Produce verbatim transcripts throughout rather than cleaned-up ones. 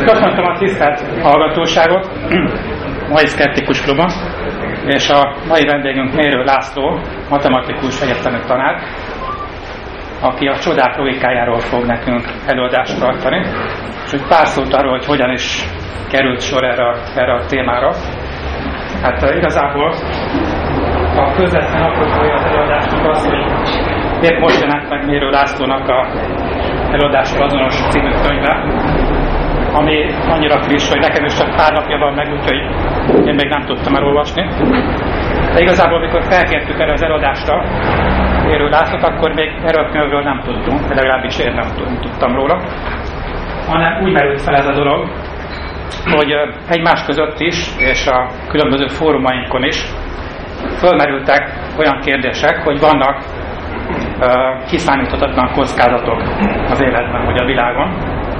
Köszöntöm a tisztelt hallgatóságot mai Szkeptikus Klubon, és a mai vendégünk Mérő László, matematikus egyetemi tanár, aki a csodák logikájáról fog nekünk előadást tartani, és hogy pár szót arról, hogy hogyan is került sor erre, erre a témára. Hát igazából a közvetlen apropója az előadásnak az, hogy épp most jelent meg Mérő Lászlónak a előadásról azonos című könyve, ami annyira friss, hogy nekem is csak pár napja van meg, úgyhogy én még nem tudtam elolvasni. De igazából, amikor felkértük erre az előadásra Mérő Lászlót, akkor még erről a könyvről nem tudtunk, de legalábbis én nem tudtam róla, hanem úgy merült fel ez a dolog, hogy egymás között is, és a különböző fórumainkon is fölmerültek olyan kérdések, hogy vannak uh, kiszámíthatatlan kockázatok az életben, vagy a világon.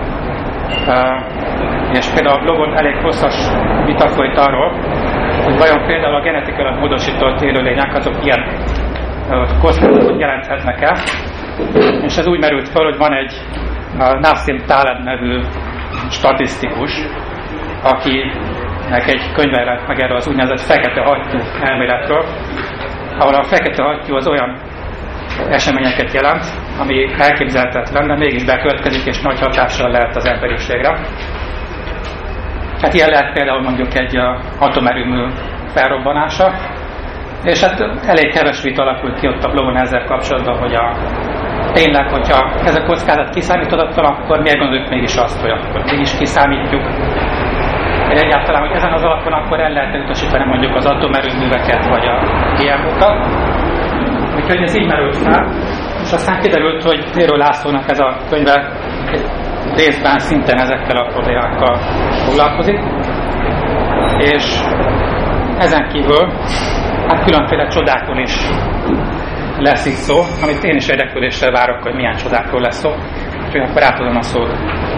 Uh, és például a blogon elég hosszas vita folyt arról, hogy vajon például a genetikailag módosított élőlények azok ilyen uh, kockázatot jelenthetnek el. És ez úgy merült fel, hogy van egy uh, Nassim Taleb nevű statisztikus, akinek egy könyve jelent meg erről az úgynevezett fekete hattyú elméletről, ahol a fekete hattyú az olyan eseményeket jelent, ami elképzelhetetlen, de mégis bekövetkezik, és nagy hatással lehet az emberiségre. Hát ilyen lehet például mondjuk egy atomerőmű felrobbanása, és hát elég keves vita alakult ki ott a blogon ezzel kapcsolatban, hogy a, tényleg, hogyha ez a kockázat kiszámíthatatlan, akkor miért gondoljuk mégis azt, hogy akkor mégis kiszámítjuk. Egyáltalán, hogy ezen az alapon akkor el lehet utasítani mondjuk az atomerőműveket, vagy a gé em ó-kat. Úgyhogy ez így merült fel, és aztán kiderült, hogy Mérő Lászlónak ez a könyve részben szintén ezekkel a problémákkal foglalkozik. És ezen kívül hát különféle csodákról is lesz itt szó, amit én is érdeklődéssel várok, hogy milyen csodákról lesz szó. Úgyhogy akkor átadom a szót.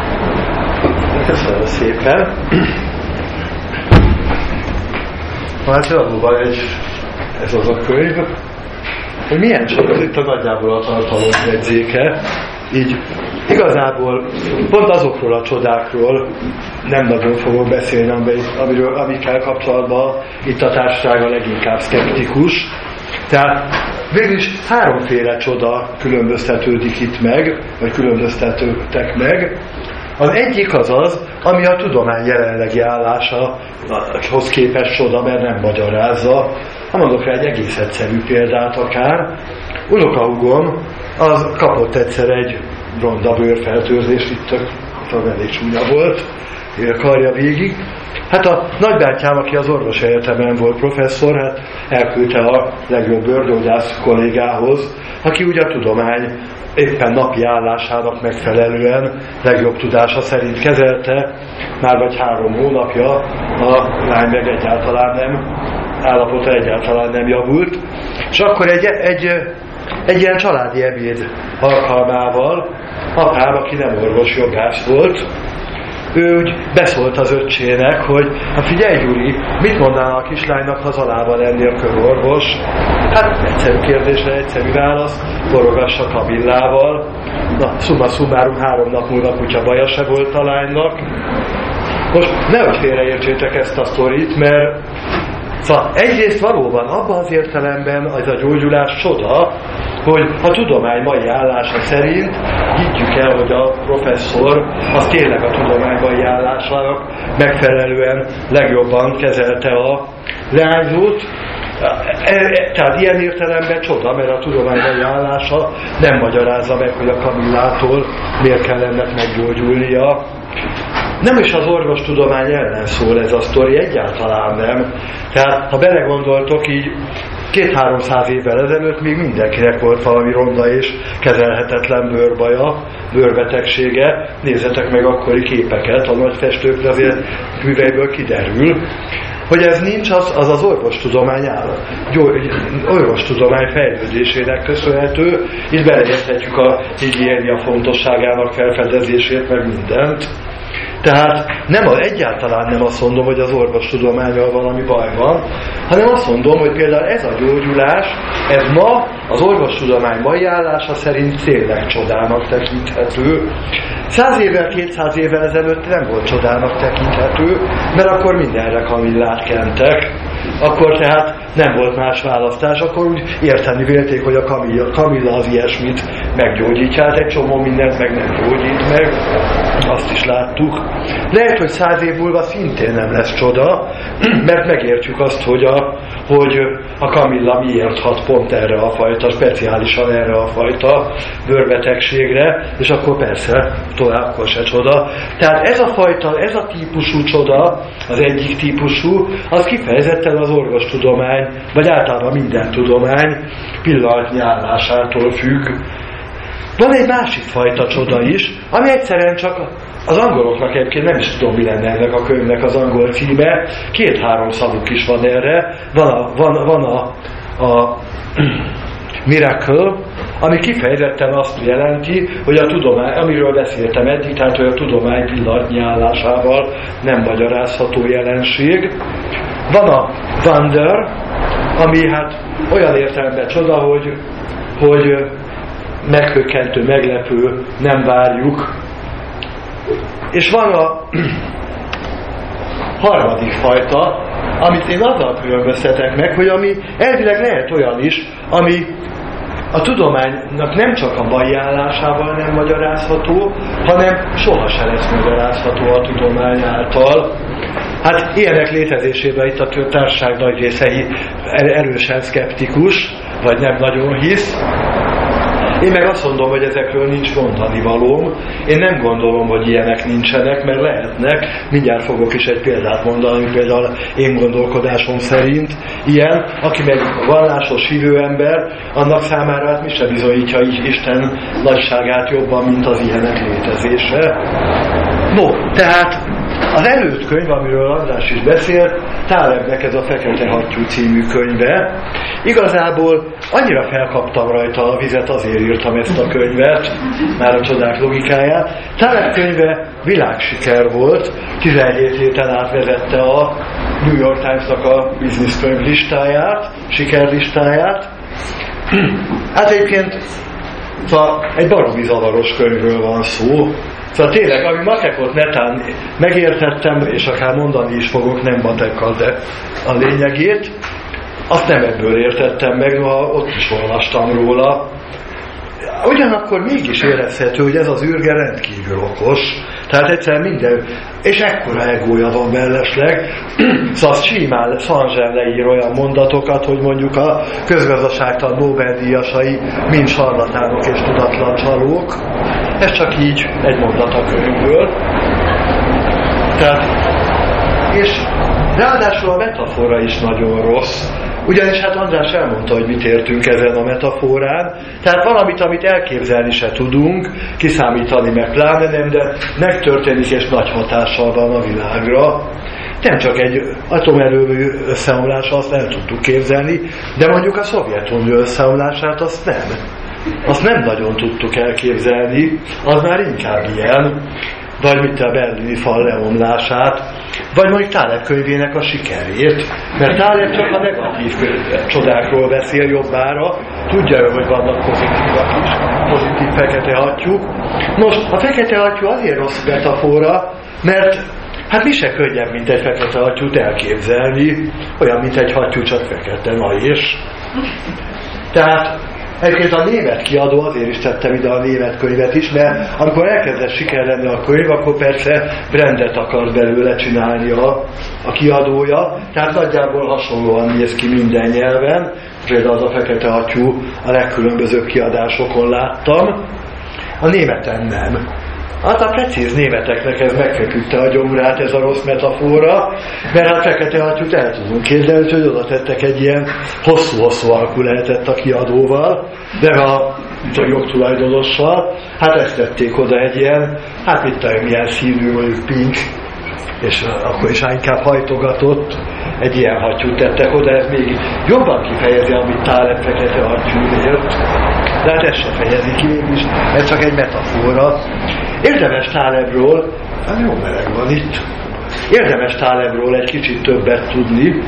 Köszönöm szépen. Hát valóban egy, ez az a könyv, hogy milyen csak az itt a nagyjából a tartalom jegyzéke. Így igazából pont azokról a csodákról nem nagyon fogok beszélni, amiről, amikkel kapcsolatban itt a társaság a leginkább szkeptikus. Tehát végülis háromféle csoda különböztetődik itt meg, vagy különböztetőtek meg. Az egyik az az, ami a tudomány jelenlegi állásahoz képest csoda, mert nem magyarázza. Ha mondok rá egy egész egyszerű példát akár. Unokahúgom, az kapott egyszer egy ronda bőrfertőzést, itt tök elég csúnya volt, karja végig. Hát a nagybátyám, aki az orvosi egyetemen volt professzor, hát elküldte a legjobb bőrgyógyász kollégához, aki ugye a tudomány éppen napi állásának megfelelően legjobb tudása szerint kezelte, már vagy három hónapja a lány meg egyáltalán nem, állapota egyáltalán nem javult. És akkor egy, egy, egy ilyen családi ebéd alkalmával apám, aki nem orvos, jogász volt, ő úgy beszólt az öccsének, hogy hát figyelj Gyuri, mit mondaná a kislánynak hazalába lenni a körorvos? Hát egyszerű kérdésre egyszerű válasz, forogassa Kamillával. Na, szumma summarum, három nap múlva kutya baja se volt a lánynak. Most nehogy félreértsétek ezt a sztorit, mert szóval egyrészt valóban abban az értelemben az a gyógyulás csoda, hogy a tudomány mai állása szerint higgyük el, hogy a professzor az tényleg a tudomány mai állásának megfelelően legjobban kezelte a leányzót. Tehát ilyen értelemben csoda, mert a tudomány mai állása nem magyarázza meg, hogy a Kamillától miért kell ennek meggyógyulnia. Nem is az orvostudomány ellen szól ez a sztori, egyáltalán nem. Tehát, ha belegondoltok, így két-háromszáz évvel ezelőtt még mindenkinek volt valami ronda és kezelhetetlen bőrbaja, bőrbetegsége. Nézzetek meg akkori képeket, a nagy festőkre azért műveiből kiderül. Hogy ez nincs, az az, az orvostudomány áll, orvostudomány fejlődésének köszönhető, itt beleérthetjük a higiénia fontosságának felfedezését, meg mindent. Tehát nem a, egyáltalán nem azt mondom, hogy az orvostudománnyal valami baj van, hanem azt mondom, hogy például ez a gyógyulás, ez ma az orvostudomány mai állása szerint tényleg csodának tekinthető. Száz évvel, kétszáz évvel ezelőtt nem volt csodának tekinthető, mert akkor mindenre kamillát kentek. Akkor tehát nem volt más választás, akkor úgy érteni vélték, hogy a kamilla, kamilla az ilyesmit meggyógyítja, hát egy csomó mindent meg nem gyógyít meg, azt is láttuk. Lehet, hogy száz év múlva szintén nem lesz csoda, mert megértjük azt, hogy a, hogy a kamilla miért hat pont erre a fajta, speciálisan erre a fajta bőrbetegségre, és akkor persze tovább akkor se csoda. Tehát ez a fajta, ez a típusú csoda, az egyik típusú, az kifejezetten az orvostudomány, vagy általában minden tudomány pillanatnyi állásától függ. Van egy másik fajta csoda is, ami egyszerűen csak az angoloknak egyébként nem is tudom, mi lenne ennek a könyvnek az angol címe, két-három szavuk is van erre, van a, van, van a, a miracle, ami kifejezetten azt jelenti, hogy a tudomány, amiről beszéltem eddig, tehát hogy a tudomány pillanatnyi állásával nem magyarázható jelenség. Van a wonder, ami hát olyan értelemben csoda, hogy, hogy meghökkentő, meglepő, nem várjuk. És van a harmadik fajta, amit én azzal különböztetek meg, hogy ami elvileg lehet olyan is, ami a tudománynak nem csak a mai állásával nem magyarázható, hanem soha se lesz magyarázható a tudomány által. Hát ilyenek létezésében itt a társaság nagy része erősen szkeptikus, vagy nem nagyon hisz. Én meg azt mondom, hogy ezekről nincs mondani valóm. Én nem gondolom, hogy ilyenek nincsenek, mert lehetnek. Mindjárt fogok is egy példát mondani, például én gondolkodásom szerint ilyen, aki meg vallásos hívő ember, annak számára hát mi se bizonyítja Isten nagyságát jobban, mint az ilyenek létezése. No, tehát az előtt könyv, amiről András is beszélt, Tálebnek ez a Fekete hattyú című könyve. Igazából annyira felkaptam rajta a vizet, azért írtam ezt a könyvet, már a csodák logikáját. Táleb könyve világsiker volt, tizenhét héten átvezette a New York Times-nak a bizniszkönyv listáját, sikerlistáját. Hát egyébként szóval egy baromi zavaros könyvről van szó. Szóval tényleg, ami matekot netán megértettem, és akár mondani is fogok, nem matekkal, de a lényegét, azt nem ebből értettem meg, ha ott is olvastam róla. Ugyanakkor mégis érezhető, hogy ez az űrge rendkívül okos. Tehát egyszer minden, és ekkora egója van mellesleg. Szóval simán Szanzsen leír olyan mondatokat, hogy mondjuk a közgazdaságtan Nobel-díjasai mind sarlatánok és tudatlan csalók. Ez csak így egy mondat a könyvből. Tehát, és ráadásul a metafora is nagyon rossz. Ugyanis hát András elmondta, hogy mit értünk ezen a metaforán. Tehát valamit, amit elképzelni se tudunk, kiszámítani meg pláne nem, de megtörténik és nagy hatással van a világra. Nem csak egy atomerőmű összeomlása, azt el tudtuk képzelni, de mondjuk a Szovjetunió összeomlását azt nem. Azt nem nagyon tudtuk elképzelni, az már inkább ilyen, vagy mint a berlini fal leomlását, vagy mondjuk Táleb könyvének a sikerét, mert Táleb csak a negatív csodákról beszél jobbára, tudja ő, hogy vannak pozitívak is, pozitív fekete hattyúk. Most a fekete hattyú azért rossz metafora, mert hát mi se könnyebb, mint egy fekete hattyút elképzelni, olyan, mint egy hattyú, csak fekete, na és. Tehát egyébként a német kiadó, azért is tettem ide a német könyvet is, mert amikor elkezdett siker lenni a könyv, akkor persze brandet akart belőle csinálni a, a kiadója, tehát nagyjából hasonlóan néz ki minden nyelven, például az a Fekete hattyú a legkülönbözőbb kiadásokon láttam, a németen nem. Hát a precíz németeknek ez megfeküdte a gyomrát, ez a rossz metafora, mert hát fekete hattyút el tudunk képzelni, hogy oda tettek egy ilyen hosszú-hosszú alkú lehetett a kiadóval, de a, a jogtulajdonossal, hát ezt tették oda egy ilyen, hát mit tudom, milyen színű, mondjuk pink, és akkor is inkább hajtogatott, egy ilyen hattyút tettek oda, ez még jobban kifejezi, amit Táleb fekete hattyúért, de hát ez se fejezi ki mégis, ez csak egy metafora. Érdemes Tálebről hát jó meleg van itt. Érdemes Thalemről egy kicsit többet tudni.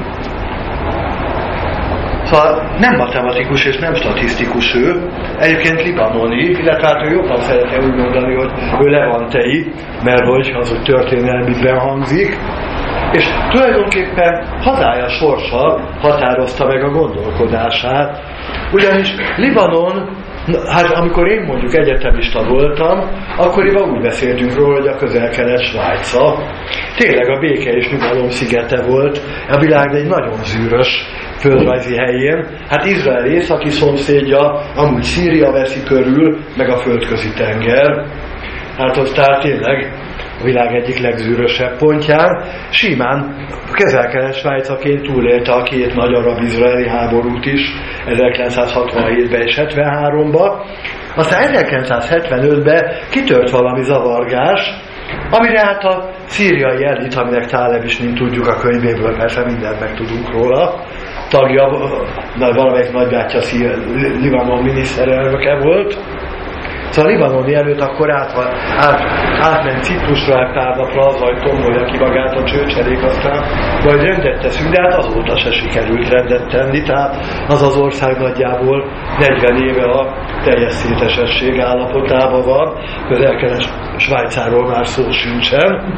Szóval nem matematikus és nem statisztikus ő, egyébként libanoni, illetve hát ő jobban szeretne úgy mondani, hogy ő levantei, mert hogy az úgy történelmiben hangzik, és tulajdonképpen hazája sorsa határozta meg a gondolkodását, ugyanis Libanon, hát amikor én mondjuk egyetemista voltam, akkoriban úgy beszéltünk róla, hogy a Közel-Kelet Svájca. Tényleg a béke és nyugalom szigete volt, a világ egy nagyon zűrös földrajzi helyén. Hát Izrael északi szomszédja, amúgy Szíria veszi körül, meg a Földközi tenger. Hát aztán tényleg a világ egyik legzűrösebb pontján. Simán Közel-Kelet Svájcaként túlélte a két nagy arab-izraeli háborút is ezerkilencszázhatvanhétben és hetvenháromban. Aztán ezerkilencszázhetvenötben kitört valami zavargás, amire hát a szíriai elit, aminek Thalem is, mint tudjuk a könyvéből, persze mindent megtudunk róla, tagja, valamelyik nagybátyja Libanon miniszterelnöke volt. Szóval a libanoni előtt akkor át, át, átment Ciprusra egy pár napra azzal, hogy tombolja ki magát a csőcserék, aztán majd rendet teszünk, de hát azóta se sikerült rendet tenni, tehát az az ország nagyjából negyven éve a teljes szétesesség állapotában van, Közel-Kelet Svájcáról már szó sincsen.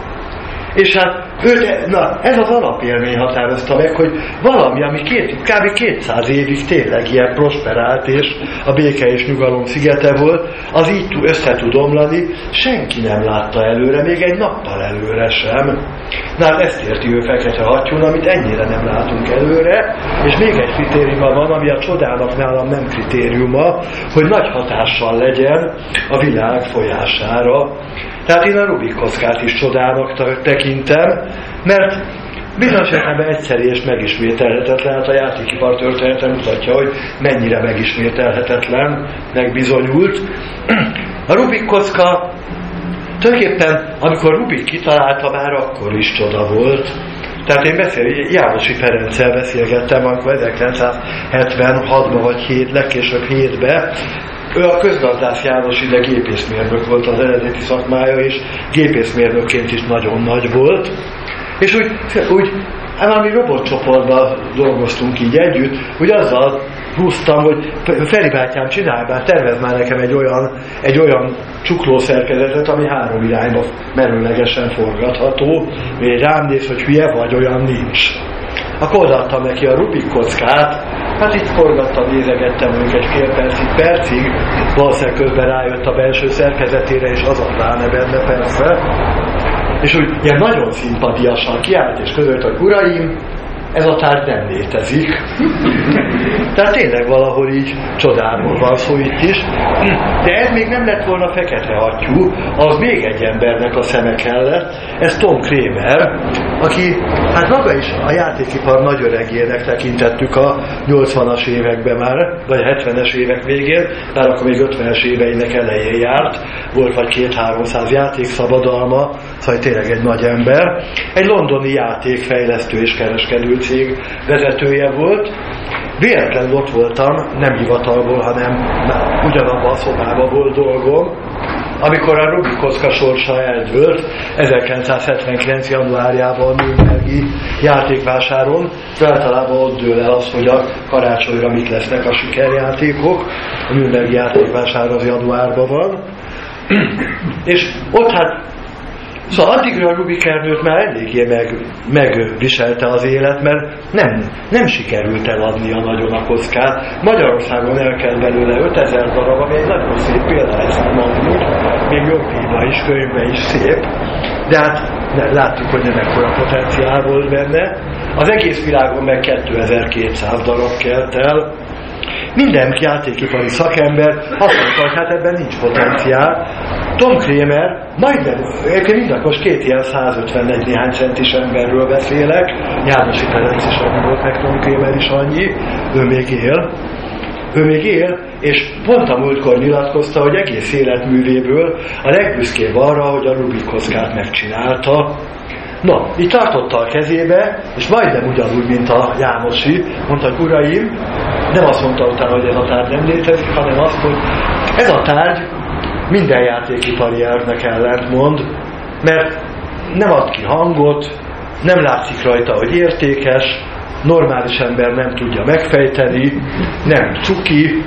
És hát őt, na, ez az alapélmény határozta meg, hogy valami, ami két, kb. kétszáz évig tényleg ilyen prosperált, és a béke és nyugalom szigete volt, az így össze tud omlani, senki nem látta előre, még egy nappal előre sem. Na hát ezt érti ő Fekete Hattyún, amit ennyire nem látunk előre, és még egy kritériuma van, ami a csodának nálam nem kritériuma, hogy nagy hatással legyen a világ folyására. Tehát én a Rubik kockát is csodának tekintem, mert bizonyos értelemben egyszerű és megismételhetetlen, hát a játékipar története mutatja, hogy mennyire megismételhetetlen, megbizonyult. A Rubik kocka tulajdonképpen, amikor Rubik kitalálta, már akkor is csoda volt. Tehát én beszél, Jánosi Ferenccel beszélgettem, amikor ezerkilencszázhetvenhatban vagy hét, legkésőbb hétben, ő a közgazdász János ide gépészmérnök volt az eredeti szakmája, és gépészmérnökként is nagyon nagy volt. És úgy, úgy valami robotcsoportban dolgoztunk így együtt, úgy azzal húztam, hogy Feri bátyám, csinálj már, tervez már nekem egy olyan, egy olyan csuklószerkezetet, ami három irányba merőlegesen forgatható, még rám néz, hogy hülye vagy, olyan nincs. Akkor odaadtam neki a Rubik kockát, hát itt forgattam, nézegettem ők egy fél percig, percig, valószínűleg közben rájött a belső szerkezetére, és az a pláne benne persze. És úgy ilyen nagyon szimpatiasan kiállt, és közölt, hogy uraim, ez a tárgy nem létezik. Tehát tényleg valahol így csodáról van szó itt is. De ez még nem lett volna Fekete Hattyú, az még egy embernek a szeme kellett, ez Tom Kramer, aki hát maga is a játékipar nagy öregének tekintettük a nyolcvanas években már, vagy hetvenes évek végén, már akkor még ötvenes éveinek elején járt, volt vagy két-háromszáz játékszabadalma, szóval tényleg egy nagy ember. Egy londoni játékfejlesztő és kereskedő cég vezetője volt. Véletlenül ott voltam, nem hivatalból, hanem ugyanabban a szobában volt dolgom, amikor a Rubik kocka sorsa eldőlt ezerkilencszázhetvenkilenc januárjában a Nürnbergi játékvásáron. Általában ott dől el az, hogy a karácsonyra mit lesznek a sikerjátékok. A Nürnbergi játékvásár az januárban van. És ott hát szóval addigra a Rubik Ernőt már eléggé meg, megviselte az élet, mert nem, nem sikerült eladnia nagyon a kockát. Magyarországon elkelt belőle ötezer darab, ami egy nagyon szép példányszám amúgy, még jogdíjban is, könyvben is szép, de hát ne, láttuk, hogy nem ekkora potenciál volt benne. Az egész világon meg kétezer-kétszáz darab kelt el. Minden játékipari szakember azt mondta, hogy hát ebben nincs potenciál. Tom Kramer, majdnem, egyébként mindakos két ilyen százötvenegy néhány centis emberről beszélek, Jánosi Ferenc is annyi volt, meg Tom Kramer is annyi, ő még él. Ő még él, és pont a múltkor nyilatkozta, hogy egész életművéből a legbüszkébb arra, hogy a Rubik kockát megcsinálta. Na, így tartotta a kezébe, és majdnem ugyanúgy, mint a Jánosi, mondta, hogy uraim, nem azt mondta utána, hogy ez a tárgy nem létezik, hanem azt, hogy ez a tárgy minden játékipari elvnek ellentmond, mert nem ad ki hangot, nem látszik rajta, hogy értékes, normális ember nem tudja megfejteni, nem cuki.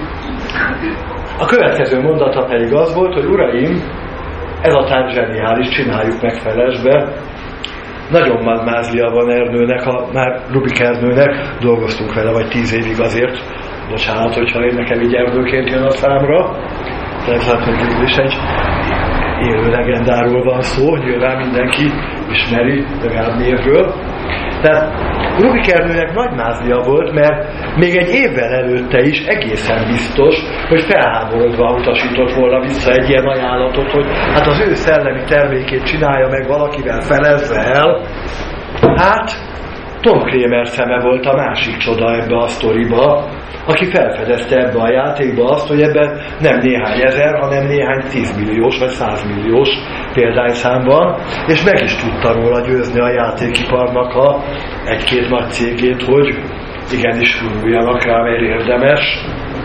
A következő mondata pedig az volt, hogy uraim, ez a tárgy zseniális, csináljuk meg felesbe. Nagyon mázlia van Ernőnek, a, már Rubik Ernőnek, dolgoztunk vele vagy tíz évig azért, bocsánat, hogyha én nekem így Ernőként jön a számra, tehát hogy is egy élő legendáról van szó, nyilván mindenki ismeri legalább névről. Tehát Rubik Ernőnek nagy mázlia volt, mert még egy évvel előtte is egészen biztos, hogy felháborodva utasított volna vissza egy ilyen ajánlatot, hogy hát az ő szellemi termékét csinálja meg valakivel felezve el. Hát Tom Kramer szeme volt a másik csoda ebbe a sztoriba, aki felfedezte ebbe a játékba azt, hogy ebben nem néhány ezer, hanem néhány tízmilliós vagy százmilliós példányszám van, és meg is tudta róla győzni a játékiparnak a egy-két nagy cégét, hogy igenis huruljanak rá, mert érdemes.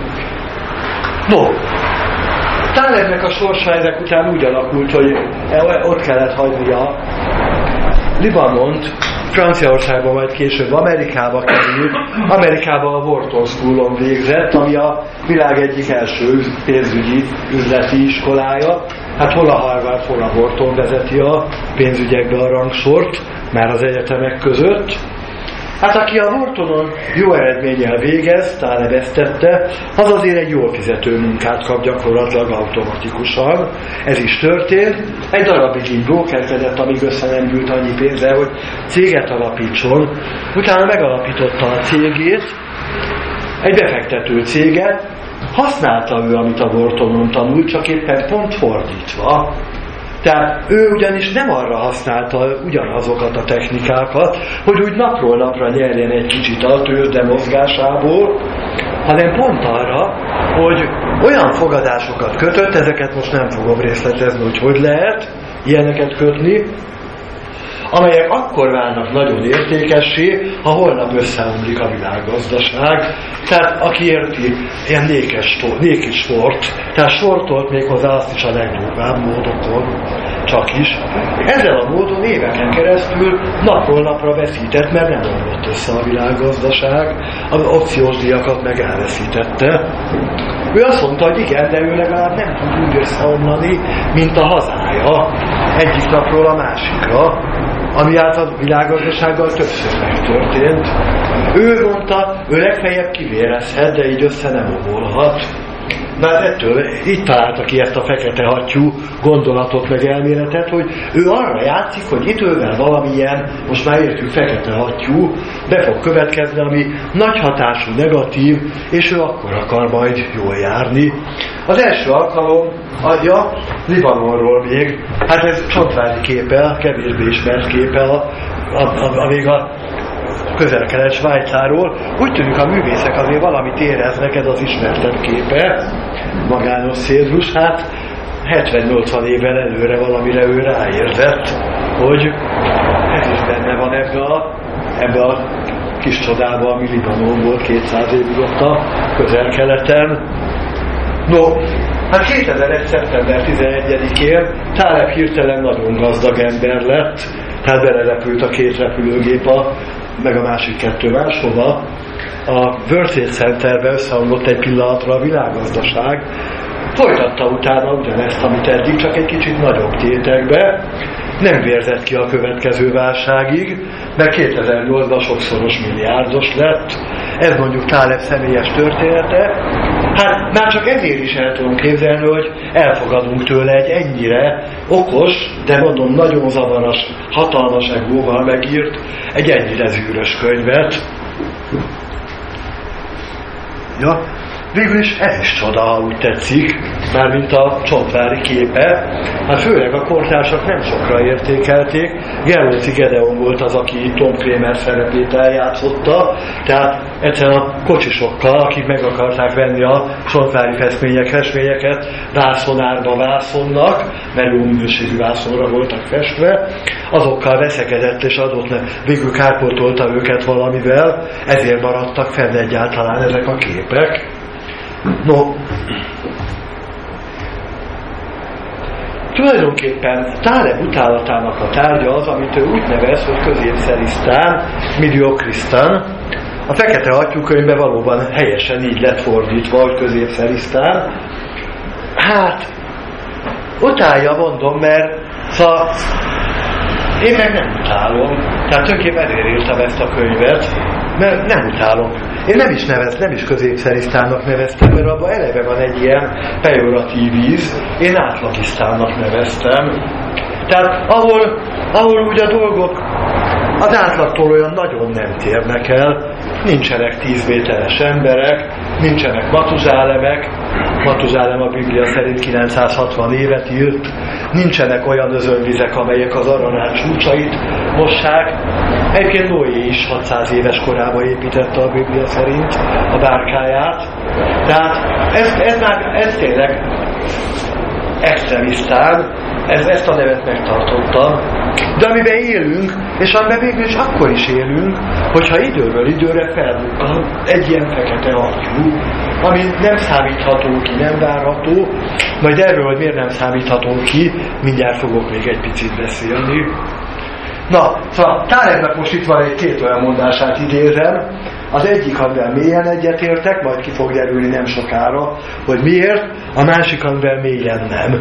No, Thalernek a sorsa ezek után úgy alakult, hogy ott kellett hagynia Libanont, Franciaországban, majd később Amerikába került, Amerikában a Wharton Schoolon végzett, ami a világ egyik első pénzügyi üzleti iskolája. Hát hol a Harvard, hol a Wharton vezeti a pénzügyekbe a rangsort, már az egyetemek között. Hát aki a Whartonon jó eredménnyel végez, Thaleb ezt tette, az azért egy jól fizető munkát kap gyakorlatilag automatikusan. Ez is történt. Egy darabig így brókerkedett, amíg össze nem gyűlt annyi pénze, hogy céget alapítson. Utána megalapította a cégét, egy befektető céget, használta ő, amit a Whartonon tanult, csak éppen pont fordítva. Tehát ő ugyanis nem arra használta ugyanazokat a technikákat, hogy úgy napról napra nyerjen egy kicsit a tőzsde mozgásából, hanem pont arra, hogy olyan fogadásokat kötött, ezeket most nem fogom részletezni, hogy hogy lehet ilyeneket kötni, amelyek akkor válnak nagyon értékessé, ha holnap összeomlik a világgazdaság. Tehát aki érti, ilyen nékes sport, tehát sportolt még hozzá azt is a legdurvább módokon, csak is. Ezzel a módon éveken keresztül napról napra veszített, mert nem omlott össze a világgazdaság, az opciós díjakat meg elveszítette. Ő azt mondta, hogy igen, de ő legalább nem tud úgy összeomlani, mint a hazája, egyik napról a másikra, ami által a világgazdasággal többször megtörtént. Ő mondta, ő legfeljebb kivérezhet, de így össze nem omolhat. Már ettől itt találta ki ezt a fekete hattyú gondolatot meg elméletet, hogy ő arra játszik, hogy idővel valamilyen, most már értjük, fekete hattyú be fog következni, ami nagy hatású, negatív, és ő akkor akar majd jól járni. Az első alkalom adja Libanonról még, hát ez Csontvári képe, kevésbé ismert képe, a, a, a, a még a Közel-Kelet Svájcáról. Úgy tűnik, a művészek azért valamit éreznek, ez az ismertebb képe, Magános Cédrus, hát hetven-nyolcvan évvel előre valamire ő ráérzett, hogy ez is benne van ebbe a, ebbe a kis csodába, ami Libanon volt kétszáz évig ott a Közel-Keleten. No, hát kétezer-egy. szeptember tizenegyedikén Thaleb hirtelen nagyon gazdag ember lett, tehát belerepült a két repülőgép, a, meg a másik kettő máshova. A World Trade Centerbe összeomlott egy pillanatra a világgazdaság, folytatta utána ugyanezt, amit eddig, csak egy kicsit nagyobb tétekbe, nem vérzett ki a következő válságig, mert kétezer-nyolcban sokszoros milliárdos lett. Ez mondjuk Thaleb személyes története. Hát már csak ezért is el tudom képzelni, hogy elfogadunk tőle egy ennyire okos, de mondom nagyon zavaros, hatalmas egóval megírt egy ennyire zűrös könyvet. Ja, végül is ez is csoda, ha úgy tetszik, mármint a Csontvári képe. Hát főleg a kortársak nem sokra értékelték. Gerlóci Gedeon volt az, aki Tom Kramer szerepét eljátszotta, tehát egyszerűen a kocsisokkal, akik meg akarták venni a Csontvári festmények, festményeket, vászonárba vászonnak, mert jó minőségű vászonra voltak festve, azokkal veszekedett és adott le, végül kárpótolta őket valamivel, ezért maradtak fenn egyáltalán ezek a képek. No, tulajdonképpen Táleb utálatának a tárgya az, amit ő úgy nevez, hogy középszerisztán, Midiokrisztán. A Fekete Atyúkönyvben valóban helyesen így lett fordítva, hogy középszerisztán. Hát, utálja, mondom, mert szóval én meg nem utálom. Tehát tulajdonképpen ezért írtam ezt a könyvet, mert nem utálom. Én nem is nevez, nem is középszerisztánnak neveztem, mert abban eleve van egy ilyen pejoratív íz. Én átlagisztánnak neveztem. Tehát ahol, ahol úgy a dolgok az átlagtól olyan nagyon nem térnek el, nincsenek tízméteres emberek, nincsenek Matuzálemek, Matuzálem a Biblia szerint kilencszázhatvan évet írt, nincsenek olyan özönvizek, amelyek az aranát csúcsait mossák. Egyébként Noé is hatszáz éves korában építette a Biblia szerint a bárkáját. Tehát ez, ez, már, ez tényleg extremisztán, ez, ezt a nevet megtartottam. De amiben élünk, és amiben végül is akkor is élünk, hogyha időről időre felbukkan egy ilyen fekete atyú, ami nem számítható ki, nem várható, majd erről, hogy miért nem számítható ki, mindjárt fogok még egy picit beszélni. Na, szóval Tálebnek most itt van egy két olyan mondását idézem. Az egyik, amivel mélyen egyetértek, majd ki fog derülni nem sokára, hogy miért, a másik, amivel mélyen nem.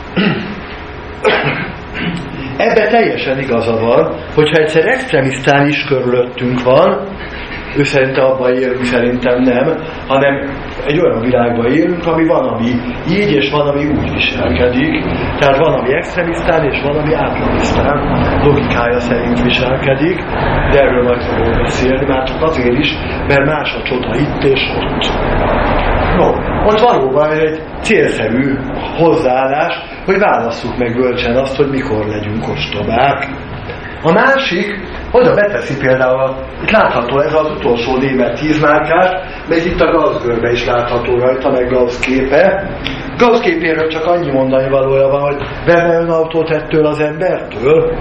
Ebbe teljesen igaza van, hogyha egyszer extremisztán is körülöttünk van, ő szerinte abban élünk, szerintem nem, hanem egy olyan világban élünk, ami van, ami így, és van, ami úgy viselkedik. Tehát van, ami extremisztán, és van, ami átlagisztán logikája szerint viselkedik, de erről majd fogok beszélni, már csak azért is, mert más a csoda itt és ott. No, ott valóban egy célszerű hozzáállás, hogy válasszuk meg bölcsen azt, hogy mikor legyünk ostobák. A másik, oda beteszi például, itt látható ez az utolsó német tízmárkás, meg itt a Gauss-görbe is látható rajta, meg Gauss képe. Gauss képéről csak annyi mondani valója van, hogy venne ön autót ettől az embertől?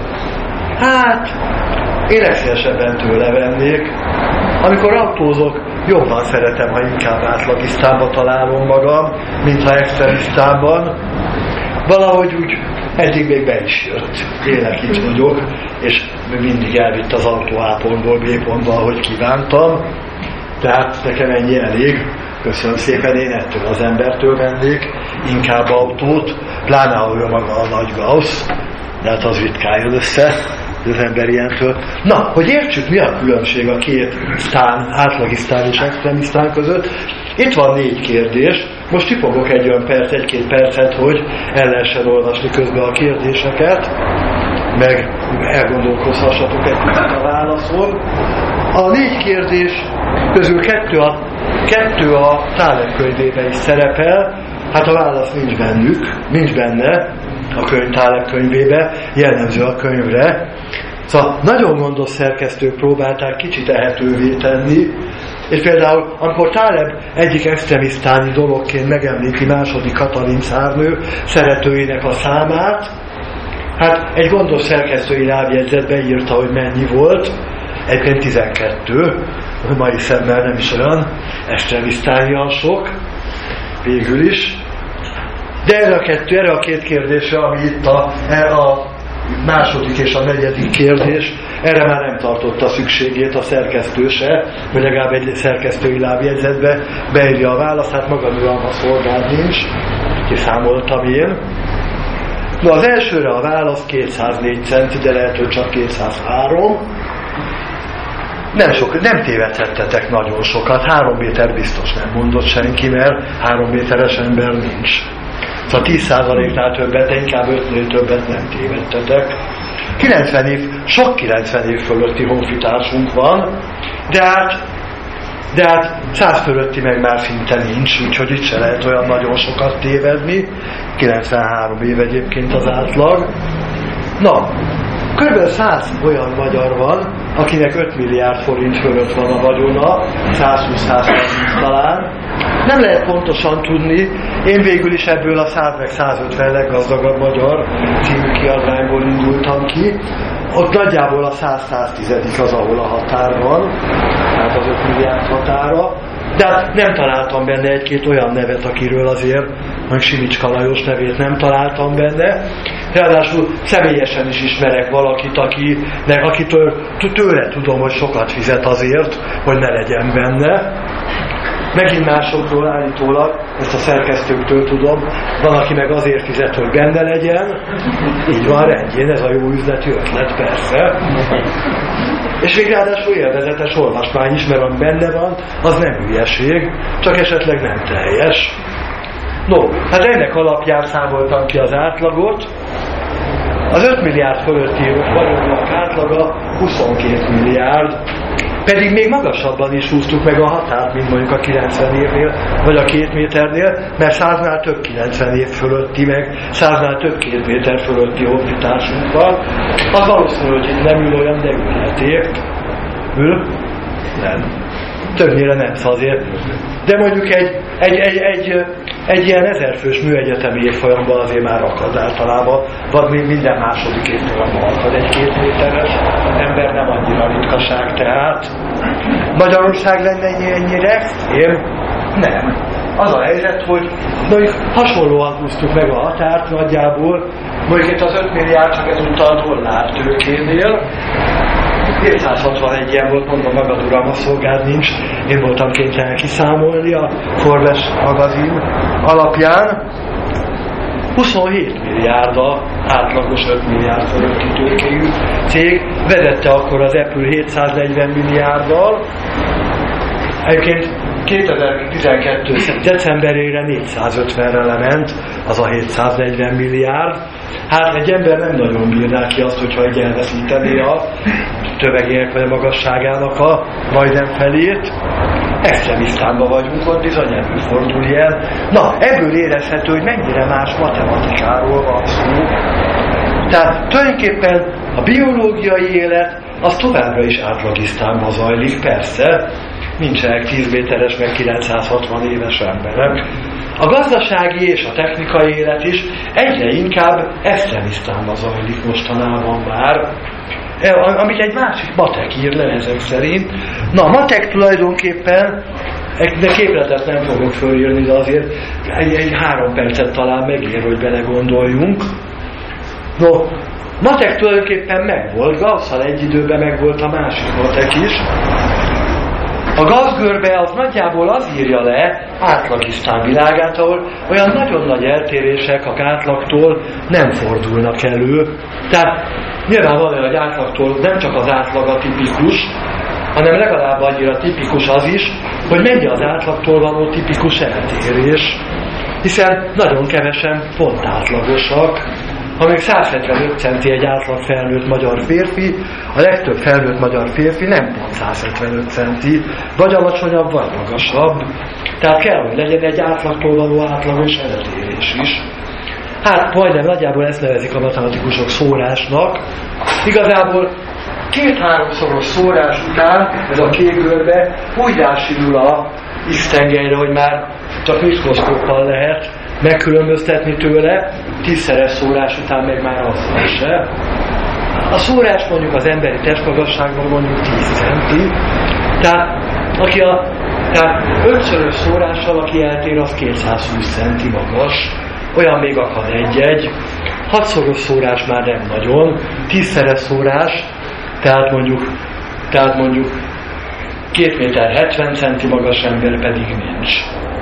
Hát, én legszívesebben tőle vennék. Amikor autózok, jobban szeretem, ha inkább átlagisztánba találom magam, mintha extremisztánban. Valahogy úgy eddig még be is jött. Élek itt vagyok, és mindig elvitt az autó A pontból B pontba, ahogy kívántam. Tehát nekem ennyi elég. Köszönöm szépen, én ettől az embertől vennék inkább autót, pláne ha ő maga a nagy Gauss, de hát az ritkán jön össze az ember ilyentől. Na, hogy értsük, mi a különbség a két sztán, átlagisztán és extremisztán között, itt van négy kérdés. Most kifogok egy olyan perc, egy-két percet, hogy el lehessen olvasni közben a kérdéseket, meg elgondolkozhassatok egy kicsit a válaszon. A négy kérdés közül kettő a, kettő a Táleb könyvében is szerepel, hát a válasz nincs bennük, nincs benne a könyv Táleb könyvébe, jellemző a könyvre. Szóval nagyon gondos szerkesztők próbálták kicsit ehetővé tenni, és például, amikor Táleb egyik extremisztáni dologként megemlíti második Katalin cárnő szeretőinek a számát, hát egy gondos szerkesztői lábjegyzetben írta, hogy mennyi volt, egyébként tizenkettő, mai szemmel nem is olyan extremisztánian sok, végül is. De erre a, kettő, erre a két kérdésre, ami itt a, a második és a negyedik kérdés, erre már nem tartotta szükségét a szerkesztő se, hogy legalább egy szerkesztői lábjegyzetbe beírja a választ, hát magamról a szolgád nincs, kiszámoltam én. No, az elsőre a válasz kétszáznégy centi, de lehet, hogy csak kétszázhárom. Nem, sok, nem tévedhettetek nagyon sokat, három méter biztos nem mondott senki, mert három méteres ember nincs. Szóval tíz százaléknál többet, de inkább ötnél többet nem tévedtetek. kilencven év, sok kilencven év fölötti honfitársunk van, de hát, de hát száz fölötti meg már szinte nincs, úgyhogy itt se lehet olyan nagyon sokat tévedni. kilencvenhárom év egyébként az átlag. Na, kb. száz olyan magyar van, akinek öt milliárd forint fölött van a vagyona, százhúsz-százharminc talán. Nem lehet pontosan tudni, én végül is ebből a száz meg százötven leggazdagabb magyar című kiadványból indultam ki. Ott nagyjából a száz-száztizedik az, ahol a határ van, tehát az öt milliárd határa. De hát nem találtam benne egy-két olyan nevet, akiről azért, meg Simicska Lajos nevét nem találtam benne. Ráadásul személyesen is ismerek valakit, akinek, akitől tőle tudom, hogy sokat fizet azért, hogy ne legyen benne. Megint másokról állítólag, ezt a szerkesztőktől tudom, van, aki meg azért fizet, hogy benne legyen. Így van, rendjén, ez a jó üzleti ötlet, persze. És még ráadásul élvezetes olvasmány is, mert ami benne van, az nem hülyeség, csak esetleg nem teljes. No, hát ennek alapján számoltam ki az átlagot. Az öt milliárd fölötti vagyonok átlaga huszonkét milliárd, pedig még magasabban is húztuk meg a határt, mint mondjuk a kilencven évnél, vagy a két méternél, mert száznál több kilencven év fölötti, meg száznál több két méter fölötti honfitársunk van. Az valószínű, hogy itt nem ül olyan, de ülheték. Ül? Nem. Többnyire nem, szóval azért. De mondjuk egy, egy, egy, egy, egy ilyen ezerfős műegyetemi évfolyamban azért már akad általában, vagy minden második évfolyamban akad egy két méteres ember, nem annyira ritkaság tehát. Magyarország lenne ennyi, ennyire extrém? Nem. Az a helyzet, hogy mondjuk hasonlóan húztuk meg a határt nagyjából, mondjuk itt az öt milliárd csak ezúttal a dollár tőkénél, hétszázhatvanegy ilyen volt, mondom magad uram, a szolgád nincs. Én voltam kénytelen kiszámolni a Forbes magazin alapján. huszonhét milliárd a átlagos öt milliárd fölötti tőkéjű cég. Vezette akkor az Apple hétszáznegyven milliárddal. Egyébként kétezer-tizenkettő decemberére négyszázötvenre lement az a hétszáznegyven milliárd. Hát egy ember nem nagyon bírná ki azt, hogyha egy elveszítené a tömegének vagy a magasságának a majdnem felét. Extremisztánban vagyunk, ott bizony előfordul ilyen. Na, ebből érezhető, hogy mennyire más matematikáról van szó. Tehát tulajdonképpen a biológiai élet az továbbra is átlagisztánban zajlik, persze. Nincsenek tíz méteres, meg kilencszázhatvan éves emberek. A gazdasági és a technikai élet is egyre inkább extremisztánban zajlik mostanában már, amit egy másik matek ír le ezek szerint. Na, a matek tulajdonképpen, de képletet nem fogok fölírni, de azért egy, egy három percet talán megér, hogy belegondoljunk. No, matek tulajdonképpen megvolt, Gausszal egy időben megvolt a másik matek is. A gazgörbe az nagyjából az írja le átlagisztán világát, ahol olyan nagyon nagy eltérések a átlagtól nem fordulnak elő. Tehát nyilvánvalóan, hogy átlagtól nem csak az átlag a tipikus, hanem legalább annyira tipikus az is, hogy mennyi az átlagtól való tipikus eltérés. Hiszen nagyon kevesen pont átlagosak. Ha még száz hetvenöt centi egy átlag felnőtt magyar férfi, a legtöbb felnőtt magyar férfi nem pont száz hetvenöt centi, vagy alacsonyabb, vagy magasabb. Tehát kell, hogy legyen egy átlagtól való átlagos eltérés is. Hát majdnem nagyjából ezt nevezik a matematikusok szórásnak. Igazából két-háromszoros szórás után ez a kék görbe úgy rásindul a X-tengelyre, hogy már csak mikroszkóppal lehet megkülönböztetni tőle, tízszeres szórás után meg már azzal se. A szórás mondjuk az emberi testmagasságban mondjuk tíz centi, tehát, aki a, tehát ötszörös szórással, aki eltér, az kétszázhúsz centi magas, olyan még akad egy-egy, hatszoros szórás már nem nagyon, tízszeres szórás, tehát mondjuk, tehát mondjuk két méter hetven centi magas ember pedig nincs.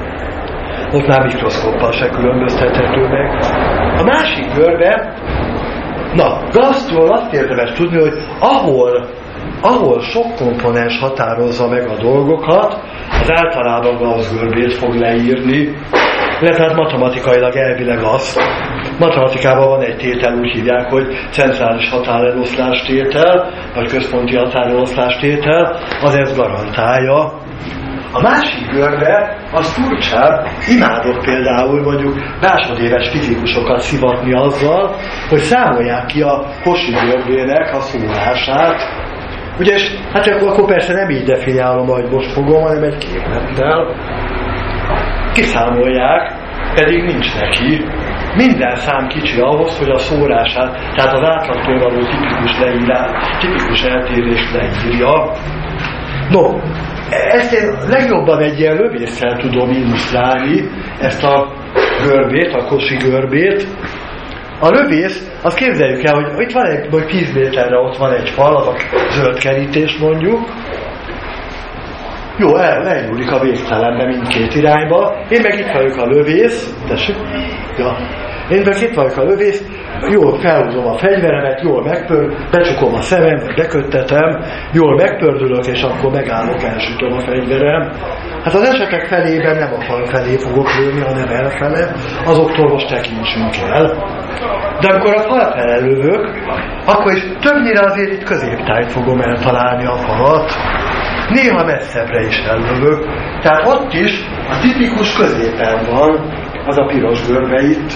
Ott már mikroszkóppal se különböztethető meg. A másik görbe, na, Gausszról azt érdemes tudni, hogy ahol, ahol sok komponens határozza meg a dolgokat, az általában Gauss görbét fog leírni, illetve hát matematikailag elvileg azt. Matematikában van egy tétel, úgy hívják, hogy centrális határeloszlás tétel, vagy központi határeloszlás tétel, az ezt garantálja. A másik görbe, az furcsább, imádok például mondjuk másodéves fizikusokat szivatni azzal, hogy számolják ki a Cauchy görbének a szórását. Ugye, hát akkor persze nem így definiálom, ahogy most fogom, hanem egy képlettel. Kiszámolják, pedig nincs neki. Minden szám kicsi ahhoz, hogy a szórását, tehát az átlagtól való tipikus leírás, tipikus eltérést leírja. No, ezt én legjobban egy ilyen lövésszel tudom illusztrálni, ezt a görbét, a Kossi görbét. A lövész, azt képzeljük el, hogy itt van egy, vagy tíz méterre ott van egy fal, az a zöld kerítés mondjuk. Jó, el, lenyúlik a végtelenbe mindkét irányba. Én meg itt vagyok a lövész, tessék, ja. Én meg itt vagyok a lövész, jól felhúzom a fegyveremet, jól megpör, becsukom a szemem, vagy beköttetem, jól megpördülök, és akkor megállok, elsütöm a fegyverem. Hát az esetek felében nem a fal felé fogok lőni, hanem elfele, azoktól most tekintsünk el. De amikor a fal fele lövök, akkor is többnyire azért itt középtájt fogom eltalálni a falat. Néha messzebbre is ellövök. Tehát ott is a tipikus középen van az a piros görbe itt.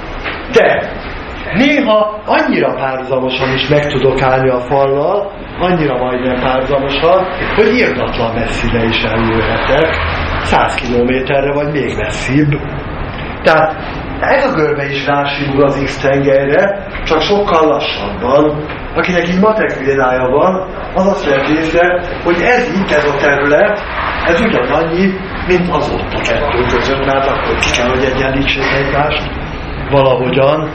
De néha annyira párhuzamosan is meg tudok állni a fallal, annyira majdnem párhuzamosan, hogy irdatlan messzire is ellőhetek, száz kilométerre vagy még messzibb. Tehát ez a görbe is rásimul az X-tengelyre, csak sokkal lassabban. Akinek így matek védája van, az azt lehet észre, hogy ez itt, ez a terület, ez ugyanannyi, mint az ott a kettő között, mert akkor ki kell, hogy egyenlítsék egymást valahogyan.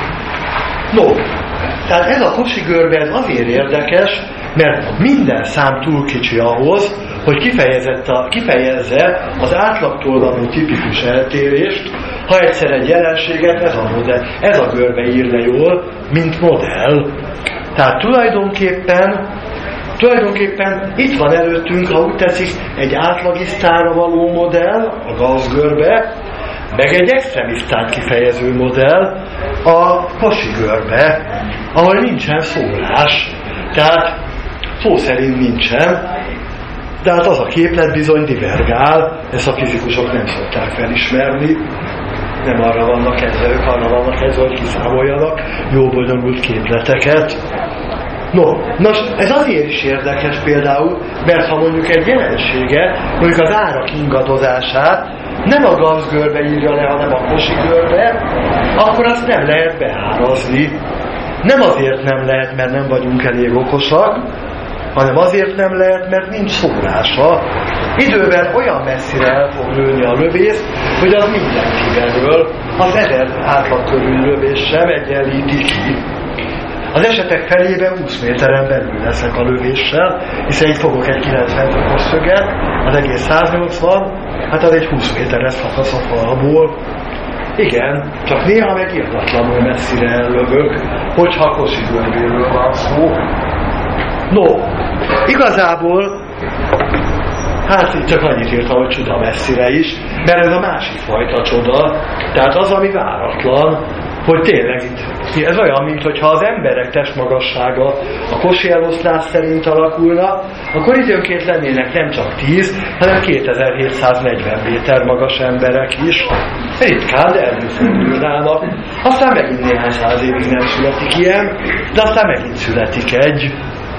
No, tehát ez a Kossi görbe ez azért érdekes, mert minden szám túl kicsi ahhoz, hogy a, kifejezze az átlagtól való tipikus eltérést, ha egyszer egy jelenséget ez a, modell, ez a görbe ír le jól, mint modell. Tehát tulajdonképpen, tulajdonképpen itt van előttünk, ha úgy tetszik, egy átlagisztára való modell, a Gauss görbe, meg egy extremisztát kifejező modell, a Kossi görbe, ahol nincsen szórás. Tehát szó szerint nincsen, de hát az a képlet bizony divergál, ezt a fizikusok nem szokták felismerni, nem arra vannak ezzel, ők arra vannak ezzel, hogy kiszámoljanak jó bonyolult képleteket. No, nos, ez azért is érdekes például, mert ha mondjuk egy jelenséget, mondjuk az árak ingadozását nem a Gauss görbe írja le, hanem a Kossi görbe, akkor azt nem lehet beárazni. Nem azért nem lehet, mert nem vagyunk elég okosak, hanem azért nem lehet, mert nincs szórása. Időben olyan messzire el fog lőni a lövész, hogy az mindenkivel az ezer átlag körül lövés sem egyenlíti ki. Az esetek felében húsz méteren belül leszek a lövéssel, hiszen itt fogok egy kilencven fokos szöget, az egész száznyolcvan, hát az egy húsz méteres szakasz a falból. Igen, csak néha meg irdatlanul messzire ellövök, hogyha Kossi görbéről van szó. No, igazából, hát itt csak annyit írtam, hogy csoda messzire is, mert ez a másik fajta csoda, tehát az, ami váratlan, hogy tényleg itt, ez olyan, mintha az emberek testmagassága a Kossi eloszlás szerint alakulna, akkor időnként lennének nem csak tíz, hanem kétezer-hétszáznegyven méter magas emberek is. Ritkán, de előfordulnának. Aztán megint néhány száz évig nem születik ilyen, de aztán megint születik egy.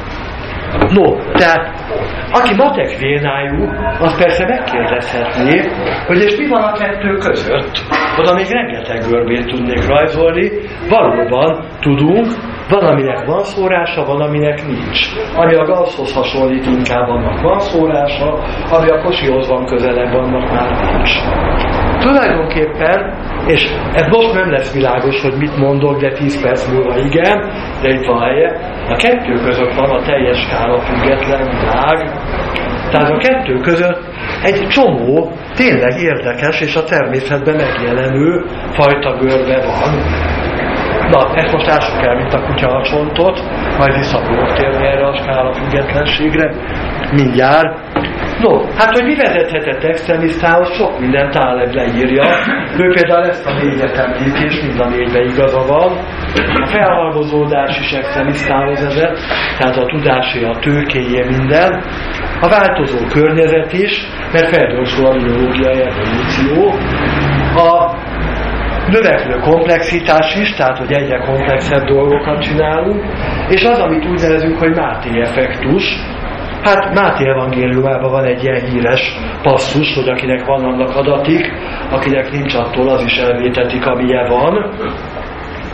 No, tehát aki matek vénájú, az persze megkérdezhetné, hogy és mi van a kettő között? Oda még rengeteg görbét tudnék rajzolni, valóban tudunk, van aminek van szórása, van aminek nincs. Ami a Gausshoz hasonlít, inkább annak van szórása, ami a Kosihoz van közelebb, annak már nincs. Tulajdonképpen, és ez most nem lesz világos, hogy mit mondok, de tíz perc múlva igen, de itt van helye, a kettő között van a teljes skála független világ, tehát a kettő között egy csomó tényleg érdekes és a természetben megjelenő fajta görbe van. Na, ezt most lássuk el, mint a kutya a csontot, majd vissza fogok térni erre a skála függetlenségre mindjárt. No, hát hogy mi vezethetett extremisztához, sok minden Taleb leírja. Ő például ezt a négyet említi, és mind a négybe igaza van. A felhalmozódás is extremisztához vezet, tehát a tudásé, a tőkéjé minden. A változó környezet is, mert felgyorsul a biológiai evolúció. A növekvő komplexitás is, tehát hogy egyre komplexebb dolgokat csinálunk, és az, amit úgy nevezünk, hogy Máté effektus. Hát Máté evangéliumában van egy ilyen híres passzus, hogy akinek van, annak adatik, akinek nincs, attól az is elvétetik, amilyen van.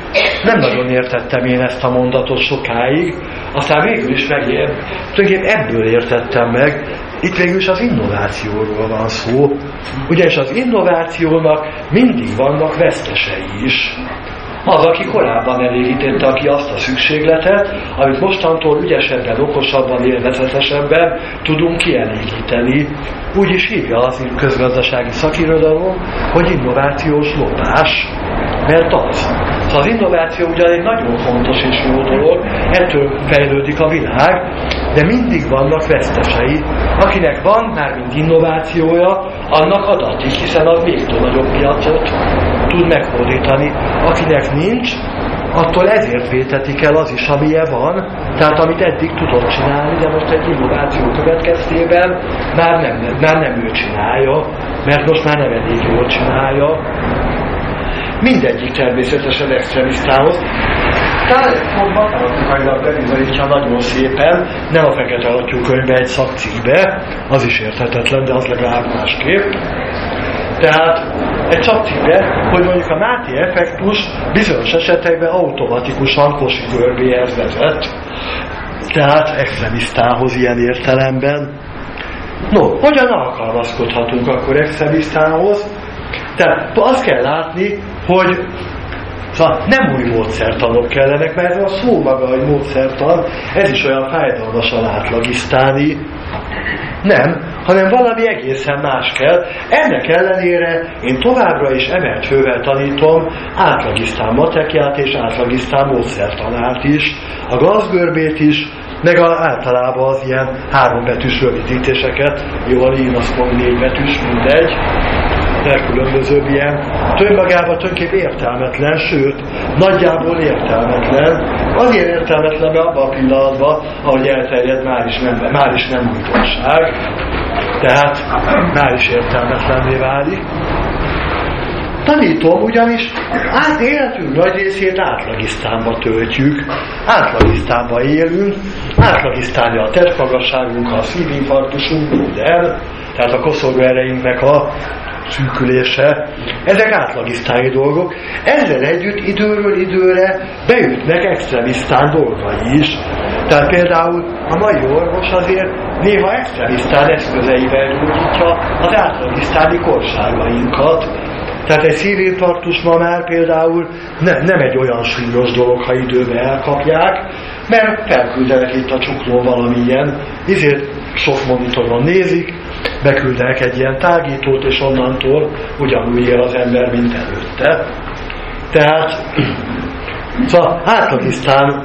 Nem nagyon értettem én ezt a mondatot sokáig, aztán végül is megért, tulajdonképpen ebből értettem meg, itt végül is az innovációról van szó, ugyanis az innovációnak mindig vannak vesztesei is. Az, aki korábban elégítette ki azt a szükségletet, amit mostantól ügyesebben, okosabban, élvezetesebben tudunk kielégíteni. Úgy is hívja az közgazdasági szakirodalom, hogy innovációs lopás. Mert az. Szóval az innováció ugyan egy nagyon fontos és jó dolog, ettől fejlődik a világ, de mindig vannak vesztesei. Akinek van már mind innovációja, annak adatik, hiszen az még nagyobb piacot tud meghódítani. Akinek nincs, attól ezért vétetik el az is, amilyen van, tehát amit eddig tudott csinálni, de most egy innováció következtében már nem, már nem ő csinálja, mert most már nem elég jól csinálja. Mindegyik természetesen extremisztához. Talán matematikailag bebizonyítja nagyon szépen, nem a Fekete Hattyú könyvbe, egy szakcikkbe, az is érthetetlen, de az legalább másképp. Tehát egy szakcikkbe, hogy mondjuk a Máté effektus bizonyos esetekben automatikusan Cauchy görbéhez vezet, tehát extremisztához ilyen értelemben. No, hogyan alkalmazkodhatunk akkor extremisztához? Tehát azt kell látni, hogy szóval nem új módszertanok kellenek, mert ez a szó maga egy módszertan, ez is olyan fájdalmasan átlagisztáni. Nem, hanem valami egészen más kell. Ennek ellenére én továbbra is emelt fővel tanítom átlagisztán matekját és átlagisztán módszertanát is, a gazgörbét is, meg a, általában az ilyen hárombetűs rövidítéseket, jó, a lín azt mondja négy betűs, mindegy, legkülönbözőbb ilyen, önmagában tulajdonképpen értelmetlen, sőt, nagyjából értelmetlen. Azért értelmetlen, mert abban a pillanatban, ahogy elterjed, már is nem, már is nem újdonság, tehát már is értelmetlenné válik. Tanítom, ugyanis át életünk nagy részét Átlagisztánba töltjük, Átlagisztánba élünk, átlagisztáni a testmagasságunk, a szívinfarktusunk, minden, tehát a koszorúereinknek a szűkülése, ezek átlagisztáni dolgok. Ezzel együtt időről időre beütnek extremisztán dolgai is. Tehát például a mai orvos azért néha extremisztán eszközeivel gyógyítja az átlagisztáni korságainkat. Tehát egy szívinfarktus ma már például ne, nem egy olyan súlyos dolog, ha időben elkapják, mert felküldenek itt a csuklón valamilyen, ezért sok monitoron nézik, beküldenek egy ilyen tágítót, és onnantól ugyanúgy él az ember, mint előtte. Tehát szóval átlagisztán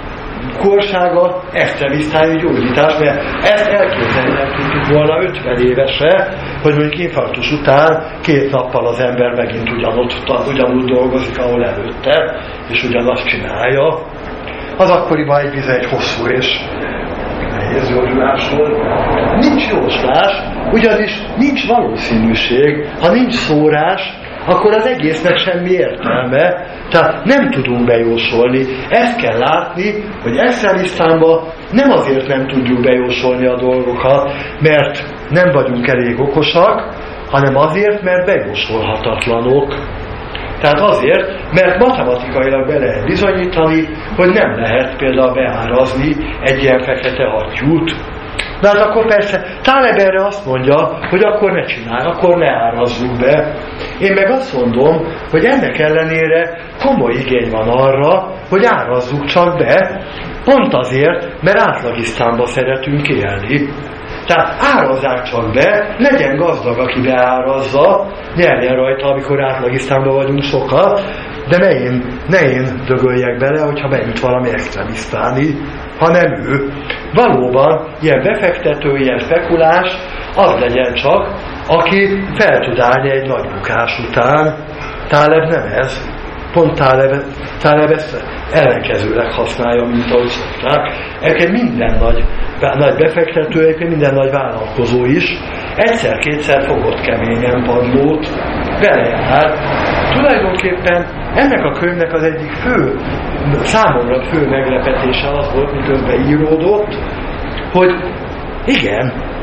korsága extremisztáni gyógyítás, mert ezt elképzelni nem tudtuk volna ötven évesre, hogy mondjuk infarktus után két nappal az ember megint ugyanott, ugyanúgy dolgozik, ahol előtte, és ugyanazt csinálja. Az akkoriban egy bizony egy hosszú és nehéz gyógyulás volt. Nincs jóslás, ugyanis nincs valószínűség. Ha nincs szórás, akkor az egésznek semmi értelme, tehát nem tudunk bejósolni. Ezt kell látni, hogy extremisztánban nem azért nem tudjuk bejósolni a dolgokat, mert nem vagyunk elég okosak, hanem azért, mert bejósolhatatlanok. Tehát azért, mert matematikailag be lehet bizonyítani, hogy nem lehet például beárazni egy ilyen fekete hattyút. De hát akkor persze, Taleb erre azt mondja, hogy akkor ne csinálj, akkor ne árazzuk be. Én meg azt mondom, hogy ennek ellenére komoly igény van arra, hogy árazzuk csak be, pont azért, mert Átlagisztánba szeretünk élni. Tehát árazzák csak be, legyen gazdag, aki beárazza, nyerjen rajta, amikor Átlagisztánban vagyunk sokat, de ne én, ne én dögöljek bele, hogyha beüt valami extremisztáni, hanem ő. Valóban ilyen befektető, ilyen spekulás, az legyen csak, aki fel tud állni egy nagy bukás után. Taleb nem ez. Pont Taleb, Taleb ezt ellenkezőleg használja, mint ahogy szokták. Egyébként minden nagy, nagy befektető, egyébként minden nagy vállalkozó is egyszer-kétszer fogott keményen padlót, belejár. Tulajdonképpen ennek a könyvnek az egyik fő, számomra fő meglepetése az volt, miközben íródott, hogy igen,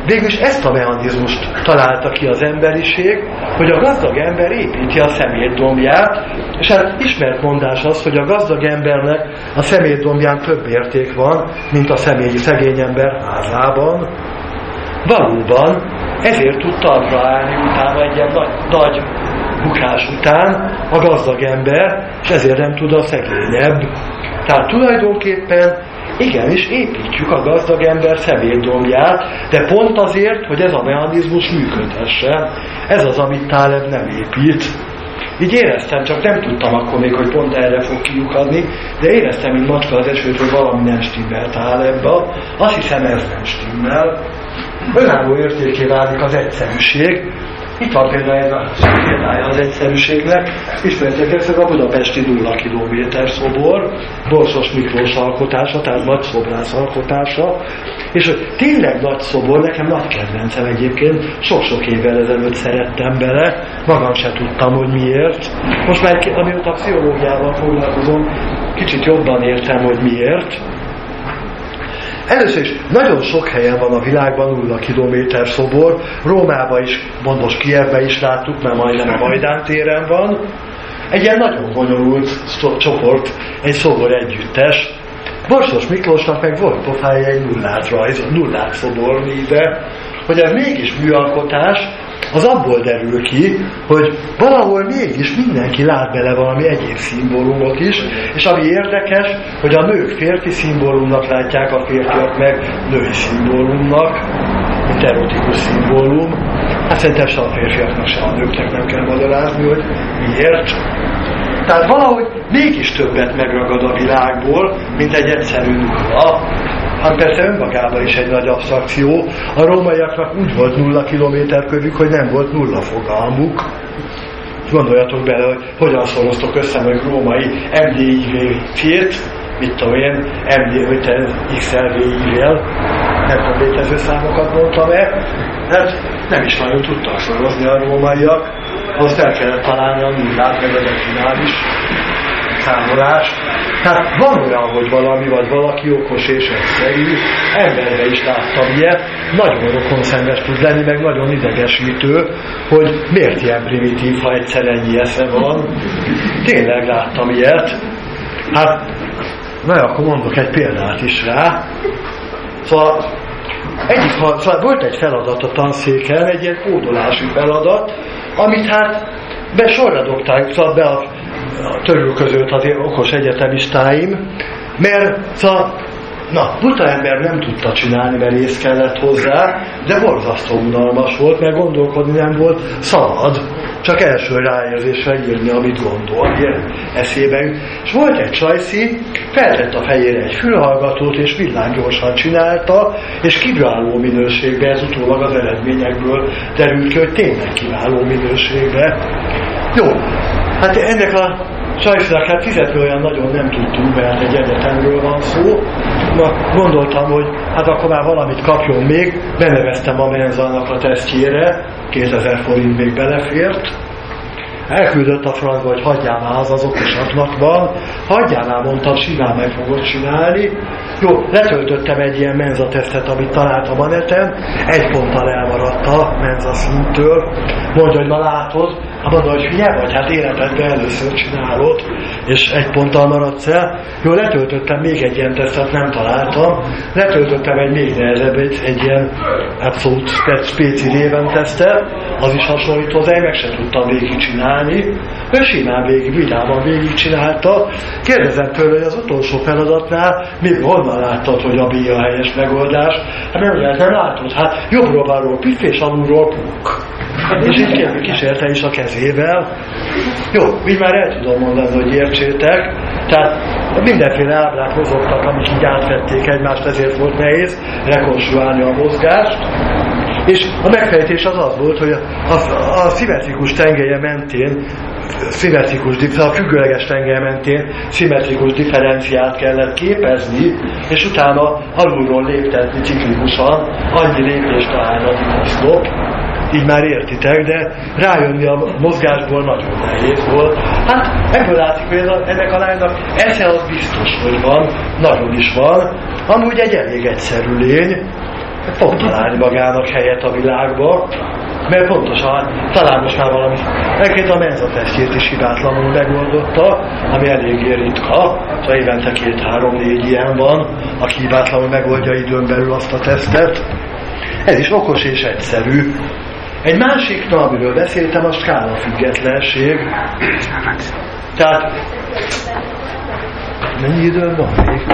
végülis ezt a mechanizmust találta ki az emberiség, hogy a gazdag ember építi a szemétdombját, és hát ismert mondás az, hogy a gazdag embernek a szemétdombján több érték van, mint a személy, szegény ember házában. Valóban, ezért tud talpra állni utána egy ilyen nagy, nagy bukás után a gazdag ember, és ezért nem tud a szegényebb. Tehát tulajdonképpen igenis építjük a gazdag ember szemétdombját, de pont azért, hogy ez a mechanizmus működhessen. Ez az, amit Táleb nem épít. Így éreztem, csak nem tudtam akkor még, hogy pont erre fog kiukadni, de éreztem, mint macska az esőt, hogy valami nem stimmel Tálebba. Azt hiszem, ez nem stimmel. Önálló értéké válik az egyszerűség. Itt van például ez a példája az egyszerűségnek. Ismertek ezt a budapesti nulla kilométer szobor, Borsos Miklós alkotása, tehát nagy szobrász alkotása. És hogy tényleg nagy szobor, nekem nagy kedvencem egyébként, sok-sok évvel ezelőtt szerettem bele, magam se tudtam, hogy miért. Most már, amióta pszichológiával foglalkozom, kicsit jobban értem, hogy miért. Először is nagyon sok helyen van a világban nulla kilométer szobor, Rómában is, most Kijevben is láttuk, mert majdnem a Majdán téren van. Egy ilyen nagyon bonyolult csoport, egy szobor együttes. Borsos Miklósnak meg volt pofája egy nullát rajz, nullát szobor néve, hogy ez mégis műalkotás, az abból derül ki, hogy valahol mégis mindenki lát bele valami egyéb szimbólumot is, és ami érdekes, hogy a nők férfi szimbólumnak látják, a férfiak meg női szimbólumnak, mint erotikus szimbólum. Hát szerintem se a férfiaknak, se a nőknek nem kell magyarázni, hogy miért. Tehát valahogy mégis többet megragad a világból, mint egy egyszerű nulla. Hát persze önmagában is egy nagy absztrakció. A rómaiaknak úgy volt nulla kilométer kövük, hogy nem volt nulla fogalmuk. Gondoljatok bele, hogy hogyan szoroztok össze meg római em dé i vé-t, mit tudom én, em dé i vé iksz el vé i-vel, nem tudom, létező számokat mondtam-e, hát nem is nagyon tudtak szorozni a rómaiak, ahhoz fel kellett találni a nullát, meg a decimális számolást. Tehát van olyan, hogy valami vagy valaki okos és egyszerű, emberbe is láttam ilyet, nagyon rokonszenves tud lenni, meg nagyon idegesítő, hogy miért ilyen primitív, ha egyszer ennyi esze van. Tényleg láttam ilyet. Hát, na akkor mondok egy példát is rá. Szóval, egyik, szóval volt egy feladat a tanszéken, egy ilyen kódolási feladat, amit hát be sorra dobták, szóval be a a törül között az okos egyetemistáim, mert szóval, na, buta ember nem tudta csinálni, mert ész kellett hozzá, de borzasztó unalmas volt, mert gondolkodni nem volt szabad, csak első ráérzésre írni, amit gondol, ilyen eszébe jut. És volt egy csajszi, feltett a fejére egy fülhallgatót, és villámgyorsan csinálta, és kiváló minőségben, ez utólag az eredményekből derült ki, hogy tényleg kiváló minőségben. Jó, hát ennek a sajsznak hát fizetni olyan nagyon nem tudtunk, mert egy egyetemről van szó. Na, gondoltam, hogy hát akkor már valamit kapjon még, beneveztem a Menzának a tesztjére, kétezer forint még belefért. Elküldött a francba, hogy hagyjál már, az az okosaknak van. Hagyjál már, mondtam, simán meg fogod csinálni. Jó, letöltöttem egy ilyen menzatesztet, amit találtam a neten. Egy ponttal elmaradt a menza szintől. Mondja, hogy na látod, hát mondja, hogy hülye vagy, hát életedben először csinálod, és egy ponttal maradsz el. Jó, letöltöttem még egy ilyen tesztet, nem találtam. Letöltöttem egy még nehezebb, egy, egy ilyen abszolút spéci réven tesztet, az is hasonlít hozzá, én meg sem tudtam végig csinálni. Ő simán végig, vidáman végig csinálta. Kérdezem tőle, hogy az utolsó feladatnál mi, honnan láttad, hogy a B a helyes megoldás? Hát nem lehet, nem látod. Hát jobbról balról piff és alulról puk. És így kérlek kísérte is a kezével. Jó, így már el tudom mondani, hogy értsétek. Tehát mindenféle ábrák mozogtak, amik így átvették egymást, ezért volt nehéz rekonstruálni a mozgást. És a megfejtés az az volt, hogy a, a, a szimmetrikus tengelye mentén, szimmetrikus, a függőleges tengelye mentén szimmetrikus differenciát kellett képezni, és utána alulról léptetni ciklikusan, annyi lépést ahányadik oszlop. Így már értitek, de rájönni a mozgásból nagyon nehéz volt. Hát ebből látszik, hogy ennek a lánynak esze az biztos, hogy van, nagyon is van. Amúgy egy elég egyszerű lény, pont találni magának helyet a világba, mert pontosan talán most már valami, megint a menzatesztjét is hibátlanul megoldotta, ami eléggé ritka, szóval évente két-három-négy ilyen van, aki hibátlanul megoldja időn belül azt a tesztet. Ez is okos és egyszerű. Egy másik, na, amiről beszéltem, a skálafüggetlenség. Tehát mennyi időn van még?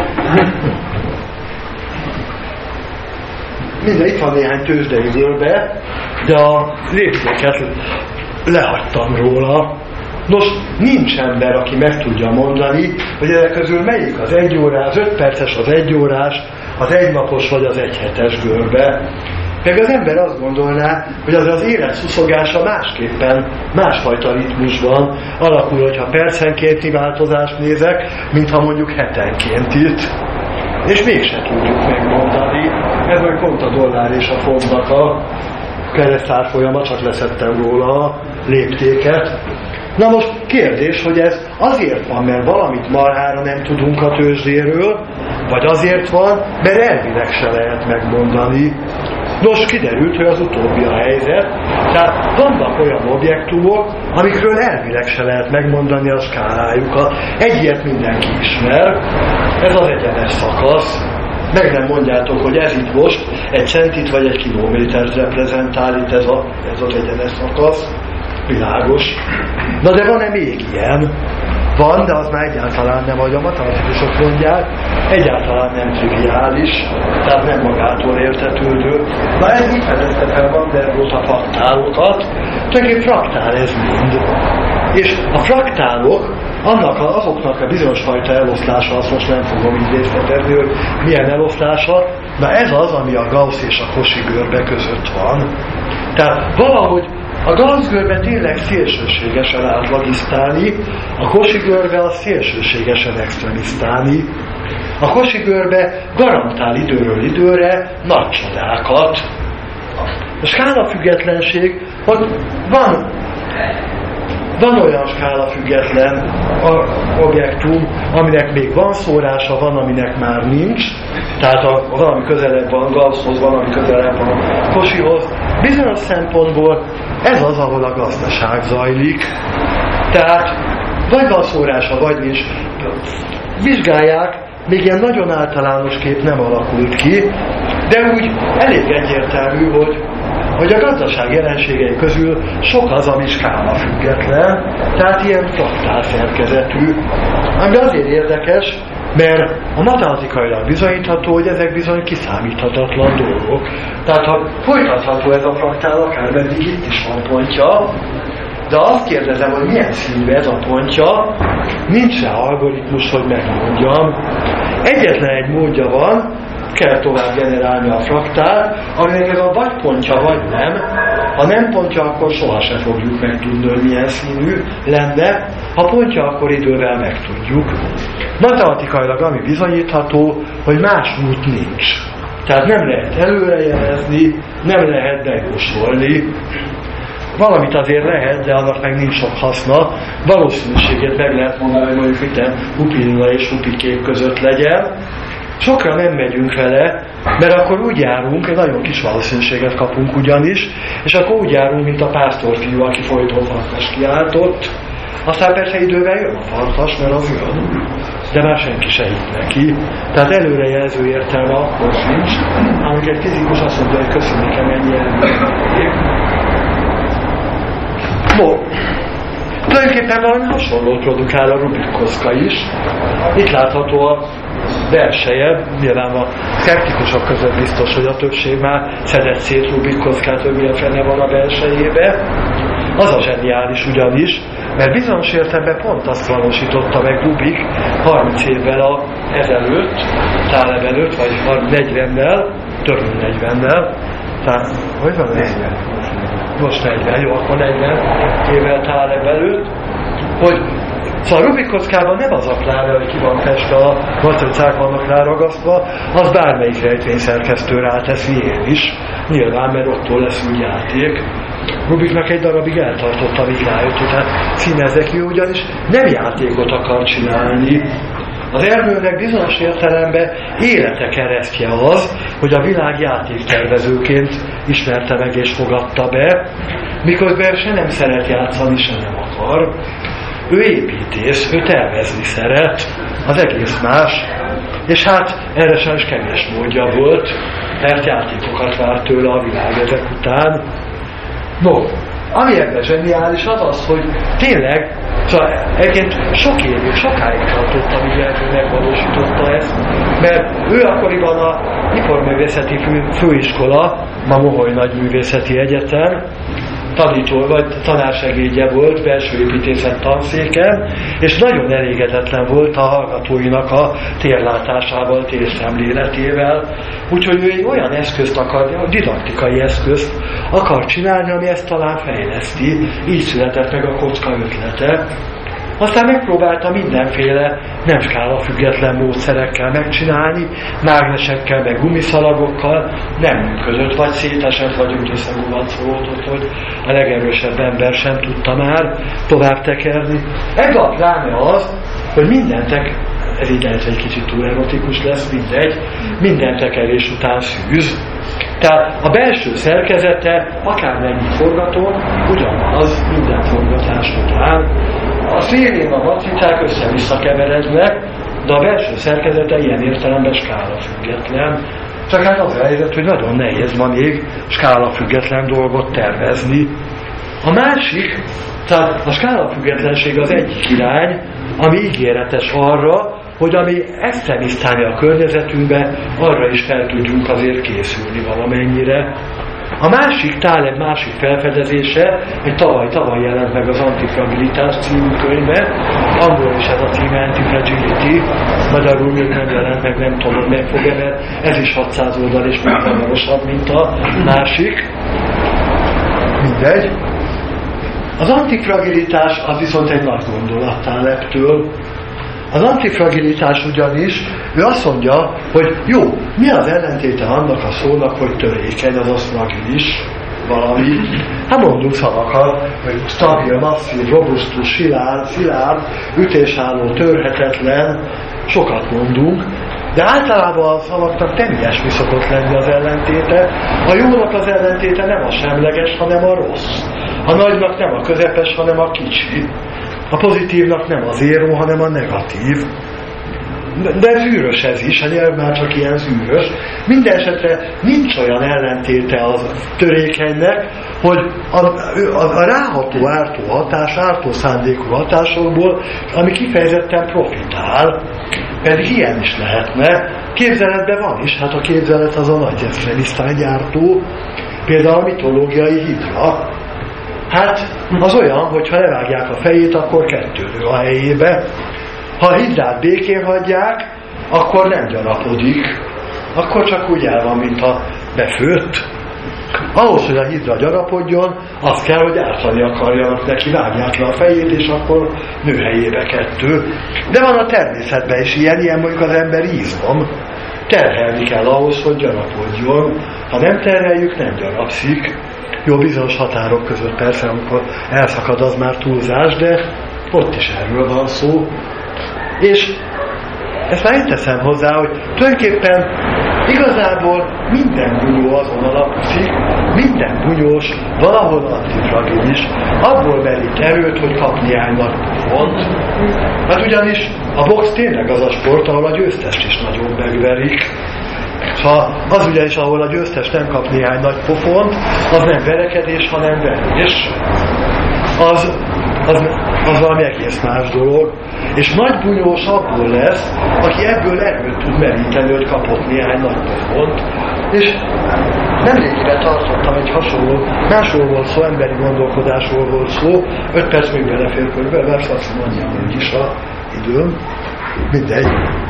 Minden, itt van néhány tőzsdei görbe, de a léptéket lehagytam róla. Nos, nincs ember, aki meg tudja mondani, hogy ezek közül melyik az egy órás, az öt perces, az egy órás, az egynapos vagy az egyhetes görbe. Meg az ember azt gondolná, hogy az az élet szuszogása másképpen, másfajta ritmusban alakul, hogyha percenkénti változást nézek, mintha mondjuk hetenként itt. És mégse tudjuk megmondani. Ez vagy pont a dollár és a fontnak a keresztárfolyama, csak leszettem róla a léptéket. Na most kérdés, hogy ez azért van, mert valamit marhára nem tudunk a tőzsdéről, vagy azért van, mert elvileg se lehet megmondani. Nos, kiderült, hogy az utóbbi a helyzet, tehát vannak olyan objektumok, amikről elvileg se lehet megmondani a skálájukat. Egy ilyet mindenki ismer, ez az egyenes szakasz. Meg nem mondjátok, hogy ez itt most egy centit vagy egy kilométert reprezentál itt ez, a, ez az egyenes szakasz. Világos. Na de van-e még ilyen? Van, de az már egyáltalán nem, ahogy a matematikusok mondják, egyáltalán nem triviális, tehát nem magától értetődő. Na ez így fedezte fel Van der Rohe a fraktálokat, tulajdonképpen fraktál ez mind. És a fraktálok, annak a, azoknak a bizonyos fajta eloszlása, azt most nem fogom így részletezni, hogy milyen eloszlása, na ez az, ami a Gauss és a Cauchy görbe között van. Tehát valahogy a Gauss görbe tényleg szélsőségesen átlagisztálni, a Cauchy görbe a szélsőségesen extremisztálni. A Cauchy görbe garantál időről időre nagy csodákat. A skálafüggetlenség, hogy van, van olyan skálafüggetlen objektum, aminek még van szórása, van, aminek már nincs. Tehát a, van, ami közelebb van Gausshoz, van, ami közelebb van Cauchyhoz. Bizonyos szempontból ez az, ahol a gazdaság zajlik. Tehát vagy van szórása, vagy nincs. Vizsgálják, még ilyen nagyon általános kép nem alakult ki, de úgy elég egyértelmű, hogy, hogy a gazdaság jelenségei közül sok az, ami skálafüggetlen, tehát ilyen fraktál szerkezetű. Ami azért érdekes, mert a matematikailag bizonyítható, hogy ezek bizony kiszámíthatatlan dolgok. Tehát ha folytatható ez a fraktál, akármeddig itt is van pontja, de azt kérdezem, hogy milyen színű ez a pontja, nincs rá algoritmus, hogy megmondjam. Egyetlen egy módja van, kell tovább generálni a fraktált, aminek ez a vagy pontja, vagy nem. Ha nem pontja, akkor sohasem fogjuk megtudni, hogy milyen színű lenne. Ha pontja, akkor idővel megtudjuk. Matematikailag ami bizonyítható, hogy más út nincs. Tehát nem lehet előrejelezni, nem lehet bejósolni. Valamit azért lehet, de annak meg nincs sok haszna. Valószínűséget meg lehet mondani, hogy mondjuk minden hupilla és hupikék között legyen. Sokra nem megyünk vele, mert akkor úgy járunk, egy nagyon kis valószínűséget kapunk ugyanis, és akkor úgy járunk, mint a pásztorfiú, aki folyton farkas kiáltott. Aztán persze idővel jön a farkas, mert az jön, de már senki se hitt neki. Tehát előrejelző értelme akkor sincs, amikor egy fizikus azt mondja, hogy köszönjük nekem ennyi elmények. No, tulajdonképpen valami hasonlót produkál a Rubik kocka is. Itt látható a belseje, nyilván a szkeptikusok között biztos, hogy a többség már szedett szét Rubik kockát, hogy milyen fene van a belsejébe. Az a zseniális ugyanis, mert bizonyos értelemben pont azt valósította meg Rubik harminc évvel a ezelőtt, Taleb előtt, vagy negyvennel, több mint negyvennel, tehát, hogy van negyven? Most negyven, jó, akkor negyven évvel Taleb előtt, hogy szóval a Rubik kockában nem az a pláne, hogy ki van festve, a matricák vannak ráragasztva, az bármelyik rejtvényszerkesztő ráteszi, én is. Nyilván, mert ottól lesz úgy játék. Rubiknak egy darabig eltartott, amíg rájött, hogy hát színezzek, ő ugyanis nem játékot akar csinálni, Az Ernőnek bizonyos értelemben élete keresztje az, hogy a világ játéktervezőként ismerte meg és fogadta be, miközben se nem szeret játszani, se nem akar. Ő építész, ő tervezni szeret, az egész más, és hát erre sem is kevés módja volt, mert játékokat várt tőle a világ ezek után. No, ami ebben zseniális az az, hogy tényleg, szóval egyébként sok évig, sokáig tartott, amíg Ernő megvalósította ezt, mert ő akkoriban a Iparművészeti Fő, Főiskola, ma Moholy Nagyművészeti Egyetem, tanító vagy tanársegédje volt belső építészet tanszéken, és nagyon elégedetlen volt a hallgatóinak a térlátásával, térszemléletével. Úgyhogy ő egy olyan eszközt akar, didaktikai eszközt akar csinálni, ami ezt talán fejleszti. Így született meg a kocka ötlete. Aztán megpróbálta mindenféle nem skála független módszerekkel megcsinálni, mágnesekkel, meg gumiszalagokkal, nem működött, vagy szétesett, vagy úgy összegulancolódott, hogy a legerősebb ember sem tudta már tovább tekerni. Edward Ráme az, hogy mindentek, ez így lehet, egy kicsit túl erotikus lesz, mindegy, minden tekerés után szűz. Tehát a belső szerkezete, akármennyit forgatom, ugyanaz minden forgatás után. A szélén a matricák össze-vissza keverednek, de a belső szerkezete ilyen értelemben skálafüggetlen. Csak hát az a helyzet, hogy nagyon nehéz ma még skálafüggetlen dolgot tervezni. A másik, tehát a skálafüggetlenség az egyik irány, ami ígéretes arra, hogy ami extremisztálni a környezetünkbe, arra is fel tudjunk azért készülni valamennyire. A másik, Taleb másik felfedezése, egy tavaly-tavaly jelent meg az Antifragilitás című könyve, angol is ez a címe, Antifragility, magyarul még nem jelent meg, nem tudom, hogy megfog-e, mert ez is hatszáz oldal és még hamarosabb, mint a másik. Mindegy. Az antifragilitás az viszont egy nagy gondolat Talebtől. Az antifragilitás ugyanis, ő azt mondja, hogy jó, mi az ellentéte annak a szónak, hogy törékeny, azaz fragilis valami. Hát mondjuk szavakat, hogy stabil, masszív, robusztus, szilárd, szilárd, ütésálló, törhetetlen, sokat mondunk, de általában a szavaknak nem ilyesmi szokott lenni az ellentéte. A jónak az ellentéte nem a semleges, hanem a rossz. A nagynak nem a közepes, hanem a kicsi. A pozitívnak nem az éró, hanem a negatív. De zűrös ez is, a nyelv már csak ilyen zűrös. Mindenesetre nincs olyan ellentéte az törékenynek, hogy a, a, a ráható ártó hatás, ártó szándékú hatásokból, ami kifejezetten profitál, pedig ilyen is lehetne. Képzeletben van is, hát a képzelet az a nagy extremisztán gyártó, például a mitológiai hidra. Hát az olyan, hogy ha levágják a fejét, akkor kettőnő a helyébe. Ha a hidrát békén hagyják, akkor nem gyarapodik. Akkor csak úgy el van, mintha befőtt. Ahhoz, hogy a hidra gyarapodjon, azt kell, hogy ártani akarjanak neki, vágják le a fejét, és akkor nő helyébe kettő. De van a természetben is ilyen, ilyen mondjuk az emberi izom. Terhelni kell ahhoz, hogy gyarapodjon. Ha nem terheljük, nem gyarapszik. Jó, bizonyos határok között persze, amikor elszakad, az már túlzás, de ott is erről van szó. És ezt már én teszem hozzá, hogy tulajdonképpen igazából minden bunyó azon alapszik, minden bunyós valahol antifragilis, abból merít erőt, hogy kap néhány nagy pofont. Hát ugyanis a box tényleg az a sport, ahol a győztest is nagyon megverik. Ha az ugyanis, ahol a győztes nem kap néhány nagy pofont, az nem verekedés, hanem verés. Az, az, az valami egész más dolog. És nagy bunyós abból lesz, aki ebből erőt tud meríteni, hogy kapott néhány nagy pofont. És nemrégiben tartottam egy hasonló, másról volt szó, emberi gondolkodásról volt szó, öt perc még belefér körülbelül, mert azt mondjam, hogy is a időm. Mindegy.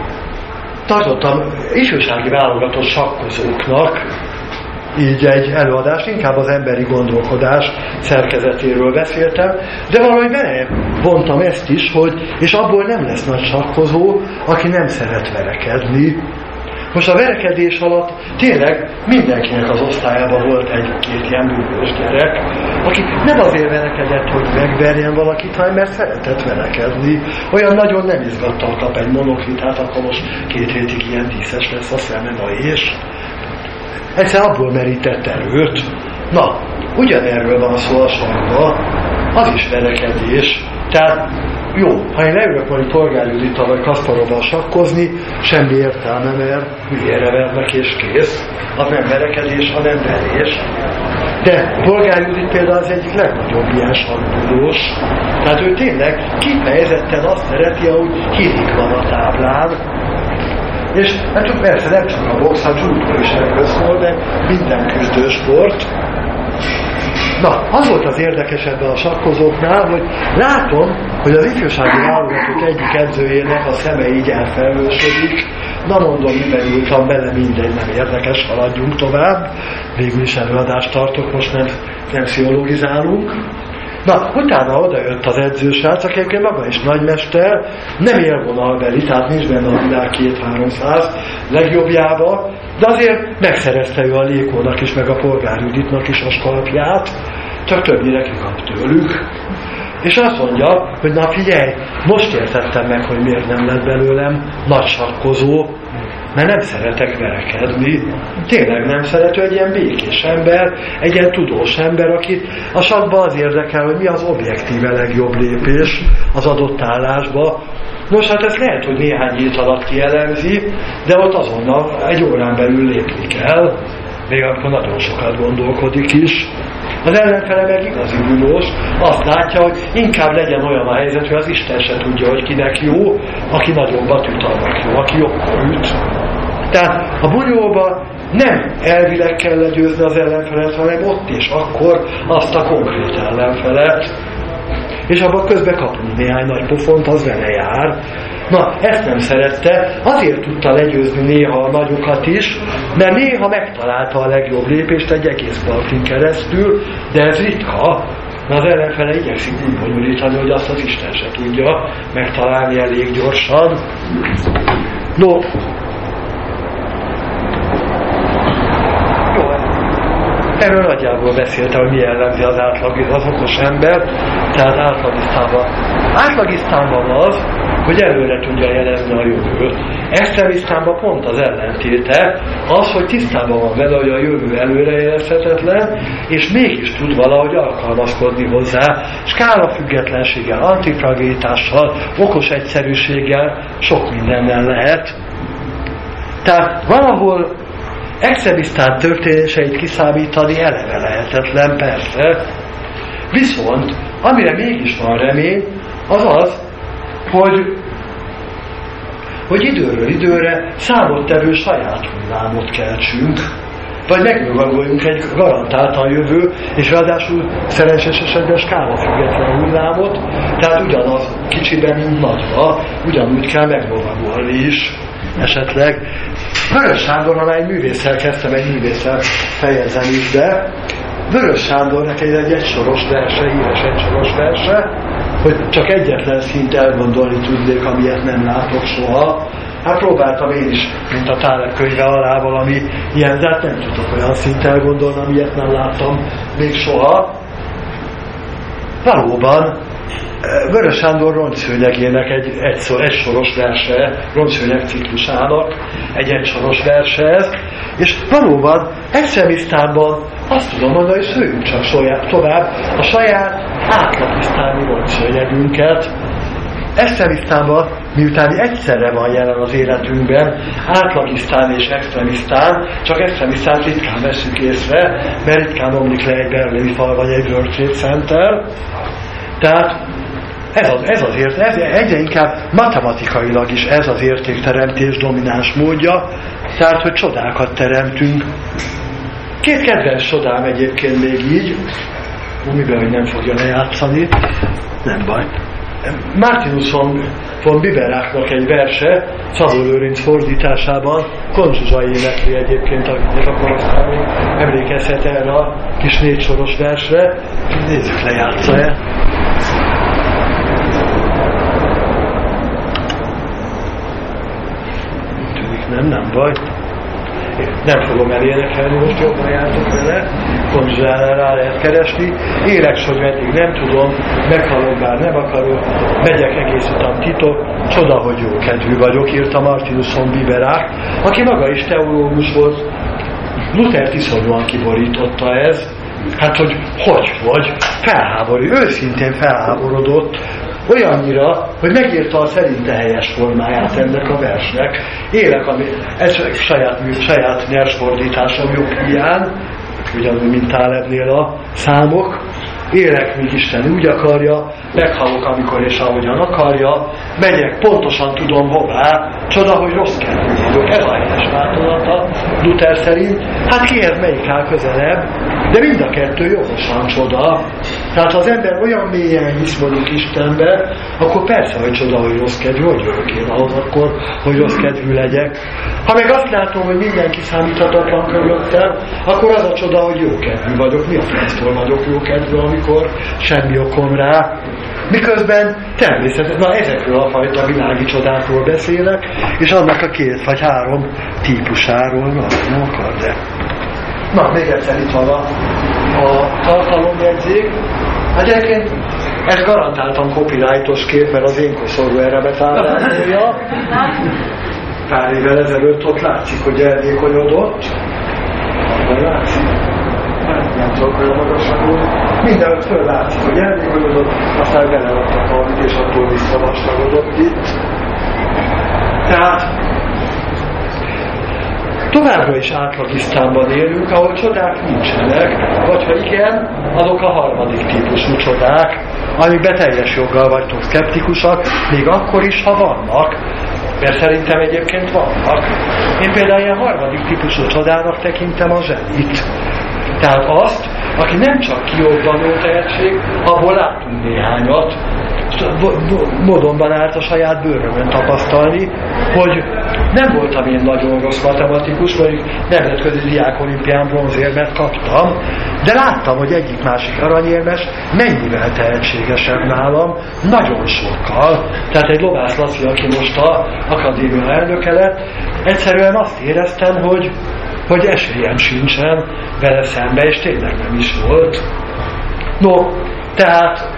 Tartottam ifjúsági válogatott sakkozóknak így egy előadást, inkább az emberi gondolkodás szerkezetéről beszéltem, de valahogy bele vontam ezt is, hogy és abból nem lesz nagy sakkozó, aki nem szeret verekedni. Most a verekedés alatt tényleg mindenkinek az osztályában volt egy-két ilyen bűnös gyerek, aki nem azért verekedett, hogy megverjen valakit, hanem mert szeretett verekedni. Olyan nagyon nem izgattal kap egy monokvitát, akkor most két hétig ilyen díszes lesz a szeme, na és egyszer abból merített erőt. Na, ugyanerről van szó a sarkban, az is verekedés. Tehát jó, ha én leülök majd Polgár Judittal vagy Kasparovval sakkozni, semmi értelme, mert hülyére vernek és kész. Az nem verekedés, hanem verés. De Polgár Judit például az egyik legnagyobb ilyen sarkbúrós. Tehát ő tényleg kifejezetten azt szereti, ahogy hídik van a táblán. És hát persze nem csak a box, hát judo is erről szól, de minden küzdősport. Na, az volt az érdekes ebben a sakkozóknál, hogy látom, hogy az ifjúsági válogatott egyik edzőjének a szeme így elfelhősödik. Na mondom, miben ültam bele, mindegy, nem érdekes, haladjunk tovább. Végül is előadást tartok, most nem, nem pszichologizálunk. Na, utána odajött az edzősrác, aki egyébként maga is nagymester, nem élvonalbeli, tehát nincs benne a világ két-háromszáz legjobbjába, de azért megszerezte ő a Lékónak is, meg a Polgár Juditnak is a skalpját, csak többnyire kikap tőlük. És azt mondja, hogy na figyelj, most értettem meg, hogy miért nem lett belőlem nagy sakkozó, mert nem szeretek verekedni. Tényleg nem szerető, egy ilyen békés ember, egy ilyen tudós ember, aki a sakban az érdekel, hogy mi az objektíve legjobb lépés az adott állásba. Nos, hát ez lehet, hogy néhány hét alatt kielemzi, de ott azonnal egy órán belül lépni kell, még akkor nagyon sokat gondolkodik is. Az ellenfele meg igazi bűnös, azt látja, hogy inkább legyen olyan a helyzet, hogy az Isten se tudja, hogy kinek jó, aki nagyobbat üt, annak jó, aki jobban üt. Tehát a bunyóba nem elvileg kell legyőzni az ellenfelet, hanem ott és akkor azt a konkrét ellenfelet. És abban közben kapni néhány nagy pofont, az vele jár. Na, ezt nem szerette, azért tudta legyőzni néha a nagyokat is, mert néha megtalálta a legjobb lépést egy egész partin keresztül, de ez ritka, mert az ellenfele igyekszik úgy bonyolítani, hogy azt az Isten se tudja megtalálni elég gyorsan. No, erről nagyjából beszéltem, hogy mi jellemzi az átlag, az okos ember, tehát átlagisztánban. Átlagisztánban az, hogy előre tudja jelezni a jövőt. Extremisztánban pont az ellentéte, az, hogy tisztában van vele, hogy a jövő előrejelezhetetlen, és mégis tud valahogy alkalmazkodni hozzá, skála függetlenséggel, antifragilitással, okos egyszerűséggel, sok mindennel lehet. Tehát valahol extremisztán történéseit kiszámítani eleve lehetetlen, persze. Viszont, amire mégis van remény, az az, hogy, hogy időről időre számottevő saját hullámot keltsünk, vagy megnyugagoljunk egy garantáltan jövő, és ráadásul szerencsés esetben skálafüggetlen hullámot, tehát ugyanaz kicsiben, mint nagyba, ugyanúgy kell meglovagolni is esetleg. Vörös Sándornál egy művésszel kezdtem egy művésszel fejezni is, de Vörös Sándornak egy, egy egysoros verse, híres egysoros verse, hogy csak egyetlen szint elgondolni tudnék, amilyet nem látok soha. Hát próbáltam én is, mint a Táleb könyve alá valami ilyen, de hát nem tudok olyan szint elgondolni, amilyet nem láttam még soha. Valóban Vörös Sándor Roncszőnyegének egy, egy, egy soros verse, Roncszőnyeg ciklusának egy egysoros verse ez, és valóban extremisztánban azt tudom mondani, hogy szőjünk csak tovább a saját átlagisztáni Roncszőnyegünket. Extremisztánban, miután egyszerre van jelen az életünkben, átlagisztán és extremisztán, csak extremisztánt ritkán veszük észre, mert ritkán omlik le egy berlini fal vagy egy World Trade Center. Tehát ez az, ez az ért, ez egyre inkább matematikailag is ez az értékteremtés domináns módja, tehát, hogy csodákat teremtünk. Két kedvenc csodám egyébként még így, mivel hogy nem fogja lejátszani, nem baj. Martinus von, von Biberáknak egy verse, Szabó Lőrinc fordításában, Koncsuzsai énekli egyébként, akinek akkor aztán még emlékezhet erre a kis négysoros versre. Nézzük, lejátsza-e. Tűnik nem, nem baj. nem fogom elénekelni, most jobban jártok vele, konzsálnál rá lehet keresni. Élek, hogy meddig nem tudom, meghalok, bár nem akarok, megyek egész utam titok, csoda, hogy jó kedvű vagyok, írta Martinuson Biberák, aki maga is teológus volt. Luthert iszonyúan kiborította ez, hát hogy hogy, hogy felháború, őszintén felháborodott, olyannyira, hogy megírta a szerinte helyes formáját ennek a versnek. Élek, ami ez saját, saját nyersfordításom jobb hiány, ugyanúgy, mint Tálebnél a számok. Élek, míg Isten úgy akarja, meghalok, amikor és ahogyan akarja, megyek, pontosan tudom hová, csoda, hogy rossz kedvű vagyok. Ez a helyes változata Luther szerint. Hát kihez melyik áll közelebb, de mind a kettő jogosan csoda. Tehát ha az ember olyan mélyen hisz mondjuk Istenbe, akkor persze, hogy csoda, hogy rossz kedvű, hogy jövök én ahhoz akkor, hogy rossz kedvű legyek. Ha meg azt látom, hogy mindenki számíthatatlan körülöttem, akkor az a csoda, hogy jó kedvű vagyok. Mi a fesztől vagyok jó kedvű, amikor semmi okom rá. Miközben természetesen, na ezekről a fajta világi csodákról beszélek, és annak a két vagy három típusáról, na, nem akar, de... Na, még egyszer itt van a, a tartalomjegyzék. Hát egyébként ez garantáltan copyrightos kép, mert az én koszorú erre betállálja. Pár évvel ezelőtt ott látszik, hogy elvékonyodott. Akkor látszik. Nem tudok olyan magasan úgy. Mindenütt föl látszik, hogy elvékonyodott, aztán beleadtak valamit, és attól visszavastagodott itt. Tehát továbbra is átlagisztánban élünk, ahol csodák nincsenek, vagy ha igen, azok a harmadik típusú csodák, amikben teljes joggal vagytok szkeptikusak, még akkor is, ha vannak, mert szerintem egyébként vannak. Én például ilyen harmadik típusú csodának tekintem a zsenit. Tehát azt, aki nem csak kiobbanó tehetség, abból látunk néhányat, módonban állt a saját bőrömön tapasztalni, hogy nem voltam én nagyon rossz matematikus, vagy nemzetközi diákolimpián bronzérmet kaptam, de láttam, hogy egyik-másik aranyérmes mennyivel tehetségesebb nálam, nagyon sokkal. Tehát egy Lovász Laci, aki most a akadémia elnöke lett, egyszerűen azt éreztem, hogy, hogy esélyem sincsen vele szembe, és tényleg nem is volt. No, tehát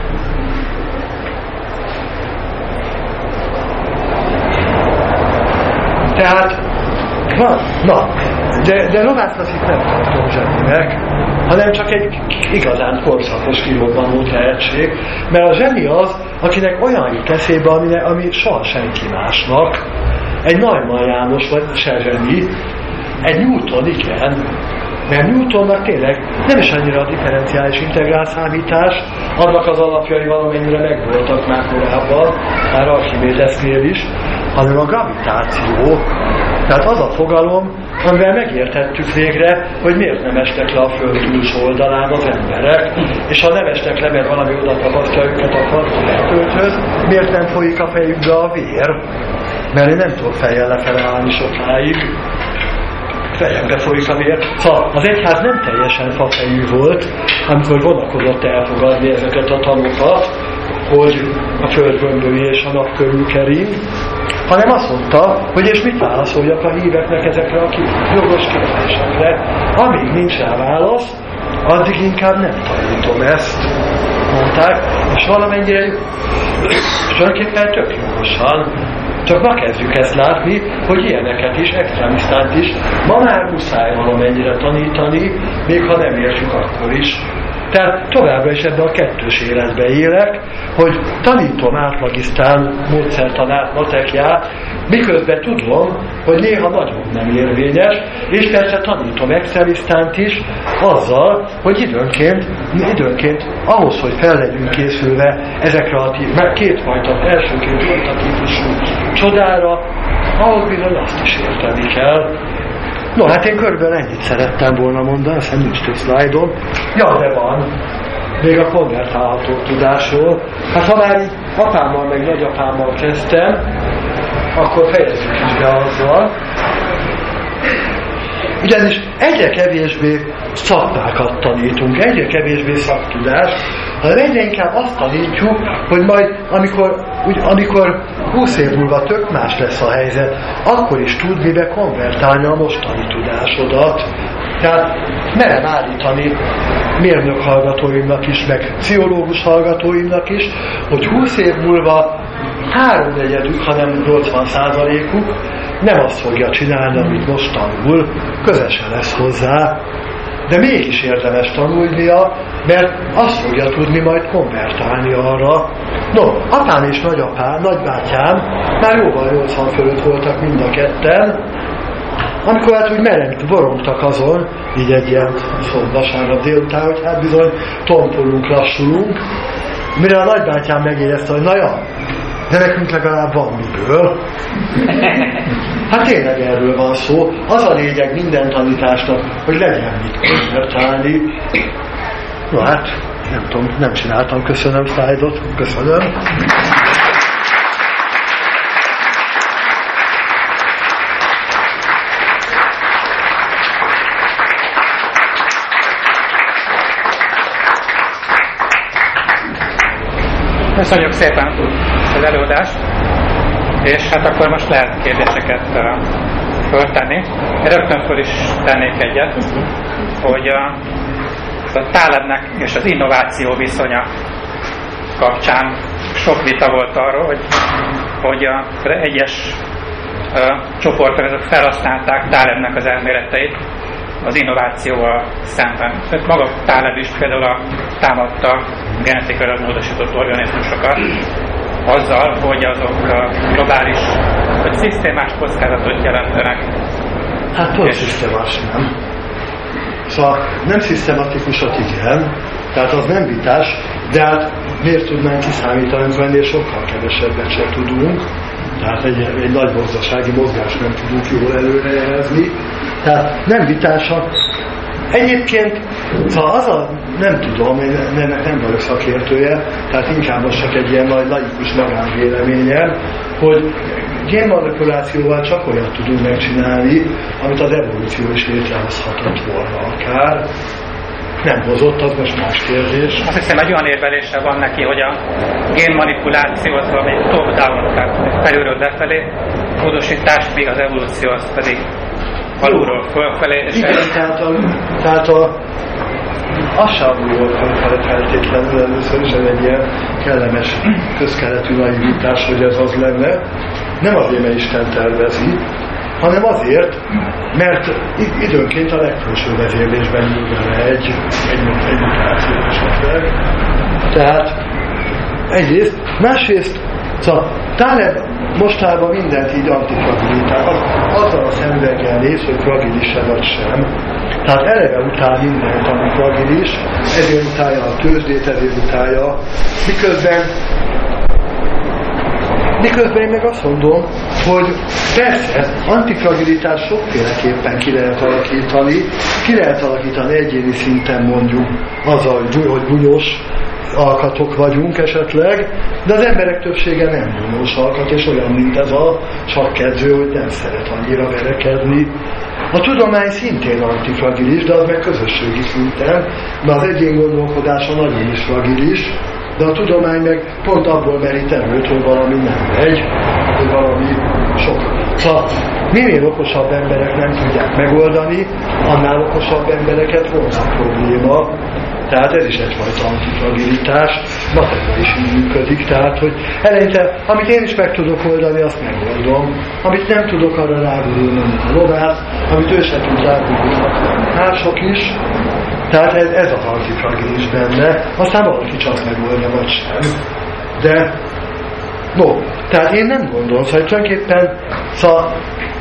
Tehát, van, na, de, de Lovász Lacit nem tartom zseninek, hanem csak egy igazán korszakos kirobbanó tehetség, mert a zseni az, akinek olyan jut eszébe, ami, ami soha senki másnak. Egy Neumann János vagy se zseni, egy Newton igen, mert Newtonnak tényleg nem is annyira a differenciális integrál számítás, annak az alapjai valamennyire megvoltak már korábban, már Archimédesnél is, hanem a gravitáció. Tehát az a fogalom, amivel megértettük végre, hogy miért nem estek le a Föld túlsó oldalán az emberek, és ha nem estek le, mert valami oda tapasztja őket a Földhöz, miért nem folyik a fejükbe a vér? Mert én nem tudok fejjel lefele állni sokáig. Fejembe folyik a vér. Szóval az egyház nem teljesen fafejű volt, amikor vonakodott elfogadni ezeket a tanokat, hogy a Föld gömbölyű és a nap körül kering, hanem azt mondta, hogy és mit válaszoljak a híveknek ezekre a jogos kérdésekre. Amíg nincs rá válasz, addig inkább nem tanítom ezt, mondták, és valamennyire tulajdonképpen tök jogosan. Csak ma kezdjük ezt látni, hogy ilyeneket is, extremisztánt is ma már muszáj valamennyire tanítani, még ha nem értjük akkor is. Tehát továbbra is ebben a kettős életbe élek, hogy tanítom átlagisztán módszertanát, matekját, miközben tudom, hogy néha nagyon nem érvényes, és persze tanítom extremisztánt is azzal, hogy időnként, időnként ahhoz, hogy fel legyünk készülve ezekre a tí- kétfajta, első kétfajta típusú csodára, ahhoz bizony azt is érteni kell. No, hát én körülbelül ennyit szerettem volna mondani, aztán nincs több szlájdom. Ja, de van. Még a konvertálható tudásról. Hát ha már így apámmal meg nagyapámmal kezdtem, akkor fejezzük is be azzal. Ugyanis egyre kevésbé szakmákat tanítunk, egyre kevésbé szaktudást, hanem egyre inkább azt tanítjuk, hogy majd amikor, úgy, amikor húsz év múlva tök más lesz a helyzet, akkor is tud mibe konvertálni a mostani tudásodat. Tehát merem állítani mérnök hallgatóimnak is, meg pszichológus hallgatóimnak is, hogy húsz év múlva háromnegyedük, hanem nyolcvan százalékuk nem azt fogja csinálni, amit most tanul, közesen lesz hozzá, de mégis érdemes tanulnia, mert azt fogja tudni majd konvertálni arra. No, apám és nagyapám, nagybátyám már jóval nyolcvan fölött voltak mind a ketten, amikor hát úgy merent borongtak azon, így egy ilyen vasárnap délután, hogy hát bizony tompolunk, lassulunk, mire a nagybátyám megérezte, hogy na ja, de nekünk legalább van miből. Hát tényleg erről van szó. Az a lényeg minden tanításnak, hogy legyen mit konvertálni. No hát, nem tudom, nem csináltam, köszönöm szlájdot, köszönöm. Köszönjük szépen az előadást, és hát akkor most lehet kérdéseket uh, föltenni. Én rögtön föl is tennék egyet, hogy uh, a Talebnek és az innováció viszonya kapcsán sok vita volt arról, hogy, hogy uh, egyes uh, csoportok azok felhasználták Talebnek az elméleteit az innovációval szemben. Tehát maga Taleb is például a, támadta genetikailag módosított organizmusokat azzal, hogy azok globális vagy szisztémás kockázatot jelentenek. Hát pont szisztémás nem. Szóval nem szisztematikusat igen, tehát az nem vitás, de hát miért tudnánk kiszámítani, hogy ennél sokkal kevesebbet sem tudunk, tehát egy, egy nagy gazdasági mozgást nem tudunk jól előrejelezni, tehát nem vitása. Egyébként, szóval az a, nem tudom, én ennek nem vagyok szakértője, tehát inkább most csak egy ilyen nagy laikus magánvéleményem, hogy génmanipulációval csak olyat tudunk megcsinálni, amit az evolúció is létrehozhatott volna akár. Nem hozott, az most más kérdés. Azt hiszem, egy olyan érvelése van neki, hogy a génmanipuláció az valami top-down, tehát felülről lefelé módosítás, míg az evolúció az pedig alulról fölfelé. Igen, tehát a, tehát a az sem új volt fölfelé feltétlenül, először is egy ilyen kellemes közkeletű naivitás, hogy ez az lenne. Nem azért, mert Isten tervezi, hanem azért, mert időnként a legfelső vezérlésben ül vele egy, egy, egy mutáció esetleg. Tehát egyrészt, másrészt, szóval Taleb mostában mindent így antifragilitál, az, azzal a szemüveggel néz, hogy fragilis-e vagy sem. Tehát eleve utál mindent, ami fragilis, ezért utálja a tőzsdét, ezért utálja, miközben Miközben én meg azt mondom, hogy persze, antifragilitás sokféleképpen ki lehet alakítani, ki lehet alakítani egyéni szinten mondjuk azzal, hogy bunyós alkatok vagyunk esetleg, de az emberek többsége nem bunyós alkat, és olyan, mint ez a sakkedző, hogy nem szeret annyira verekedni. A tudomány szintén antifragilis, de az meg közösségi szinten, mert az egyén gondolkodása nagyon is fragilis, de a tudomány meg pont abból merít erőt, hogy valami nem megy, hogy valami sok. Szóval minél okosabb emberek nem tudják megoldani, annál okosabb embereket vonz a probléma. Tehát ez is egyfajta antifragilitás, matekban is így működik, tehát hogy eleinte, amit én is meg tudok oldani, azt megoldom. Amit nem tudok, arra rágululnom a lovát, amit ő sem tud rágululnak mások is. Tehát ez, ez az antifragilis benne, aztán valaki csak megoldja, vagy sem. De, no, tehát én nem gondolom, szóval tulajdonképpen, szóval,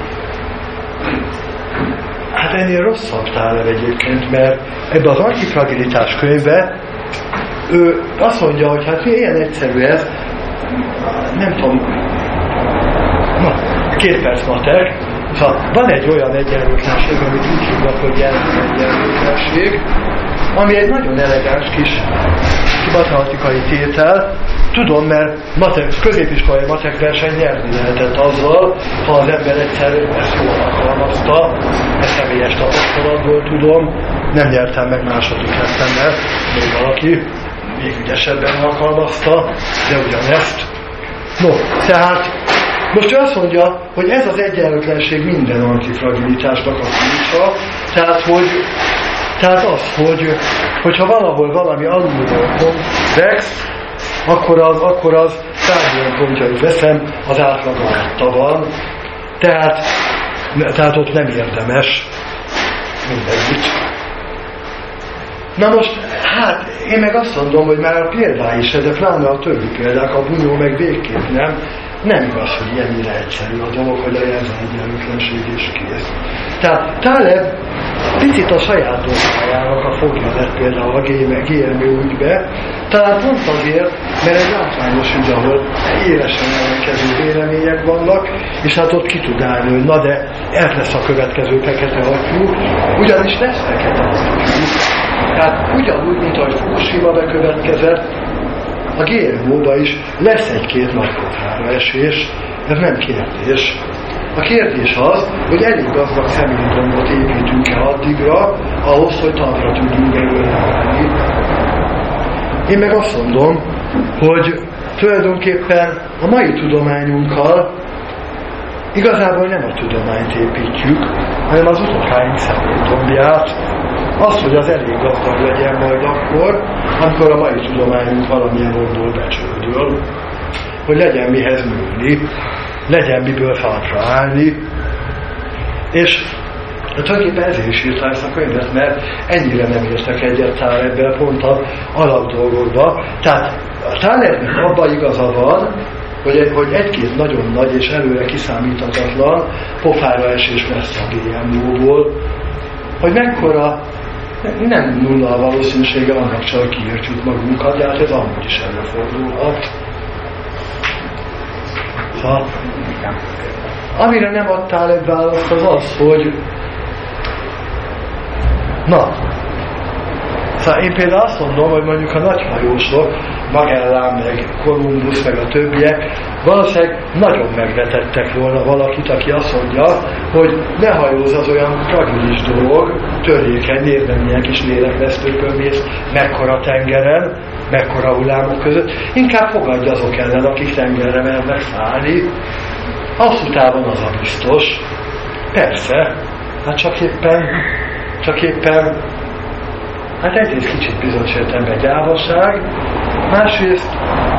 hát ennél rosszabb Taleb egyébként, mert ebben az antifragilitás könyvben ő azt mondja, hogy hát ilyen egyszerű ez, nem tudom, na, két perc matek, szóval van egy olyan egyenlőtlenség, amit úgy hívnak, hogy jelző egyenlőtlenség, ami egy nagyon elegáns kis matematikai tétel. Tudom, mert matek, középiskolai matek verseny nyerni lehetett azzal, ha az ember egyszer ezt jól alkalmazta, ezt személyes tapasztalatból tudom, nem nyertem meg, második lettem, mert még valaki, még ügyesebben alkalmazta, de ugyanezt. No, tehát most ő azt mondja, hogy ez az egyenlőtlenség minden antifragilitásnak a kulcsa, tehát, hogy, tehát az, hogy, hogyha valahol valami alulról komplex, akkor az, akkor az tárgyaló pontjait veszem, az átlag alatta van, tehát, tehát ott nem érdemes mindegyik. Na most, hát, én meg azt mondom, hogy már a példái is, de pláne a többi példák, a bunyó meg végképp nem, nem igaz, hogy ennyire egyszerű a dolog, hogy ez az egyenlőtlenség is kész. Tehát Taleb picit a saját dolgájának a fogja lett például a gé em o ügybe, talán pont azért, mert egy látványos ügy, ahol élesen ellenkező vélemények vannak, és hát ott ki tud állni, hogy na de ez lesz a következő fekete atyú, ugyanis lesz fekete atyú. Tehát ugyanúgy, mint ahogy Fukushima bekövetkezett, a gé em o-ba is lesz egy-két nagy pofára esés, ez nem kérdés. A kérdés az, hogy elég gazdag személydombot építünk-e addigra, ahhoz, hogy talpra tudjunk belőle állni. Én meg azt mondom, hogy tulajdonképpen a mai tudományunkkal igazából nem a tudományt építjük, hanem az unokáink személydombját, az, hogy az elég gazdag legyen majd akkor, amikor a mai tudományunk valamilyen módból becsődül, hogy legyen mihez nőni, legyen miből falra állni, és tulajdonképpen ezért is írtam ezt a könyvet, mert ennyire nem értek egyet Talebben pont az alapdolgokba. Tehát Talebnek abban igaza van, hogy, hogy egy-két nagyon nagy és előre kiszámíthatatlan pofára esés lesz a gé em o-ból, hogy mekkora nem nulla a valószínűsége annak csak, hogy kiértjük magunkat, de hát ez amúgy is előfordulhat. Szóval, amire nem adtál egy választ, az az, hogy na, szóval én például azt mondom, hogy mondjuk a nagyhajósok, Magellán, meg Kolumbusz, meg a többiek valószínűleg nagyon megvetettek volna valakit, aki azt mondja, hogy ne hajóz az olyan fragilis dolog, törékeny, érben milyen kis lélekvesztőkön mész, mekkora tengeren, mekkora hullámok között, inkább fogadja azok ellen, akik tengerre mernek szállni. Hosszú távon az a biztos. Persze, hát csak éppen, csak éppen, hát egyrészt kicsit bizonyos értelemben gyávaság, másrészt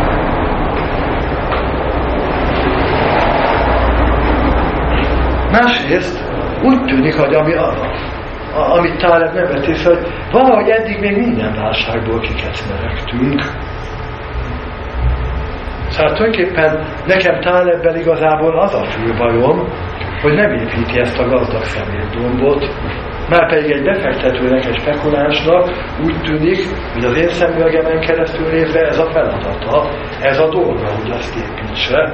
másrészt úgy tűnik, hogy ami a, a, amit Taleb nem vett észre, hogy valahogy eddig még minden válságból kikecmeregtünk. Szóval tulajdonképpen nekem Talebben igazából az a fő bajom, hogy nem építi ezt a gazdag szemétdombot, márpedig egy befektetőnek, egy spekulánsnak úgy tűnik, hogy az én szemüvegemen keresztül nézve ez a feladata, ez a dolga, hogy azt építse.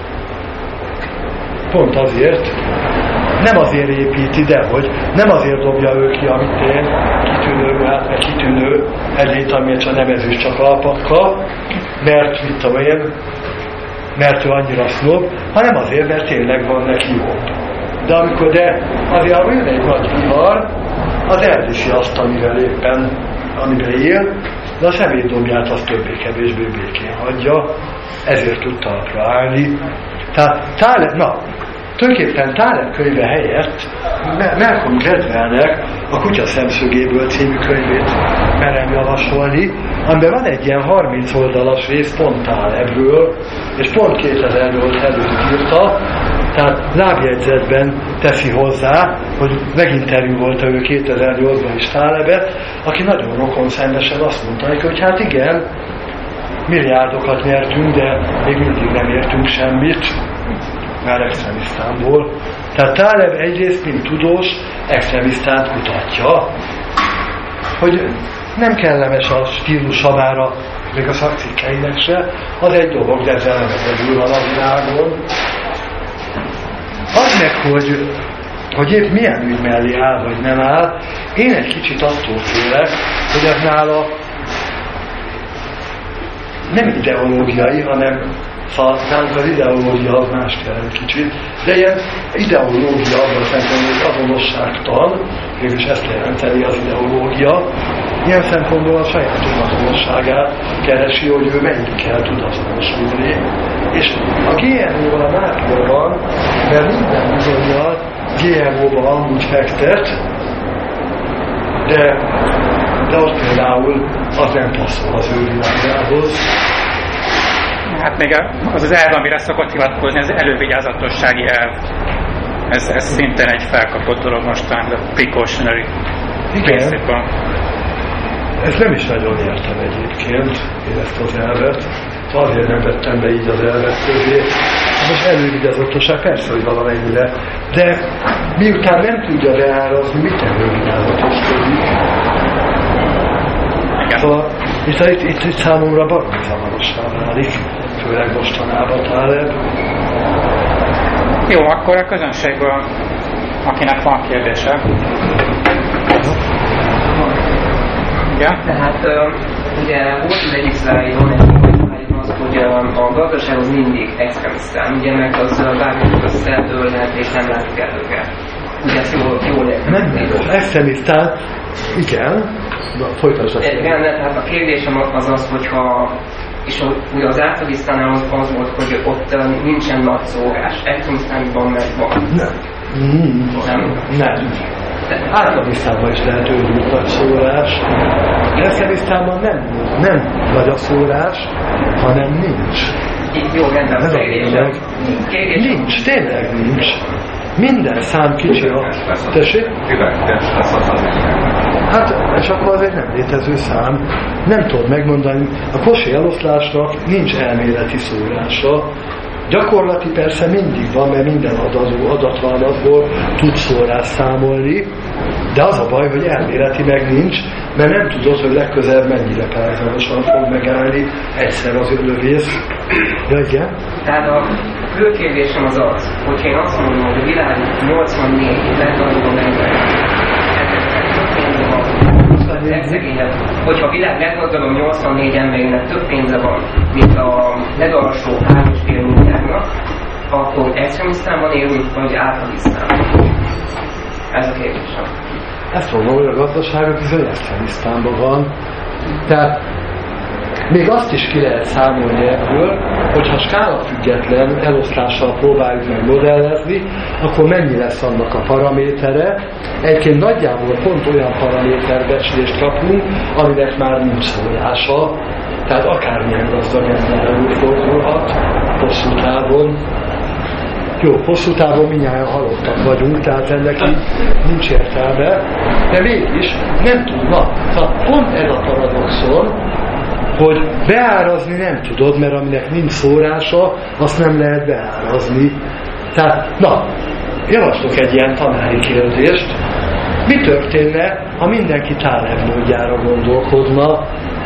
Pont azért, nem azért építi, dehogy, nem azért dobja ő ki, amit én, kitűnő ruhát, meg kitűnő edényt, amiért csak nem ezüst, csak alpakka, mert, mit tudom én, mert ő annyira sznob, hanem azért, mert tényleg van neki jobb. De amikor, de azért, ha jön egy nagy vihar, az elviszi azt, amivel éppen, amivel él, de a szemétdombját az többé-kevésbé békén hagyja, ezért tud talpra állni. Tehát Taleb, na, tulajdonképpen Taleb könyve helyett Malcolm Gladwellnek a Kutya szemszögéből című könyvét merem javasolni, amiben van egy ilyen harminc oldalas rész pont Talebről, és pont kétezer-nyolc előtt írta, tehát lábjegyzetben teszi hozzá, hogy meginterjúvolta ő kétezer-nyolcban is Talebet, aki nagyon rokonszenvesen azt mondta neki, hogy hát igen, milliárdokat nyertünk, de még mindig nem értünk semmit, már extremisztánból. Tehát Taleb egyrészt, mint tudós, extremisztánt kutatja, hogy nem kellemes a stílusa már a, még a szakcikkeinek se, az egy dolog, de ezzel nem egyedül van a világon. Az meg, hogy, hogy épp milyen ügy mellé áll, vagy nem áll, én egy kicsit attól félek, hogy ez nála nem ideológiai, hanem szóval az ideológia az mást jelent kicsit, de ilyen ideológia abban szerintem, hogy azonosságtan, mégis ezt jelenteni az ideológia, ilyen szempontból a saját tudatosságát keresi, hogy ő melyikkel tud azonosulni. És a gé em o-val másról van, mert minden bizonnyal gé em o-ba amúgy fektet, de, de ott például az nem passzol az ő világához. Hát még az az elv, amire szokott hivatkozni, az elővigyázatossági elv. Ez, ez szintén egy felkapott dolog mostan, a precautionary principle. Ez nem is nagyon értem egyébként, én ezt az elvet. Azért nem vettem be így az elvet közé. Most elővigyázatosság persze, hogy valamennyire. De miután nem tudja beárazni, mit elővigyázatoskodik? Szóval itt, itt, itt, itt számomra baromi zavarossá válik, főleg mostanában Táleb. Jó, akkor a közönségből, akinek van kérdése. Igen? Tehát ugye volt az egyik szlájdon, egy az, hogy a gazdaság az mindig extremisztán, ugye meg az bármilyen összedőlhet és nem látjuk el őket. Ugye ezt jól, jól értem. Nem, extremisztán, igen, folytasd azt. Igen, tehát a kérdésem az az, hogyha és ugye az Afganisztánnál az, az volt, hogy ott nincsen nagy szórás. Afganisztánban meg van. Nem. Mm. Nem. Nem. Afganisztánban is lehet őrült nagy szórás. Afganisztánban nem, nem nagy a szórás, hanem nincs. Itt jó, rendben ez a kérdésem. Nincs, tényleg nincs. Minden szám kicsi a... Tessék? Hát, és akkor az egy nem létező szám. Nem tudod megmondani. A Cauchy eloszlásnak nincs elméleti szórása. Gyakorlati persze mindig van, mert minden adazó adatvállalatból tud szórás számolni, de az a baj, hogy elméleti meg nincs, mert nem tudod, hogy legközelebb mennyire párhuzamosan fog megállni egyszer az önlövész. Ja, igen? Tehát a fő kérdésem az az, hogyha én azt mondom, hogy a világ nyolcvannégy legnagyobb ember, több pénze van, legszegényebb, hogyha a világ leggazdagabb nyolcvannégy emberének több pénze van, mint a legalsó három és fél milliárdnak, akkor extremisztánban élünk, vagy Afganisztánban? Ez a kérdésem. Ezt mondom, hogy a gazdaságok bizony extremisztánban van. Tehát még azt is ki lehet számolni ebből, hogyha skálafüggetlen elosztással próbáljuk meg modellezni, akkor mennyi lesz annak a paramétere. Egyébként nagyjából pont olyan paraméterbecslést kapunk, aminek már nincs szólása, tehát akármilyen gazdag ember előfordulhat hosszú távon. Jó, hosszú távon mindjárt halottak vagyunk, tehát ennek így nincs értelme, de mégis nem tudnak. Tehát pont ez a paradoxon, hogy beárazni nem tudod, mert aminek nincs szórása, azt nem lehet beárazni. Tehát, na, javaslok egy ilyen tanári kérdést. Mi történne, ha mindenki Táleb módjára gondolkodna?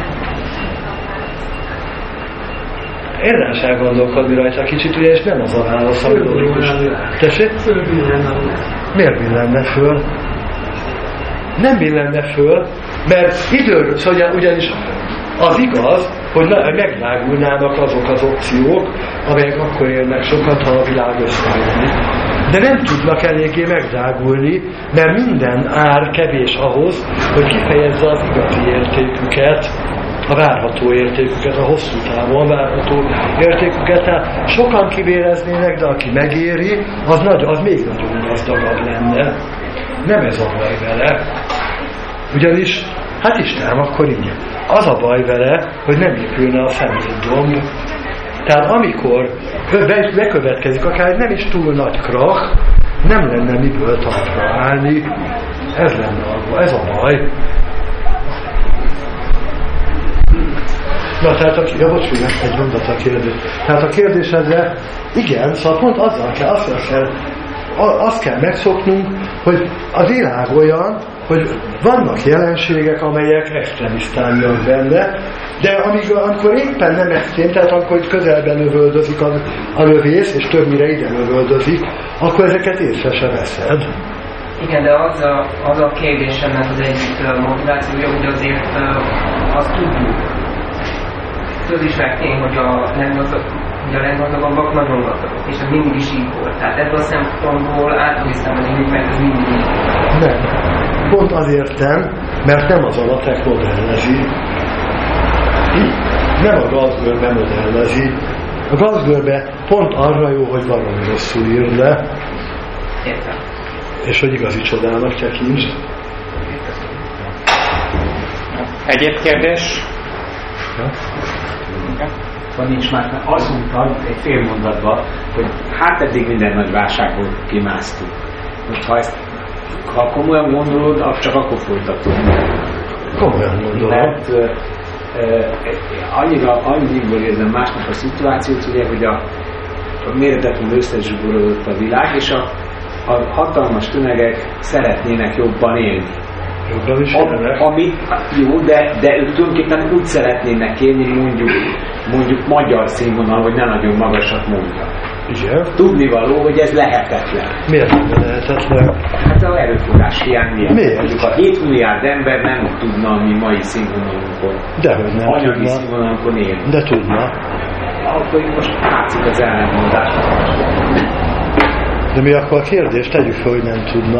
Érdemes elgondolkodni rajta kicsit, ugye, és nem az a válasz, ami logikus. Tessék? Miért billenne föl? Nem billenne föl, mert időről, szóval ugyanis az igaz, hogy megdrágulnának azok az opciók, amelyek akkor élnek sokat, ha a világ összeomlik. De nem tudnak eléggé megdrágulni, mert minden ár kevés ahhoz, hogy kifejezze az igazi értéküket, a várható értéküket, a hosszú távon várható értéküket. Tehát sokan kivéreznének, de aki megéri, az, nagy, az még nagyon gazdagabb lenne. Nem ez a baj vele. Ugyanis, hát Istenem, akkor így. Az a baj vele, hogy nem épülne a szemétdomb. Tehát amikor bekövetkezik, akár nem is túl nagy krach, nem lenne miből talpra állni. Ez lenne a, ez a baj. Na, tehát a, ja, bocs, egy mondat a kérdés. Tehát a kérdésedre, igen, szóval pont azzal kell, azt kell, azt kell megszoknunk, hogy a világ olyan, hogy vannak jelenségek, amelyek extremisztányak benne, de amíg, amikor éppen nem extrém, tehát amikor közelben lövöldözik a, a lövész, és többnyire ide lövöldözik, akkor ezeket észre se veszed. Igen, de az a, az a kérdésemnek az egyik motivációja, hogy azért azt tudjuk, közismert tény, hogy a leggazdagabbak nagyon gazdagok, és ez mindig is így volt. Tehát ebből a szempontból Afganisztánban élünk, mert ez mindig így volt. Nem. pont azért nem, mert nem az Alatek modellezi. Nem a gazgörbe modellezi. A gazgörbe pont arra jó, hogy valami rosszul ír le. Értem. És hogy igazi csodának tekintsd. Egyéb kérdés? Ja. Van nincs már, mert azt mondtad egy fél mondatban, hogy hát eddig minden nagy válságból kimásztunk. Most ha ezt ha komolyan gondolod, csak akkor folytatod. Komolyan gondolom. Mert uh, uh, annyira, annyiból érzem másnak a szituációt, ugye, hogy a, a méretetlenül összezsugorodott a világ, és a, a hatalmas tömegek szeretnének jobban élni. Jobban is A, amit, jó, de, de ők tulajdonképpen úgy szeretnének élni, mondjuk, mondjuk magyar színvonal, hogy ne nagyon magasat mondja. Igen. Tudnivaló, hogy ez lehetetlen. Miért nem lehetetlen? Hát az erőforrás hiány miatt. Miért? Mondjuk a hét milliárd ember nem tudna a mi mai színvonalunkon, Dehogy nem anyagi tudna. színvonalunkon élni. De tudna. Akkor most látszik az ellentmondás. De mi akkor a kérdést tegyük fel, hogy nem tudna.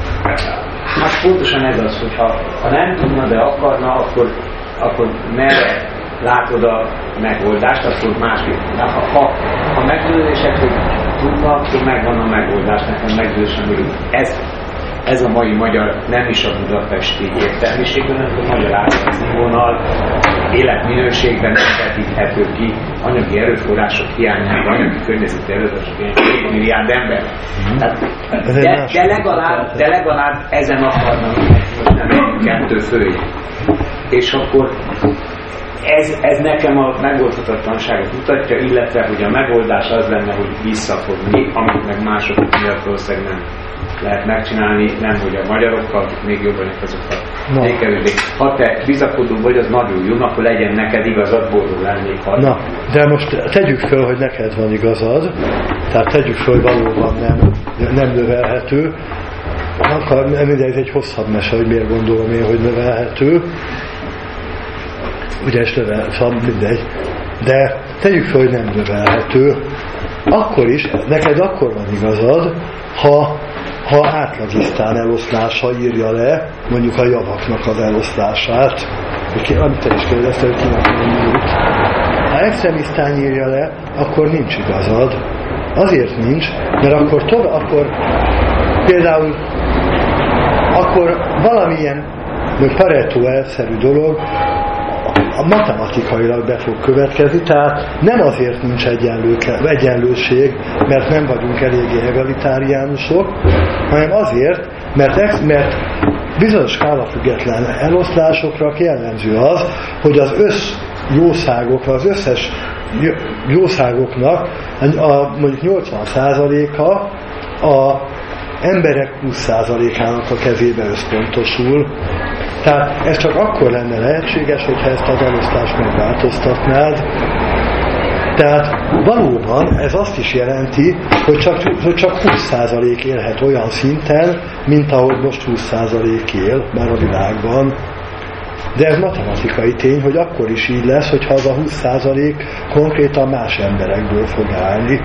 Hát pontosan ez az, hogy ha, ha nem tudna, de akarna, akkor, akkor merre látod a megoldást, akkor másképp. Ha, ha, ha meggyőződések, hogy tudna, akkor megvan a megoldás. Nekem meggyőződésem, hogy ez, ez a mai magyar nem is a budapesti értelmiségben, hanem a magyar államszínvonal életminőségben nem vetíthető ki anyagi erőforrások hiányában, anyagi környezeti erőforrások hiányában két milliárd ember. Tehát, de, de, legalább, de legalább ezen akarnak, hogy nem menjünk kettő fölé. És akkor ez, ez nekem a megoldhatatlanságot mutatja, illetve hogy a megoldás az lenne, hogy visszafogni, amit meg mások miatt valószínűleg nem lehet megcsinálni, nem hogy a magyarokkal, akik még jobban azok a még kevésbé. Ha te bizakodó vagy, az nagyon jó, akkor legyen neked igazad, boldog lennék. Na, de most tegyük föl, hogy neked van igazad, tehát tegyük föl, hogy valóban nem, nem növelhető. Akar, mindegy, ez egy hosszabb mese, hogy miért gondolom én, hogy növelhető. Ugye is növel, szóval mindegy. De tegyük föl, hogy nem növelhető. Akkor is, neked akkor van igazad, ha ha átlagisztán eloszlása írja le, mondjuk a javaknak az eloszlását, amit te is kérdezte, hogy kinek mondjuk. Ha extremisztán írja le, akkor nincs igazad. Azért nincs, mert akkor, tovább, akkor például akkor valamilyen Pareto elszerű dolog a matematikailag be fog következni, tehát nem azért nincs egyenlő, egyenlőség, mert nem vagyunk eléggé egalitáriánusok, hanem azért, mert, mert bizonyos skálafüggetlen eloszlásokra jellemző az, hogy az össz jószágokra, az összes jószágoknak a, mondjuk nyolcvan százaléka a emberek húsz százalékának a kezébe összpontosul. Tehát ez csak akkor lenne lehetséges, hogyha ezt az elosztást megváltoztatnád. Tehát valóban ez azt is jelenti, hogy csak, hogy csak húsz százalék élhet olyan szinten, mint ahogy most húsz százalék él már a világban. De ez matematikai tény, hogy akkor is így lesz, hogyha az a húsz százalék konkrétan más emberekből fog állni.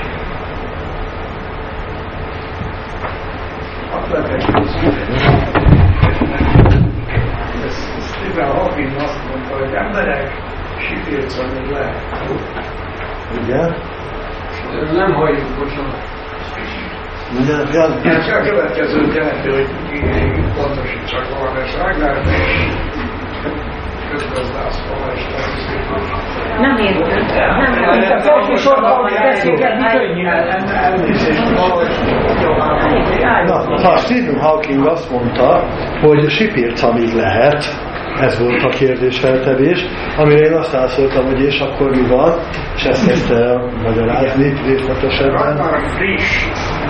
Stephen Hawking azt mondta, hogy emberek sipírcani le. Igen? Nem halljuk, bocsánat. Igen, igen. Ez a következőt jelenti, hogy pontosítsak valami, és Ragnar közgazdászval és nem értem. Nem értem. Az első sorban, hogy beszélgetni könnyű. Elnézést valahogy Na, ha Stephen Hawking azt mondta, hogy sipírc, amíg lehet, ez volt a kérdésfeltevés, amire én azt válaszoltam, hogy és akkor mi van, és ezt kezdte magyarázni részletesebben. Ragnar friss,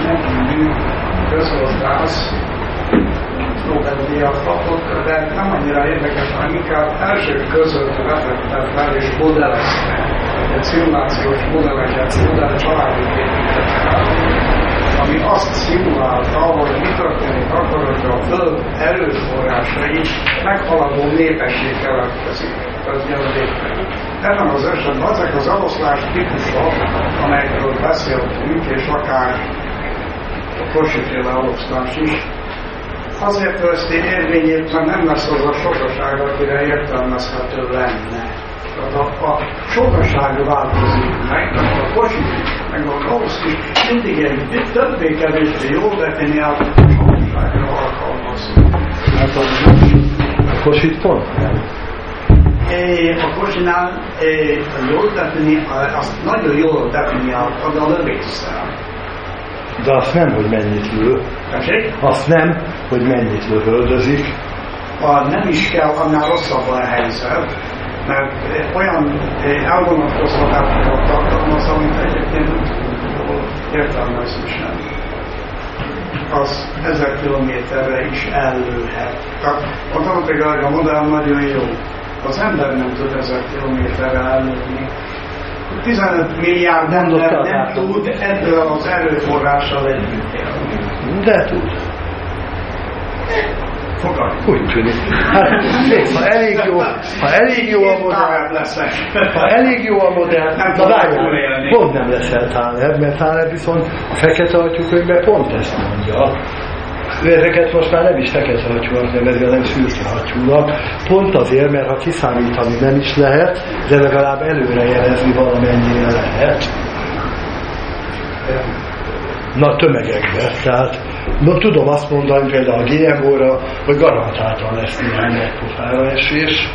közgazdász, Nobel-díjat kapott, de nem annyira érdekes, hanem inkább elsők között vetette fel és modellezte. Egy szimulációs modelleket, modell családot épített el, ami azt szimulálta, hogy mi történik akkor, hogy a föld erőforrásai meghaladó népesség keletkezik. Ez jön a létre. Ebben az esetben ezek az eloszlás típusok, amelyekről beszéltünk, és akár a Kossuth-féle eloszlás is, azért veszti érvényét, mert nem lesz az a sokaság, akire értelmezhető lenne. Tehát a, a sokaság változik meg, tehát a Kossuth meg a Gauss is mindig egy többé-kevésbé jól definiált sokaságra alkalmazni. Hát a Kossuth pont nem. A Kossuth-nál jól definiált, azt nagyon jól definiáltad a lövésszel. De azt nem, hogy mennyit lő. Tessék? Azt nem, hogy mennyit lövöldözik. A nem is kell, annál rosszabb a helyzet, mert olyan elvonatkoztatásokat tartalmaz, amit egyébként jól értelmezni sem. Az ezer kilométerre is ellőhet. Tehát mondtam, hogy a modell nagyon jó. Az ember nem tud ezer kilométerre ellőni. tizenöt milliárd ember nem tud ebből az erőforrással együtt élni. De tud. Fogadj. Úgy tűnik. Hát, nézd, ha elég jó, ha elég jó a modell, ha elég jó a modell, na várjál, pont nem leszel Thaleb, mert Thaleb viszont a fekete atyúkönyvben pont ezt mondja. Ezeket most már nem is fekete hattyúnak nevezi, hanem szürke hattyúnak. Pont azért, mert ha kiszámítani nem is lehet, de legalább előrejelezni valamennyire lehet. Na, tömegekbe. Tehát, no, tudom azt mondani például a gé em ó-ra, hogy garantáltan lesz néhány megpofára esés.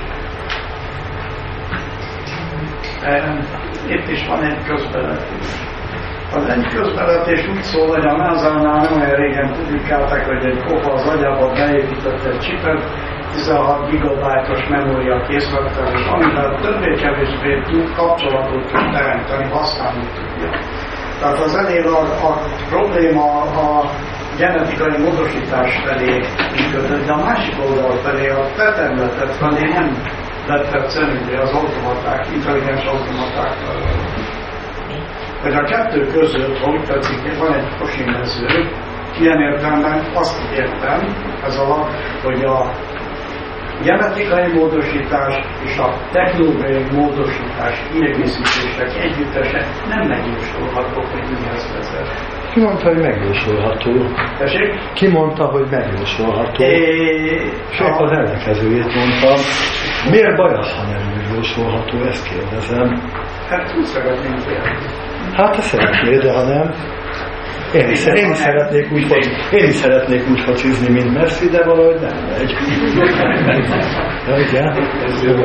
Itt is van egy közbeletés. Az egy közbeletés úgy szól, hogy a NASA-nál nem olyan régen publikálták, hogy egy kopa az agyába beépített egy csipet, tizenhat gigabájtos memória készlettel, és amivel többé-kevésbé tud kapcsolatot tud teremteni, használni tudja. Tehát az elég a, a probléma a genetikai módosítás felé működött, de a másik oldal felé, a teterletet felé nem lettek szemügyre az automaták, intelligens automaták felé. Hogy a kettő között, ha úgy tetszik, van egy kosimező, ilyen értelemben azt értem ez alatt, hogy a genetikai módosítás és a technológiai módosítás kiegészítések együttese nem megjósolhatók, hogy mihez vezet. Ki mondta, hogy megjósolható? Tessék? Ki mondta, hogy megjósolható? É... Sőt, az ellenkezőjét mondtam. Miért baj az, ha nem megjósolható? Ezt kérdezem. Hát úgy szeretném kérdezni. Hát te szeretnél, de ha nem... Én is, én is szeretnék úgy, én is szeretnék úgy focizni, mint Messi, de valahogy nem megy. Ja, igen, ez jó.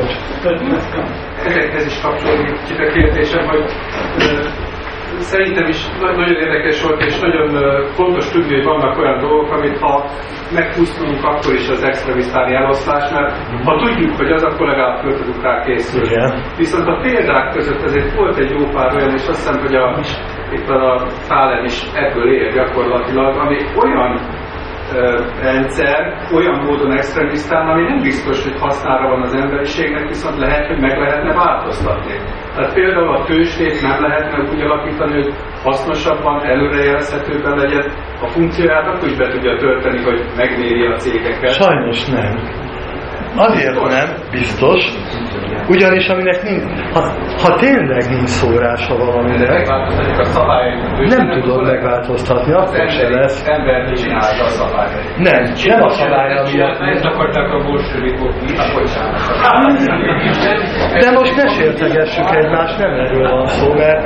Ezekhez is kapcsolódik itt a kérdésem, hogy uh, szerintem is nagyon érdekes volt, és nagyon uh, fontos tudni, hogy vannak olyan dolgok, amit ha megpusztulunk, akkor is az extremisztáni eloszlás, mert ha tudjuk, hogy az, akkor legalább föl tudunk rá készülni. Igen. Viszont a példák között azért volt egy jó pár olyan, és azt hiszem, hogy a, itt a Thaleb is ebből él gyakorlatilag, ami olyan ö, rendszer, olyan módon extremisztán, ami nem biztos, hogy hasznára van az emberiségnek, viszont lehet, hogy meg lehetne változtatni. Tehát például a tőzsdét nem lehetne úgy alakítani, hogy hasznosabban, előrejelezhetőbben legyen a funkcióját, akkor is be tudja tölteni, hogy megméri a cégeket. Sajnos nem. Azért nem, biztos, ugyanis aminek nincs, ha, ha tényleg nincs szórása valaminek, nem tudod megváltoztatni, akkor se lesz. Ember csinálta a szabályait. Nem, nem a szabályra miatt. Ezt akarták a bolsövikok is, bocsánat. De most ne sértegessük egymást, nem erről van szó, mert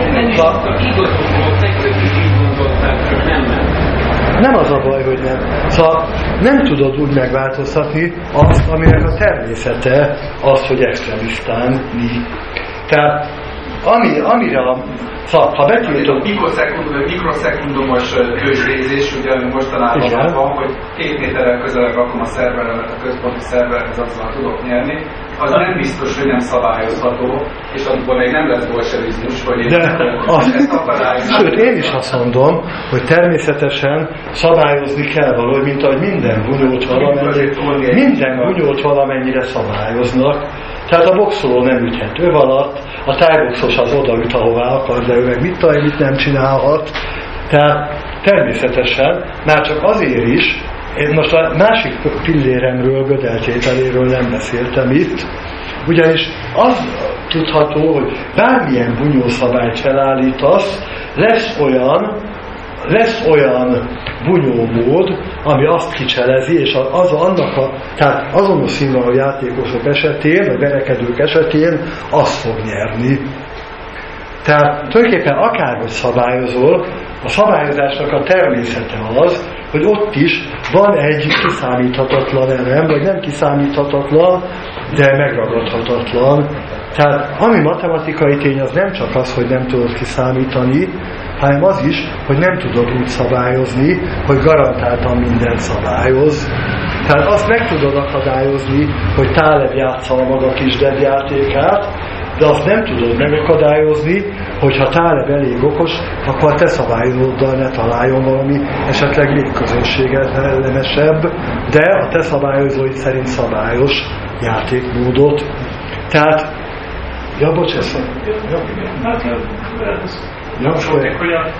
nem az a baj, hogy nem. Szóval nem tudod úgy megváltoztatni azt, aminek a természete az, hogy extremisztán mi. Tehát ami, amire a... Szóval, ha betiltom... A mikroszekundumos tőzsdézés, ugye mostanában van, hogy két méterrel közelebb rakom a szerveremet a központi szerverhez, azzal tudok nyerni. Az nem biztos, hogy nem szabályozható, és akkor még nem lesz bolsevizmus, hogy én De azt, ezt akadályozom. Sőt, én is azt mondom, hogy természetesen szabályozni kell valahogy, mint ahogy minden bunyót valamennyire, minden bunyót valamennyire szabályoznak. Tehát a boxoló nem üthet öv alatt, a tájboxos az odaüt, ahová akar, de ő meg mit talán, mit nem csinálhat. Tehát természetesen, már csak azért is, én most a másik pilléremről, gödeltételéről nem beszéltem itt, ugyanis az tudható, hogy bármilyen bunyószabályt felállítasz, lesz olyan, lesz olyan bunyómód, ami azt kicselezi, és az annak a, tehát azonos színvonalú játékosok esetén, vagy verekedők esetén azt fog nyerni. Tehát tulajdonképpen akárhogy szabályozol, a szabályozásnak a természete az, hogy ott is van egy kiszámíthatatlan elem, vagy nem kiszámíthatatlan, de megragadhatatlan. Tehát ami matematikai tény, az nem csak az, hogy nem tudod kiszámítani, hanem az is, hogy nem tudod úgy szabályozni, hogy garantáltan mindent szabályoz. Tehát azt meg tudod akadályozni, hogy Táleb játsza a maga kis játékát, de azt nem tudod megakadályozni, hogy ha Táleb elég okos, akkor a te szabályozóddal ne találjon valami esetleg légközönségellenesebb, de a te szabályozóid szerint szabályos játékmódot. Tehát, ja, bocs, ezt ja, hát, ja, sokék, hogy a,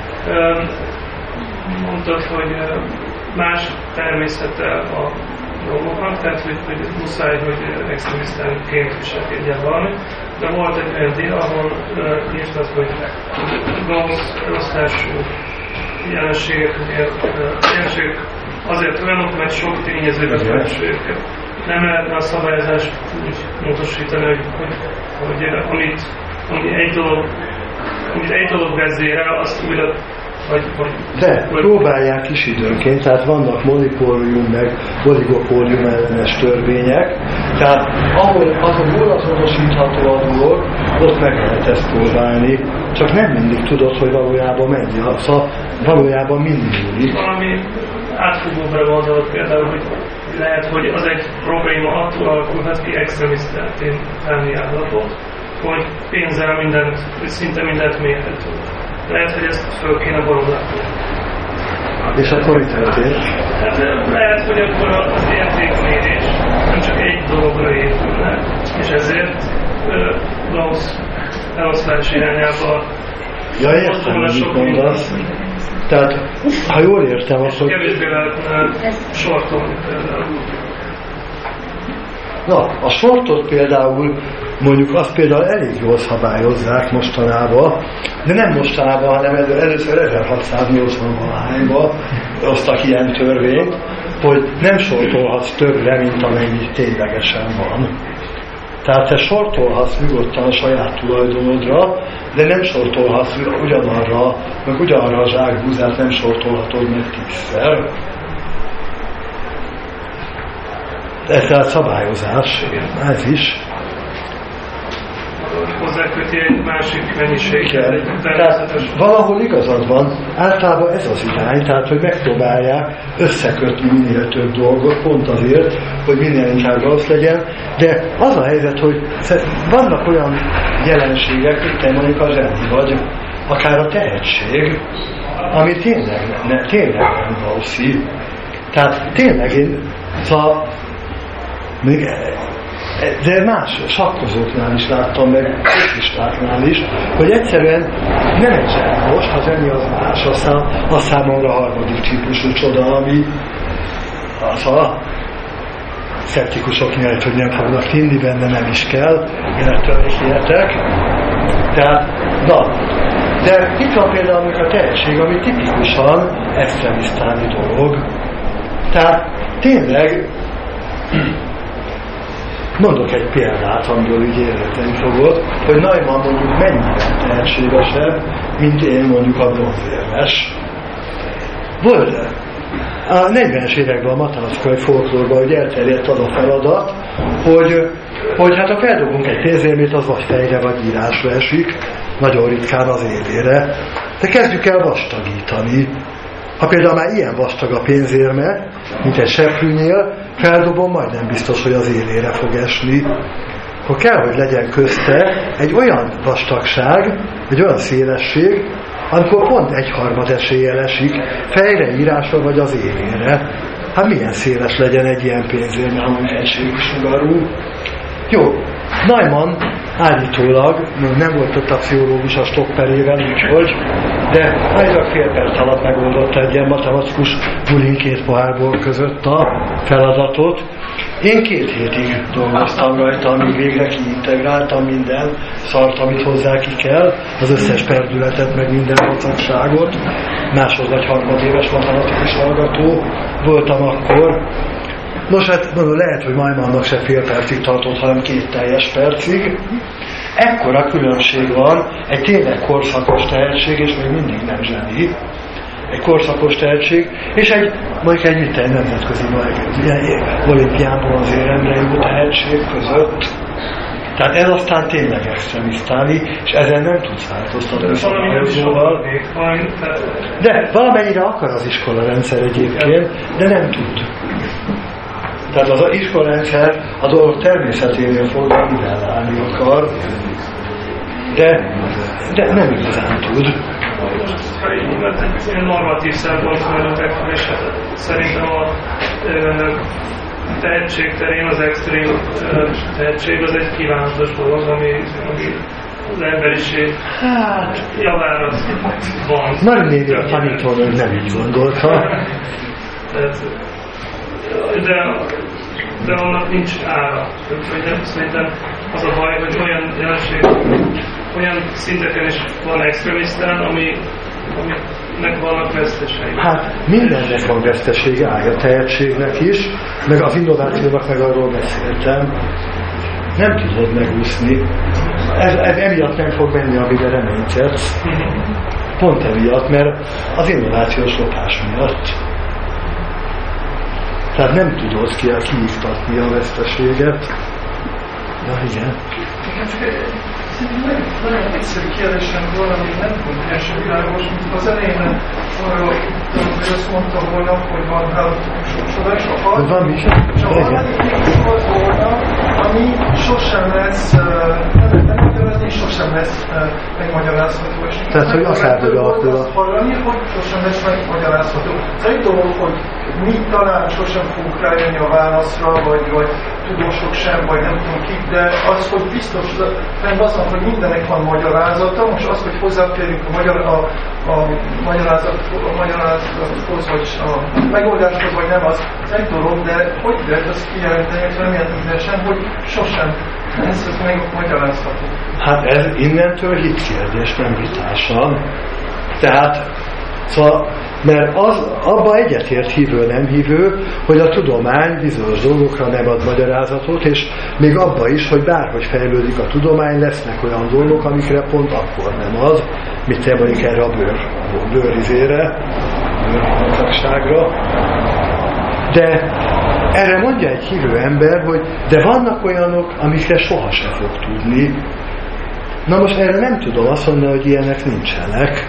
mondtad, hogy más természete a dolgoknak, tehát hogy, hogy muszáj, hogy extremisztánként viselkedjen valami, de volt egy olyan díj, ahol uh, írtad, hogy rossz, elosztású jelenségek, jelenségek azért olyanok, mert sok tényező befolyásolja őket. Nem lehetne a szabályozást úgy módosítani, hogy, hogy, hogy amit, ami egy dolog, amit egy dolog vezérel, azt újra Vagy, vagy, De vagy... próbálják is időnként, tehát vannak monopólium meg oligopólium ellenes törvények, tehát ahol azon jól azonosítható a dolog, ott meg lehet ezt próbálni, csak nem mindig tudod, hogy valójában mennyi, szóval valójában mindig. Valami átfogóbbra gondolod például, hogy lehet, hogy az egy probléma attól alakulhat ki extremisztáltén tenni állatot, hogy pénzzel mindent, szinte mindent mérhető. Lehet, hogy ezt föl kéne borulni. És akkor mit történt? Hát lehet, hogy akkor az értékmérés nem csak egy dologra épülne, és ezért rossz eloszlás irányába. Ja, értem, hogy mit mondasz. Tehát, ha jól értem, akkor... Kevésbé lehetne sortolni például. Na, a sortot például, mondjuk azt például elég jól szabályozzák mostanában, de nem mostanában, hanem először ezerhatszáznyolcvan-valahányban hoztak ilyen törvényt, hogy nem sortolhatsz többre, mint amennyi ténylegesen van. Tehát te sortolhatsz nyugodtan a saját tulajdonodra, de nem sortolhatsz ugyanarra, meg ugyanarra a zsákbúzát nem sortolhatod meg tízszer. Ez tehát szabályozás, ez is. Hozzáköti egy másik mennyiség. Tehát valahol igazad van, általában ez az irány, tehát hogy megpróbálják összekötni minél több dolgot, pont azért, hogy minél inkább rossz legyen, de az a helyzet, hogy vannak olyan jelenségek, mint te mondjuk a zseni vagy, akár a tehetség, ami tényleg, ne, tényleg nem valószínű. Tehát tényleg én, szóval még, de más sakkozóknál is láttam, meg focistáknál is, hogy egyszerűen nem egy zseni most, ha zseni az más, aztán a számomra a harmadik típusú csoda, ami az a szeptikusok nyert, hogy nem fognak hinni benne, nem is kell, én ettől is hihetek. Tehát, na, de itt van például a tehetség, ami tipikusan extremisztáni dolog. Tehát tényleg mondok egy példát, amiből így érteni fogod, hogy Neumann mondjuk mennyire tehetségesebb, mint én mondjuk a bronzérmes. Volt a negyvenes években a matematikai folklórban, hogy elterjedt az a feladat, hogy, hogy hát ha feldobunk egy pénzérmét, az vagy fejre, vagy írásra esik, nagyon ritkán az élére. De kezdjük el vastagítani. Ha például már ilyen vastag a pénzérme, mint egy seprűnél, feldobom, majdnem biztos, hogy az élére fog esni. Akkor kell, hogy legyen közte egy olyan vastagság, egy olyan szélesség, amikor pont egyharmad eséllyel esik, fejre, írásra vagy az élére. Hát milyen széles legyen egy ilyen pénzérme, amely egységsugarú. Jó, Neumann állítólag, nem volt ott a pszichológus a stopperével, úgyhogy, de állítólag fél perc alatt megoldotta egy ilyen matematikus bulin két pohárból között a feladatot. Én két hétig dolgoztam rajta, amíg végre kiintegráltam minden szart, amit hozzá ki kell, az összes perdületet, meg minden vacakságot. Másod vagy harmadéves matematikus hallgató voltam akkor. Nos, hát mondom, lehet, hogy Neumannnak se fél percig tartott, hanem két teljes percig. Ekkora különbség van, egy tényleg korszakos tehetség, és még mindig nem zseni, egy korszakos tehetség, és egy, mondjuk egy, egy nemzetközi olimpiánból az éremre jó tehetség között. Tehát ez aztán tényleg extremisztálni, és ezen nem tudsz változtatni szabályozóval. De valamennyire akar az iskolarendszer egyébként, de nem tud. Tehát az iskolarendszer a dolog természeténél fogva nivellálni akar, de, de nem igazán tud. Ha így mert egy ilyen normatív szempont vagyok, és szerintem a tehetség terén az extrém tehetség az egy kívánatos dolog, ami, ami az emberiség hát, javára van. Már névi a tanítónő nem így gondolta. De, de annak nincs ára. Hogy szerintem az a baj, hogy olyan jelenség, olyan szinteken is van extremisztán, ami, aminek vannak vesztesei. Hát mindennek van vesztesége, áll a tehetségnek is, meg az innovációnak meg arról beszéltem. Nem tudod megúszni. Ez, ez emiatt nem fog menni, amire reménykedsz. Pont emiatt, mert az innovációs lopás miatt. Tehát nem tudod ki kiiktatni a veszteséget. Na igen. Nagyon egyszerű kérdésem valami nem tudom, teljesen világos, mint az elején arról, hogy azt mondta volna, hogy van hálózatosan csoda, és a harmadik, van mi és a harmadik az volna, ami sosem lesz, nem nem magyarázni, és sosem lesz megmagyarázható. Tehát, hogy akár, hogy azt hallani, hogy sosem lesz megmagyarázható. Ez egy dolog, hogy mi talán sosem fogunk rájönni a válaszra, vagy, vagy tudósok sem, vagy nem tudom kik, de az, hogy biztos, nem az, hogy mindenek van magyarázata, most az, hogy hozzáférjünk a, magyar, a, a, magyarázat, a magyarázathoz, vagy a megoldáshoz, vagy nem, az, az egy dolog, de hogy lehet azt kijelenteni, hogy remélhetően, hogy sosem ez az meg magyarázható. Hát ez innentől hitkérdés, nem vitásan. Tehát, szóval, mert az, abba egyetért hívő, nem hívő, hogy a tudomány bizonyos dolgokra nem ad magyarázatot, és még abba is, hogy bárhogy fejlődik a tudomány, lesznek olyan dolgok, amikre pont akkor nem ad, mit te mondjuk erre a bőr, a bőrizére, a bőrhatagságra. De erre mondja egy hívő ember, hogy de vannak olyanok, amikre sohasem fog tudni. Na most erre nem tudom azt mondani, hogy ilyenek nincsenek.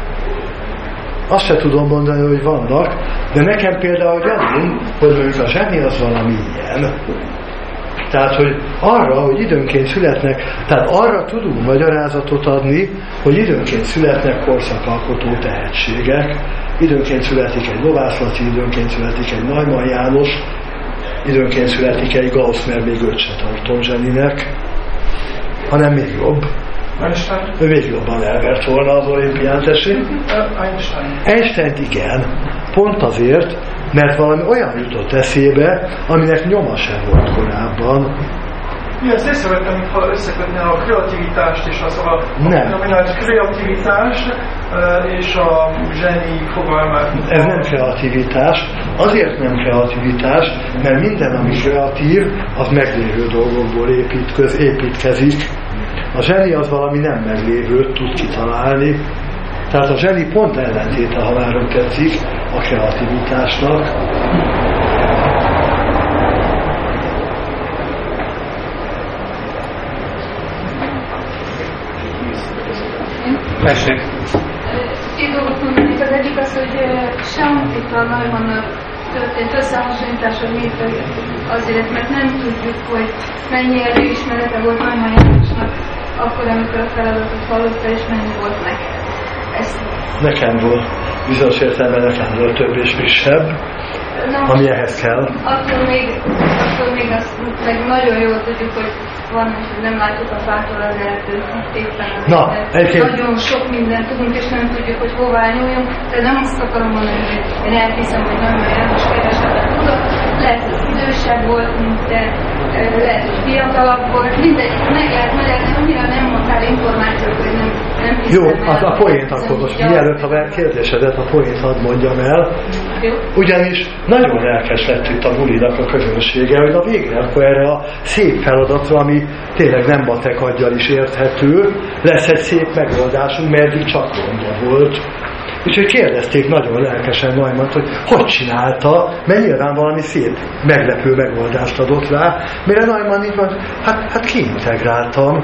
Azt se tudom mondani, hogy vannak, de nekem például gyanúm, hogy mondjuk a zseni az valami ilyen. Tehát, hogy arra, hogy időnként születnek, tehát arra tudunk magyarázatot adni, hogy időnként születnek korszakalkotó tehetségek, időnként születik egy Lovász Laci, időnként születik egy Neumann János, időnként születik egy Gauss, mert még őt se tartom zseninek, hanem még jobb. Einstein? Ő még jobban elvert volna az olimpián, tessék? Einstein. Einstein igen. Pont azért, mert valami olyan jutott eszébe, aminek nyoma sem volt korábban. Mi ezt észrevettem, mintha összekötne a kreativitást és az a nominális kreativitás és a zseni fogalmát. Ez nem kreativitás. Azért nem kreativitás, mert minden, ami kreatív, az meglévő dolgokból építköz, építkezik. A zseni az valami nem meglévőt tud kitalálni. Tehát a zseni pont ellentéte, ha már úgy tetszik, a kreativitásnak. Tessék. Két dolgot mondanék. Az egyik az, hogy sem itt a Neumann történt összehasonlítás, hogy miért azért, mert nem tudjuk, hogy mennyi előismerete volt Neumann Jánosnak akkor, amikor a feladatot hallotta, és mennyi volt meg. ezt... Nekem volt, bizonyos értelemben nekem volt több és frissebb, no, ami ehhez kell. Akkor még, akkor még azt meg nagyon jól tudjuk, hogy van, hogy nem látjuk a fától az erdőt éppen. Na, egyébként... Nagyon sok mindent tudunk, és nem tudjuk, hogy hová nyúljunk, de nem azt akarom mondani, hogy én elhiszem, hogy nagyon János kevesebbet tudok. Lehet, hogy idősebb volt, mint te, lehet, hogy fiatalabb volt, mindegy, meg lehet magyarázni, annyira nem mondtál információt, hogy nem, nem hiszem. Jó, el, a, a poént akkor most mielőtt a kérdésedet, a poént hadd mondjam el. Jó. Ugyanis nagyon lelkes lett itt a bulinak a közönsége, hogy a végre akkor erre a szép feladatra, ami tényleg nem matek aggyal is érthető, lesz egy szép megoldásunk, mert eddig csak gondja volt. Úgyhogy kérdezték nagyon lelkesen Neumann, hogy hogy csinálta, mert nyilván valami szép, meglepő megoldást adott rá, mire Neumann így van, hát, hát kiintegráltam.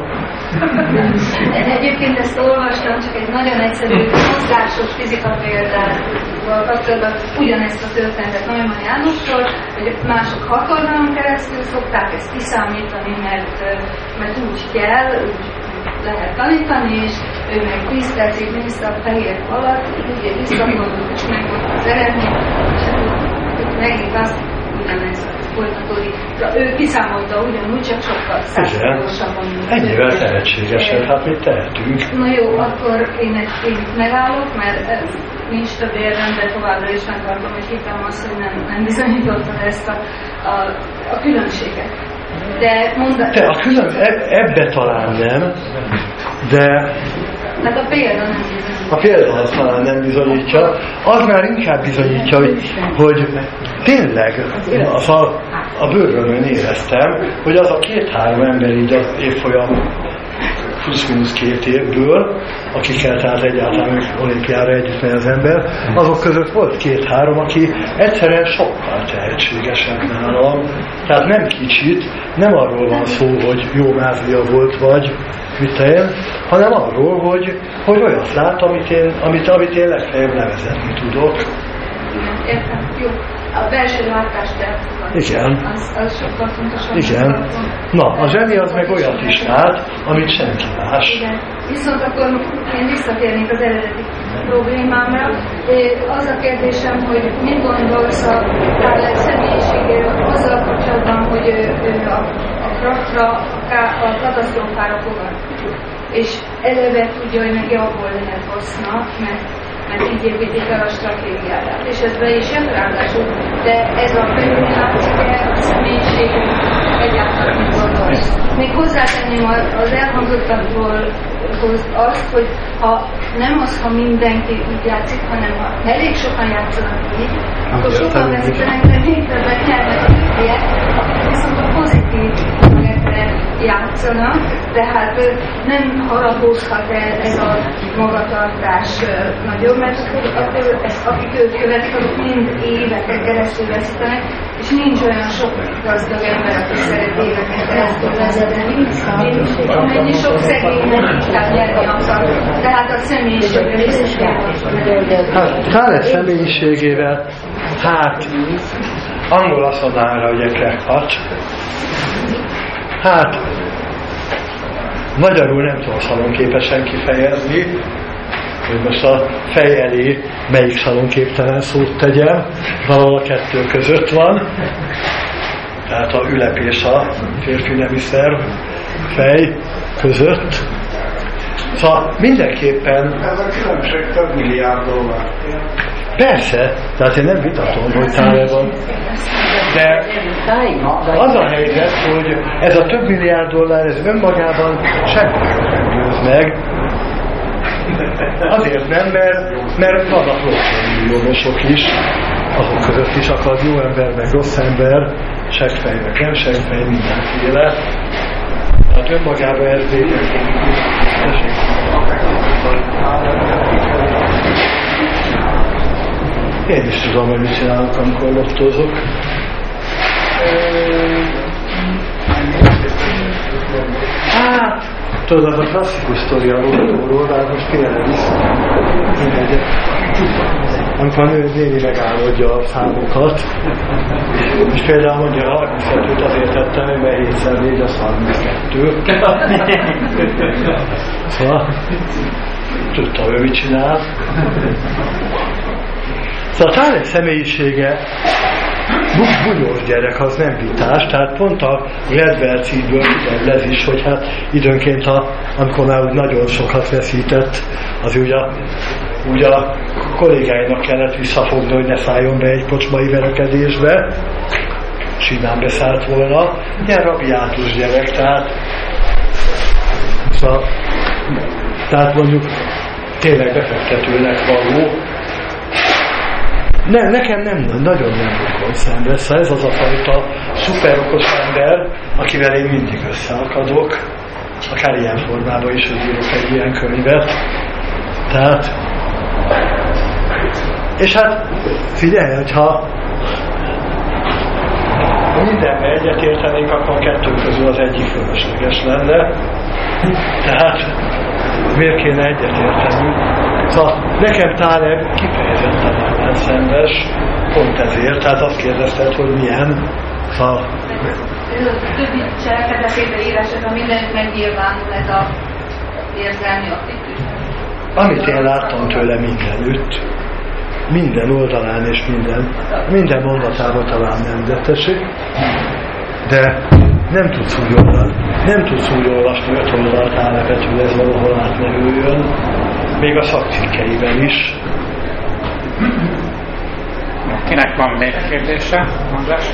Egyébként ezt olvastam, csak egy nagyon egyszerű mozgásos fizika példával kapcsolatban ugyanezt a történetet Neumann Jánosról, hogy mások hat oldalon keresztül szokták ezt kiszámítani, mert, mert úgy kell, úgy lehet tanítani, és ő meg tíz percig nézte a fehér alatt, úgy visszafordult, és meg volt az eredmény, és akkor megint azt ugyanez folytatódik. Ő kiszámolta ugyanúgy, csak sokkal százszorosabban. Ennyivel tehetségesen, hát mit tehetünk? Na jó, akkor én, én itt megállok, mert ez nincs több érvem, de továbbra is megtartom, hogy hittem azt, hogy nem, nem bizonyítottam ezt a, a, a különbséget. De mondat... Te a külön, ebbe talán nem, de... Hát a példa nem bizonyítja. A példa az talán nem bizonyítja. Az már inkább bizonyítja, hogy, hogy tényleg az a, a bőrömön éreztem, hogy az a két-három ember így az évfolyam plusz-minusz két évből, akikkel tehát egyáltalán olimpiára együtt megy az ember, azok között volt két-három, aki egyszerűen sokkal tehetségesebb nálam. Tehát nem kicsit, nem arról van szó, hogy jó mázlia volt vagy, mit én, hanem arról, hogy, hogy olyat lát, amit én, amit, amit én legfeljebb nevezetni tudok. Értem, jó. A belső látást elfogadni. Igen. Az, az sokkal fontosabb. Igen. Na, a zseni az meg olyat is lát, amit senki más. Igen. Viszont akkor én visszatérnék az eredeti problémámra. Az a kérdésem, hogy mit gondolsz a Thaler személyiségéről azzal kapcsolatban, hogy ő, ő a, a krachra, a, a katasztrófára fogad. És eleve tudja, hogy neki abból lehet haszna, mert mert így építik el a stratégiáját. És ez be is jön ráadásul, de ez a felülménylátszik-e a személyiség egyáltalán mit gondolsz. Még hozzátenném az elhangzottakból azt, hogy ha nem az, ha mindenki úgy játszik, hanem ha elég sokan játszanak így, akkor sokan veszítenek, de még többet nyernek ügyek, akik viszont a pozitív ügyekre játszanak, tehát nem harapózhat el ez a magatartás nagyobb, mert akkor ezt, akik őt követik, azok mind éveken keresztül veszítenek, és nincs olyan sok gazdag ember, aki szeret éveken keresztül vezetni, amennyi sok szegénynek inkább nyerni akar. Tehát a személyiségre részességével. Hát, Thaler személyiségével, hát, angol azt mondaná rá, hogy ekrekhat. Hát, magyarul nem tudom szalonképesen kifejezni, hogy most a fej elé melyik szalonképtelen szót tegyem, valahol a kettő között van, tehát a ülep és a férfi nemi szerv fej között. Szóval mindenképpen... Ez a különbség több milliárd dollár. Persze, tehát én nem vitatom, hogy Thaler van. De az a helyzet, hogy ez a több milliárd dollár, ez önmagában semmit nem győz meg. Azért nem, mert, mert vannak milliómosok is, azok között is akar jó ember, meg rossz ember, seggfej, meg nem seggfej, mindenféle. Tehát önmagában ez végül. Én is tudom, hogy mit csinálok, amikor lottózok. Hát, tudod, az a klasszikus sztoria róla, de most félre vissza. Amikor a nő néni megálmodja a számokat, és például mondja, a harminckettőt azért tettem, hogy mert hétszer négy az harminckettő. Szóval tudta, ő mit csinál. Szóval talán egy személyisége bunyós gyerek, az nem vitás, tehát pont a Gladwell címből ez is, hogy hát időnként, a, amikor már úgy nagyon sokat veszített, az úgy a, úgy a kollégáinak kellett visszafogni, hogy ne szálljon be egy kocsmai verekedésbe, simán beszállt volna. Ilyen rabiátus gyerek, tehát szóval, tehát mondjuk tényleg befektetőnek való. Ne, nekem nem, nagyon nem bukol szembe, szóval ez az a fajta szuperokos ember, akivel én mindig összeakadok, akár ilyen formában is, hogy írok egy ilyen könyvet. Tehát, és hát figyelj, hogyha mindenben egyetértenénk, akkor a kettő közül az egyik fölösleges lenne. Tehát miért kéne egyetértenünk? Szóval nekem Taleb kifejezetten ellenszenves, pont ezért, tehát azt kérdezted, hogy milyen. Szóval... Ez a többi cselekedetében írásokban mindenki megnyilvánul ez a érzelmi aktivitás. Amit én láttam tőle mindenütt, minden oldalán és minden, minden mondatában talán nem, de tessék, de nem tudsz úgy olvasni, nem tudsz úgy olvasni öt oldalt állapetül, ez valahol átmerüljön, még a szakcikkeiben is. Kinek van még kérdése, András?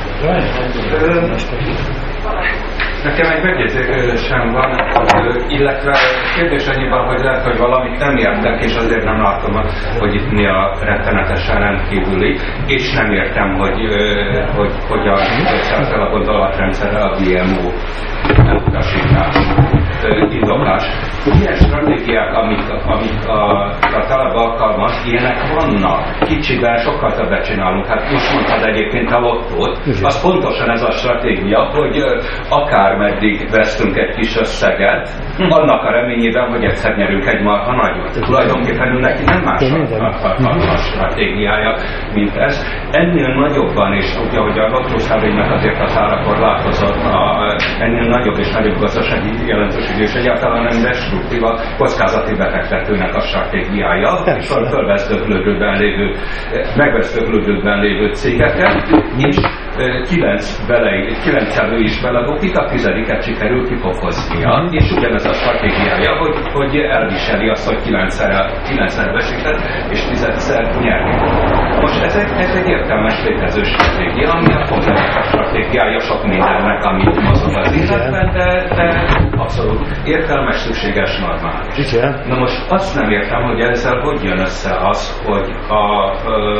Nekem egy megjegyzésem van, illetve kérdés annyiban, hogy lehet, hogy valamit nem értek, és azért nem látom, hogy itt mi a rettenetesen rendkívüli, és nem értem, hogy hogy hogyan szerzel a gondolatrendszerre a gé em o elutasítás, indoklás. Ilyen stratégiák, amik, amik a, a Taleb alkalmaz, ilyenek vannak. Kicsiben sokkal többet csinálunk. Hát most mondtad egyébként a lottót, az pontosan ez a stratégia, hogy akármeddig vesztünk egy kis összeget, annak a reményében, hogy egyszer nyerünk egy marha nagyot. Tulajdonképpen neki nem más a, a stratégiája, mint ez. Ennél nagyobban, és ugye, hogy a lottószervénynek azért a szára korlátozott, a, ennél nagyobb és nagyobb gazdasági jelentőségű, és egyáltalán nem destruktív a kockázati befektetőnek a stratégiája, és a fölvesztőklődőben lévő, megvesztőklődőben lévő cégeket, és kilenc bele, kilenccel ő is belebukik, a tizediket sikerül kipofoznia. Mm. És ugyanez a stratégiája, hogy, hogy elviseli azt, hogy kilencszer besített, és tizedszer nyerni. Most ez egy, ez egy értelmes létező stratégia, ami a fontos stratégiája sok mindennek, amit mozog az életben, de, de abszolút értelmes, szükséges, normális. Igen. Na most azt nem értem, hogy ezzel hogy jön össze az, hogy a,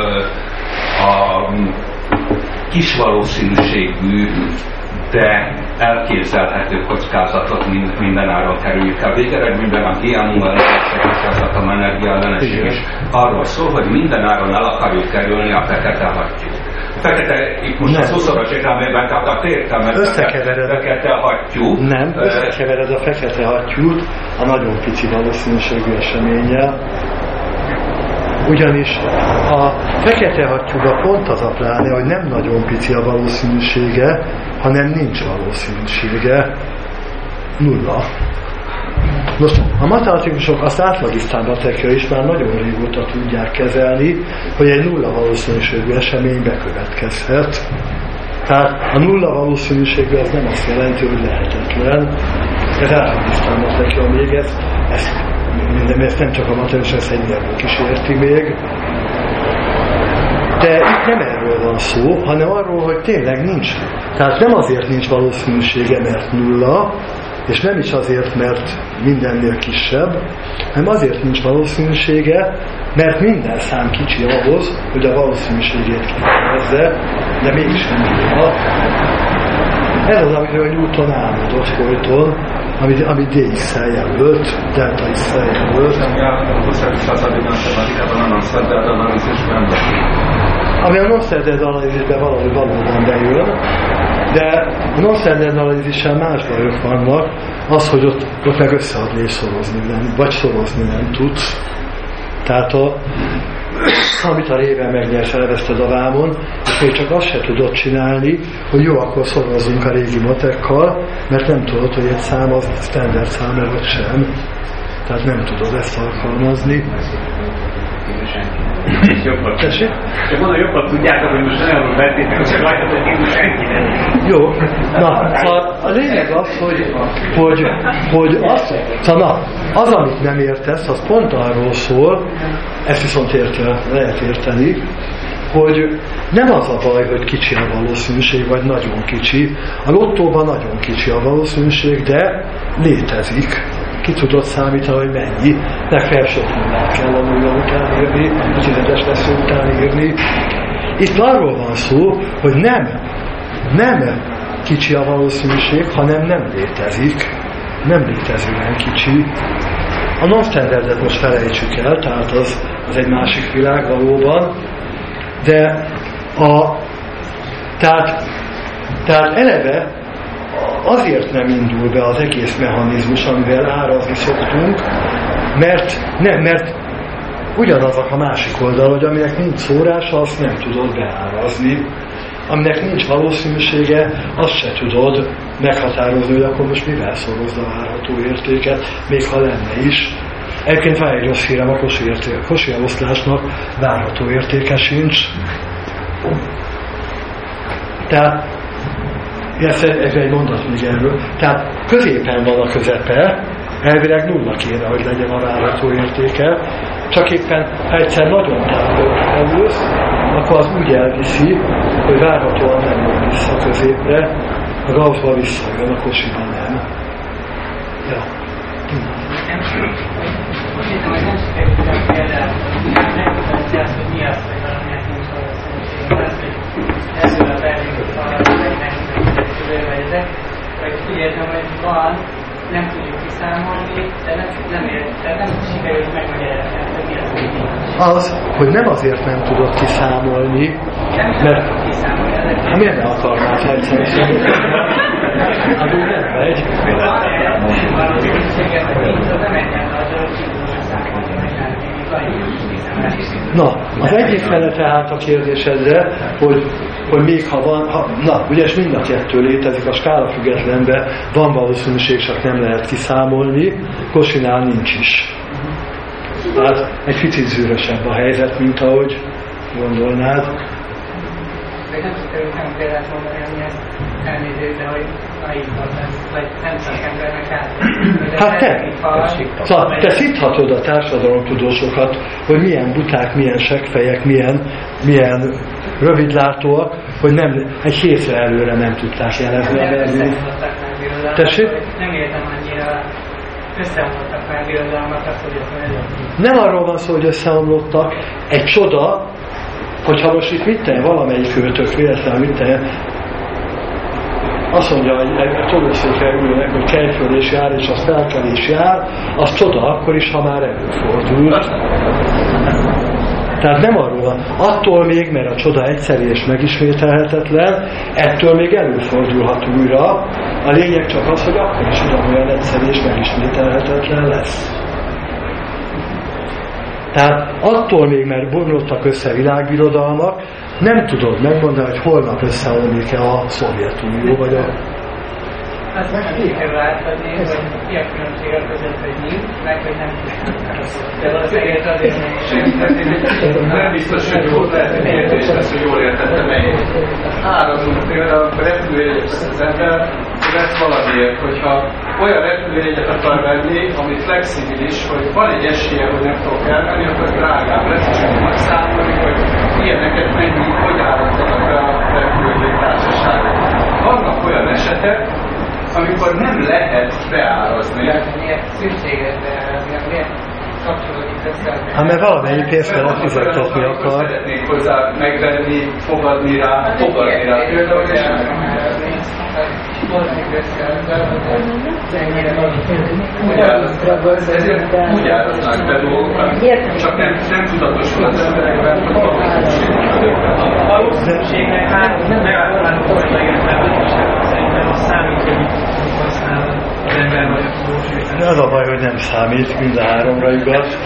a, a kis valószínűségű, de elképzelhető kockázatot mindenáron kerüljük el. Végeredményben a gé em o kockázat, a energiaellenesség is arról szól, hogy mindenáron el akarjuk kerülni a fekete hattyút. A fekete, itt most nem. Az huszoros értelmében kaptak értelmet, összekevered a fekete hattyú. Nem, összekevered a fekete hattyút a nagyon pici valószínűségű eseménnyel. Ugyanis a fekete hattyúba pont az a pláne, hogy nem nagyon pici a valószínűsége, hanem nincs valószínűsége. Nulla. Most a matematikusok azt átlagisztán matekja is már nagyon régóta tudják kezelni, hogy egy nulla valószínűségű esemény bekövetkezhet. Tehát a nulla valószínűségű az nem azt jelenti, hogy lehetetlen. Ez átlagisztán matekja még ez, ez minden, ezt nem csak a matematikus, ezt egy nyelvünk is érti még. De itt nem erről van szó, hanem arról, hogy tényleg nincs. Tehát nem azért nincs valószínűsége, mert nulla, és nem is azért, mert mindennél kisebb, hanem azért nincs valószínűsége, mert minden szám kicsi ahhoz, hogy a valószínűségét kifejezze, de mégis nem nulla. Ez az, amiről Newton álmodott folyton, amit, amit dé iksz-szel jelölt, delta iksz-szel jelölt. A huszonötödik századi matematikában a non-standard analízisben ami a non-standard analízisben valahogy valóban bejön, de a non-standard analízissel más bajok vannak, az, hogy ott, ott meg összeadni és szorozni nem, vagy szorozni nem tudsz. Tehát a, amit a réven megnyersz, elveszted a vámon, és még csak azt se tudod csinálni, hogy jó, akkor szorozzunk a régi matekkal, mert nem tudod, hogy egy szám az standard szám vagy sem. Tehát nem tudod ezt alkalmazni. Tessék? Csak mondom, jobban tudjátok, hogy most nagyon vettétek, hogy rajtatok kívül senki nem. Jó. Na, szóval a lényeg az, hogy, hogy, hogy az, szóval na, az, amit nem értesz, az pont arról szól, ezt viszont értve, lehet érteni, hogy nem az a baj, hogy kicsi a valószínűség, vagy nagyon kicsi. A lottóban nagyon kicsi a valószínűség, de létezik. Ki tudod számítani, hogy mennyi. Legfeljebb sok mindent kell a nulla után írni, a tizedes vesző után írni. Itt arról van szó, hogy nem, nem kicsi a valószínűség, hanem nem létezik. Nem létezően kicsi. A non-standardet most felejtsük el, tehát az, az egy másik világ valóban, de a, tehát, tehát eleve azért nem indul be az egész mechanizmus, amivel árazni szoktunk, mert, nem, mert ugyanazok a másik oldal, hogy aminek nincs szórása, azt nem tudod beárazni. Aminek nincs valószínűsége, azt se tudod meghatározni, hogy akkor most mivel szorozd a várható értéket, még ha lenne is. Egyébként van egy rossz hírem, a Cauchy eloszlásnak várható értéke sincs. Tehát ez egy mondat még erről. Tehát középen van a közepe, elvileg nulla kéne, hogy legyen a várható értéke, csak éppen ha egyszer nagyon távol elülsz, akkor az úgy elviszi, hogy várhatóan nem jön vissza középre, a Gaussba visszajön, a Cauchyba nem. Ja. Nem hiszem, hogy nem sikerült például, megmutatni azt, hogy mi az, hogy valaminek nincs valószínűség. Az, hogy ebből a belülről valahogy megmutatni, vagy ezek, vagy úgy értem, hogy van, nem tudjuk kiszámolni, de nem, nem, ért, de nem sikerült megmagyarázni, hogy mi az, hogy nincs. Az, hogy nem azért nem tudod kiszámolni, nem mert... tudod kiszámolni, ezek... Hát miért ne akarnál, ha egyszer számolni? Hát úgy nem megy. Na, az egyik fele tehát a kérdésedre, hogy, hogy még ha van, ha, na, ugye mind a kettő létezik, a skála függetlenben van valószínűség, csak nem lehet kiszámolni, Cauchynál nincs is. Tehát egy picit zűrösebb a helyzet, mint ahogy gondolnád. Vagy nem sikerült nem példát mondani, ami ezt elnézést, de hogy naív voltam, vagy nem szakembernek át. Hát te, szóval te szíthatod a társadalomtudósokat, hogy milyen buták, milyen seggfejek, milyen, milyen rövidlátóak, hogy nem, egy hétre előre nem tudták jelezni a vervényt. Tessék? Nem értem annyira, összeomlottak már birodalmakat, hogy ezt mondjam. Nem arról van szó, hogy összeomlottak, egy csoda, hogyha most itt mit tenni, valamelyik őtök véletlenül mit tenni, azt mondja, hogy egy csodaszékre ülnek, hogy kelj föl és jár, és az felkel és jár, az csoda akkor is, ha már előfordult. Tehát nem arról van. Attól még, mert a csoda egyszerű és megismételhetetlen, ettől még előfordulhat újra. A lényeg csak az, hogy akkor is ugyanolyan egyszerű és megismételhetetlen lesz. Tehát attól még, mert bomlottak össze világbirodalmak, nem tudod megmondani, hogy holnap összeomlik-e a Szovjetunió, vagy a... Azt nem sikerül átadni, hogy mi a különbség a között, hogy nincs, meg hogy nem tudjuk. De valószínűleg azért nem. Nem biztos, hogy jól lehet, hogy kérdés lesz, hogy jól értettem én. Árazunk például, amikor repülőjegyet az ember, lesz valamiért, hogyha olyan repülőjegyet akar venni, ami flexibilis, hogy van egy esélye, hogy nem tudok elmenni, akkor drágább lesz, és akkor számolni, hogy ilyeneket mennyi, hogy árazzanak be a repülőjegy társaságok. Vannak olyan esetek, amikor nem lehet beárazni. Miért szükséges beárazni, miért kapcsolódik össze? Hát mert valamennyi pénzt vele fizettetni akar. Szeretnék hozzá megvenni, fogadni rá, fogadni rá. Például is ezért úgy áraznak be dolgokat, csak nem, nem tudatosul az emberekben, hogy a valószínűségnek legalább három korlagért, mert szerintem azt számít, hogy mit használ az ember, vagy Az a baj, hogy nem számít, mind a háromra igaz.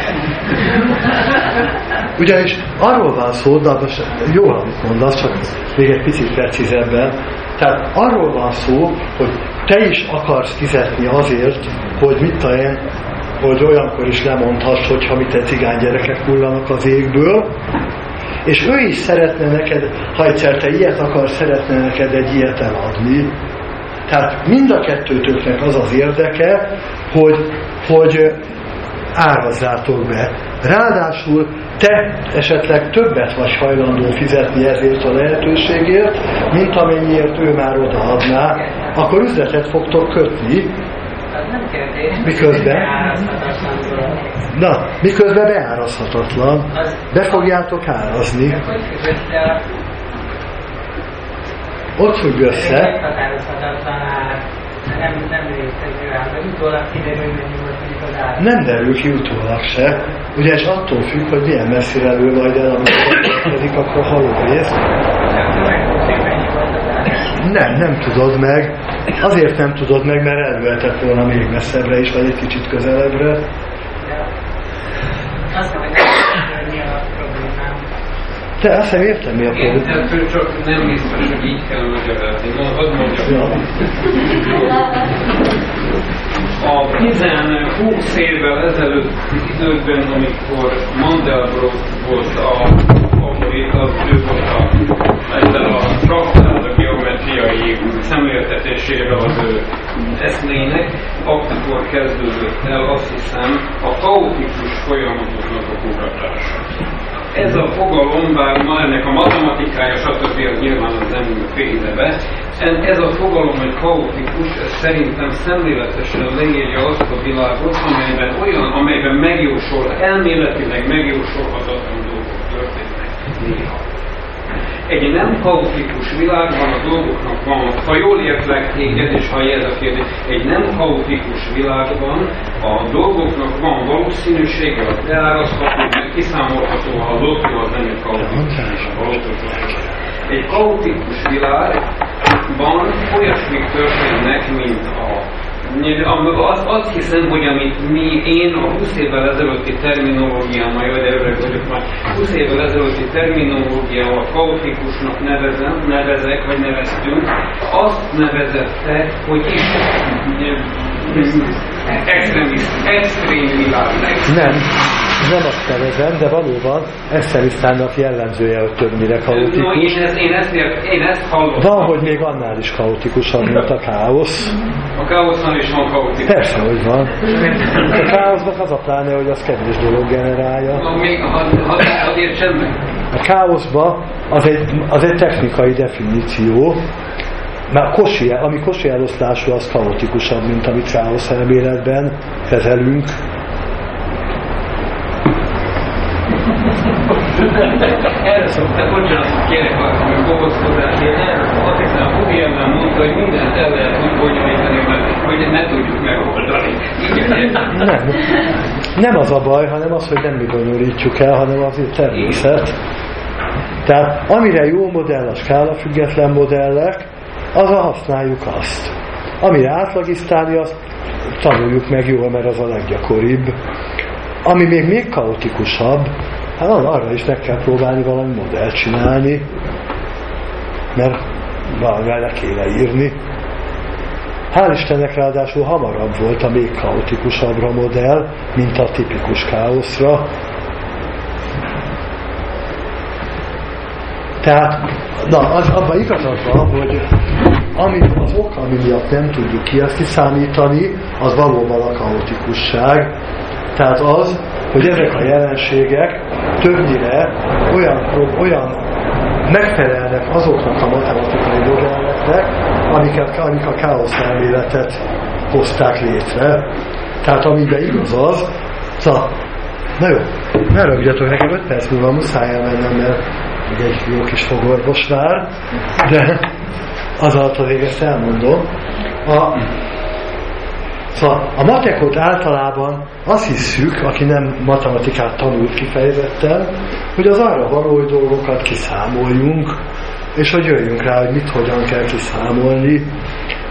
Ugyanis arról van szó, de most jó, amit mondasz, csak még egy picit precízebben. Tehát arról van szó, hogy te is akarsz fizetni azért, hogy mit talán, hogy olyankor is lemondhass, hogyha mit te cigány gyerekek hullanak az égből, és ő is szeretne neked, ha egyszer te ilyet akarsz, szeretne neked egy ilyet eladni. Tehát mind a kettőtöknek az az érdeke, hogy, hogy árazzátok be. Ráadásul te esetleg többet vagy hajlandó fizetni ezért a lehetőségért, mint amennyiért ő már odaadná, akkor üzletet fogtok kötni. Miközben? Na, miközben beárazhatatlan. Be fogjátok árazni. Ott függ össze. Nem, nem létező ám, de utólag kiderül, hogy mennyi volt mondjuk az ára. Nem derül ki utólag se. Ugye ez attól függ, hogy milyen messzire elő majd el, amikor következik, akkor haló részt. Nem, nem tudod meg. Azért nem tudod meg, mert elvülhetett volna még messzebbre is, vagy egy kicsit közelebbre. Azt mondom, hogy mi a problémám. Te azt nem értem, mi a probléma. Én csak nem biztos, hogy így kell magyarázni. Hadd mondjam. A tíz-húsz évvel ezelőtt időkben, amikor Mandelbrot volt a favorit, az ő volt a, ezzel a traktál geometriai szemléltetésével az ő eszmének, akkor kezdődött el, azt hiszem, a kaotikus folyamatoknak a kutatása. Ez a fogalom, bár ma ennek a matematikája, stb. Az nyilván az nem fél neve, ez a fogalom, hogy kaotikus, ez szerintem szemléletesen leírja azt a világot, amelyben olyan, amelyben megjósol, elméletileg megjósolhatatlan dolgok történnek néha. Egy nem kaotikus világban a dolgoknak van, ha jól értlek téged, és ha ez a kérdés, egy nem kaotikus világban a dolgoknak van valószínűsége, az beárazható, meg kiszámolható, ha a lottó az nem egy kaotikus, a egy kaotikus világban olyasmik történnek, mint a Azt, azt hiszem, hogy amit mi, én a húsz évvel ezelőtti terminológiával, jaj, de öreg vagyok már, húsz évvel ezelőtti terminológiával kaotikusnak nevezem, nevezek, vagy neveztünk, azt nevezette, hogy extremist, extrém világ. Nem, nem azt nevezem, de valóban extremisztának jellemzője, hogy többnyire kaotikus. No, én, ezt, én, ezt, én ezt hallottam. Van, hogy még annál is kaotikusabb, mint a káosz. A káosznál is van kaotikus. Persze, hogy van. A káosznak az a pláne, hogy az kevés dolog generálja. Na, még, hadd had, had értsen meg. A káoszban az egy, az egy technikai definíció, mert Cauchy, ami Cauchy eloszlású, az kaotikusabb, mint amit káosz elméletben kezelünk. Erre szokták, bocsánat, kérek a bohozkodásért, azt hiszem, a Woody Allen mondta, hogy mindent el lehet úgy bonyolítani, mert hogy ne tudjuk megoldani. Nem. Nem az a baj, hanem az, hogy nem mi bonyolítjuk el, hanem az a természet. Tehát amire jó modell a skálafüggetlen modellek, azra használjuk azt. Amire átlagisztálni, azt tanuljuk meg jól, mert az a leggyakoribb. Ami még még kaotikusabb, hát arra is meg kell próbálni valami modellt csinálni, mert valamivel le kéne írni. Hál' Istennek ráadásul hamarabb volt a még kaotikusabbra modell, mint a tipikus káoszra. Tehát, na, az, abban igazad van, hogy ami az ok, ami miatt nem tudjuk ki azt kiszámítani, az valóban a kaotikusság. Tehát az, hogy ezek a jelenségek többnyire olyan, olyan megfelelnek azoknak a matematikai modelleknek, amiket, amik a káosz elméletet hozták létre. Tehát amiben igaz az, szóval, na jó, ne rögjetek, nekem öt perc múlva muszáj elmennem, mert egy jó kis fogorvos vár, de az alatt azért ezt elmondom. A, szóval a matekot általában azt hisszük, aki nem matematikát tanult kifejezetten, hogy az arra való, hogy dolgokat kiszámoljunk, és hogy jöjjünk rá, hogy mit hogyan kell kiszámolni.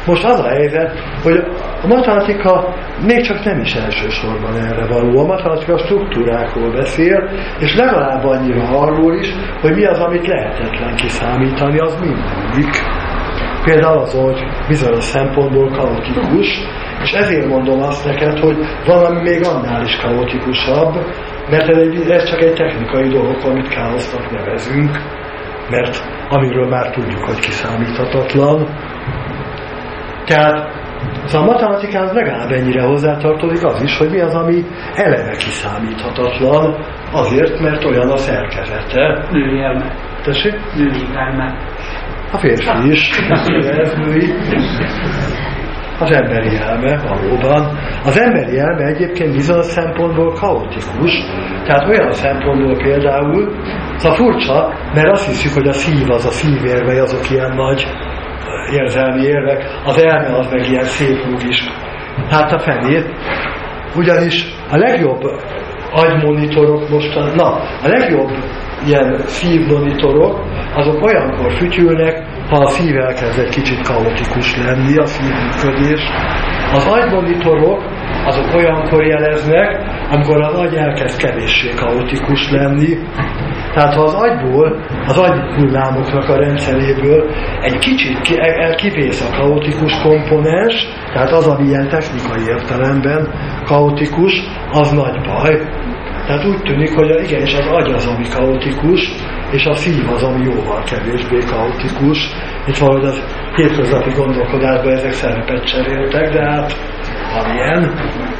Most az a helyzet, hogy a matematika még csak nem is elsősorban erre való. A matematika struktúrákról beszél, és legalább annyira arról is, hogy mi az, amit lehetetlen kiszámítani, az mindig. Például az, hogy bizonyos szempontból kaotikus, és ezért mondom azt neked, hogy valami még annál is kaotikusabb, mert ez, egy, ez csak egy technikai dolog, amit káosznak nevezünk, mert amiről már tudjuk, hogy kiszámíthatatlan. Tehát szóval a matematikához legalább ennyire hozzátartozik az is, hogy mi az, ami eleve kiszámíthatatlan, azért, mert olyan a szerkezete. Női elme. Tessék? Női elme. A férfi is, ez női. Az emberi elme, valóban. Az emberi elme egyébként bizonyos szempontból kaotikus, tehát olyan szempontból például, szóval furcsa, mert azt hiszük, hogy a szív az a szívérvei, azok ilyen nagy érzelmi érvek, az elme az meg ilyen szép logis. Hát a fenét. Ugyanis a legjobb agymonitorok mostan, na, a legjobb ilyen szívmonitorok, azok olyankor fütyülnek, ha a szív elkezd egy kicsit kaotikus lenni, a szívműködés. Az agymonitorok, azok olyankor jeleznek, amikor az agy elkezd kevéssé kaotikus lenni. Tehát ha az agyból, az agyhullámoknak a rendszeréből egy kicsit ki, el, kivész a kaotikus komponens, tehát az, ami ilyen technikai értelemben kaotikus, az nagy baj. Tehát úgy tűnik, hogy igenis az agy az, ami kaotikus, és a szív az, ami jóval kevésbé kaotikus. Itt valahogy az hétköznapi gondolkodásban ezek szerepet cseréltek, de hát amilyen.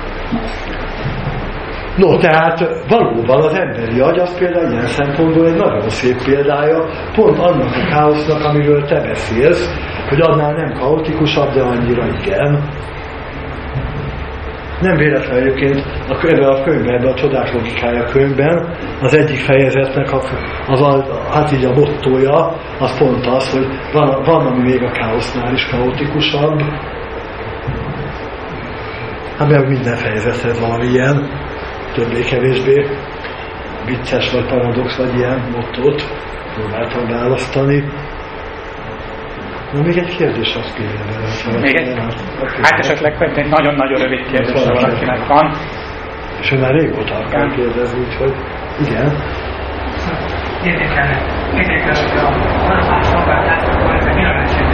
No, tehát valóban az emberi agy az például ilyen szempontból egy nagyon szép példája pont annak a káosznak, amiről te beszélsz, hogy annál nem kaotikusabb, de annyira igen. Nem véletlen egyébként a, ebben a könyvben, ebben a Csodák logikája könyvben az egyik fejezetnek a, az a, hát így a mottója, az pont az, hogy van, van ami még a káosznál is kaotikusabb. Hát mert minden fejezethez valami ilyen, többé-kevésbé vicces vagy paradox vagy ilyen mottót próbáltam választani. Na, még egy kérdés azt kérem. Még egy? Hát esetleg egy nagyon-nagyon rövid kérdés, ha valakinek van. És ő már régóta akar kérdezni, úgyhogy igen. Érdekelne. Érdekelne, hogy a Barabás Albert akkor ezek mire mesélni?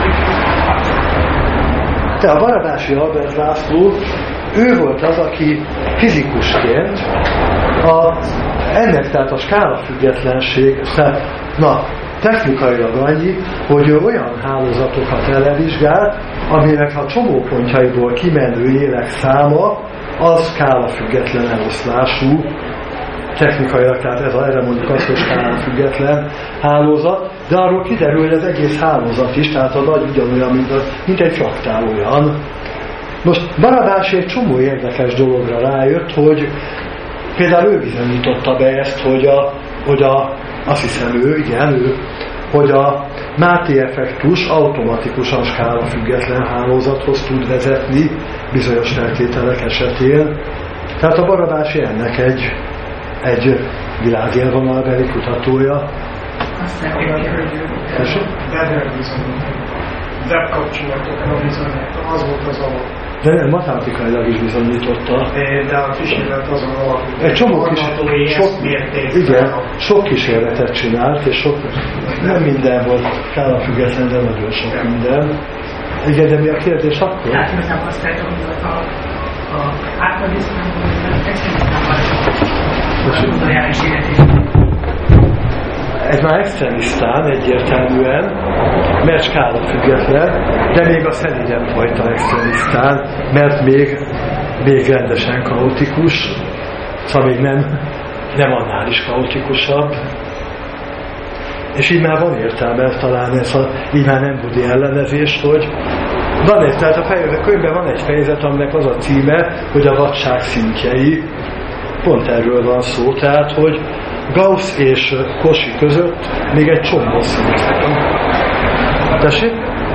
Te a Barabási Albert László, ő volt az, aki fizikusként a, ennek tehát a skálafüggetlenség, na, technikailag annyi, hogy ő olyan hálózatokat elvizsgált, aminek a csomópontjaiból kimenő élek száma az skálafüggetlen eloszlású, technikailag, tehát ez a, erre mondjuk azt, hogy skálafüggetlen hálózat, de arról kiderül, hogy az egész hálózat is, tehát a nagy ugyanolyan, mint, a, mint egy fraktál olyan. Most Barabás egy csomó érdekes dologra rájött, hogy például ő bizonyította be ezt, hogy a, hogy a azt hiszem ő, igen, ő, hogy a Máté effektus automatikusan skálafüggetlen hálózathoz tud vezetni bizonyos feltételek esetén. Tehát a Barabási ennek egy, egy világélvonalbeli kutatója. Azt nem hogy Weber bizonyított. Web kapcsolatokra bizonyított. Az volt az alap. De nem, matematikailag is bizonyította. De a kísérlet azon alapul. Egy csomó kis, sok, igen, sok kísérletet csinált, és sok, nem minden volt skálafüggetlen, de nagyon sok minden. Igen, de mi a kérdés akkor? Tehát nem azt lehet, hogy a átmadisztában, hogy a a jelenséget is. Ez már extremisztán egyértelműen, mert skálafüggetlen, de még a szenígyebb fajta extremisztán, mert még, még rendesen kaotikus, szóval még nem, nem annál is kaotikusabb. És így már van értelme talán ez a, így már nem budi ellenezés, hogy van egy, tehát a, fejezet, a könyvben van egy fejezet, aminek az a címe, hogy a vadság szintjei. Pont erről van szó, tehát, hogy Gauss és Cauchy között még egy csomó szint van. Tessék?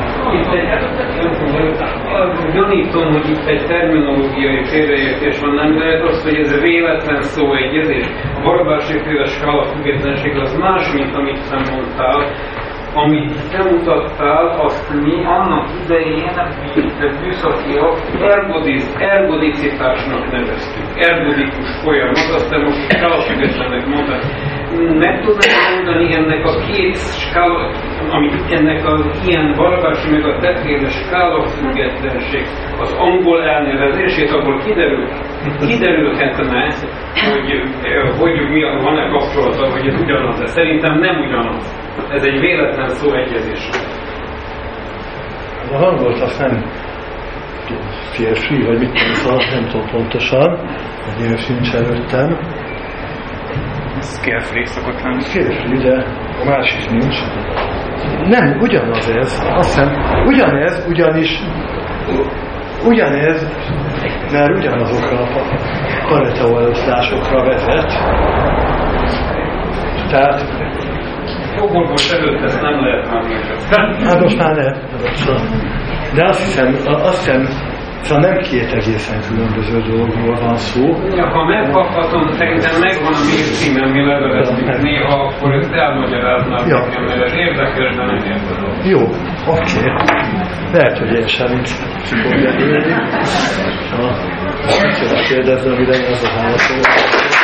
Gyanítom, hogy itt egy terminológiai félreértés van, nem lehet az, hogy ez véletlen szóegyezés. A Barabási féle skálafüggetlenség az más, mint amit nem mondtál. amit te mutattál, azt mi annak idején műszakiak ergodiz, ergodicitásnak neveztük. Ergodikus folyamat, aztán most skálafüggetlennek mondták. Meg tudnám mondani ennek a két skála, amit ennek az ilyen Barabási meg a Debré skálafüggetlenség, az angol elnevezését, abból kiderül, kiderülhetne, hogy, hogy mi a, van-e kapcsolata, hogy ez ugyanaz, de szerintem nem ugyanaz. Ez egy véletlen szóegyezés. A hangolt azt nem férfi, vagy mit tudom, szóval nem tudom pontosan, egy év sincs előttem. Scalefree szokott lenni. Scalefree, de a másik nincs. Nem, ugyanaz ez. Azt hiszem, ugyanez, ugyanis ugyanez, mert ugyanazokra a pareteoeloszlásokra vezet. Tehát Jogorvos előtt ezt nem lehet már megkötni. hát most már nem. De azt hiszem, azt hiszem, szóval nem két egészen különböző dologról van szó. Ja, ha megkaphatom, szerintem megvan a mail címem, mi levelezünk néha, akkor ezt elmagyaráznak ja. nekem, mert ez érdekes, de nem értem. Jó, oké. Okay. Lehet, hogy én sem nincs fogja élni. Ha, kérdezni, amire ez a hálatom.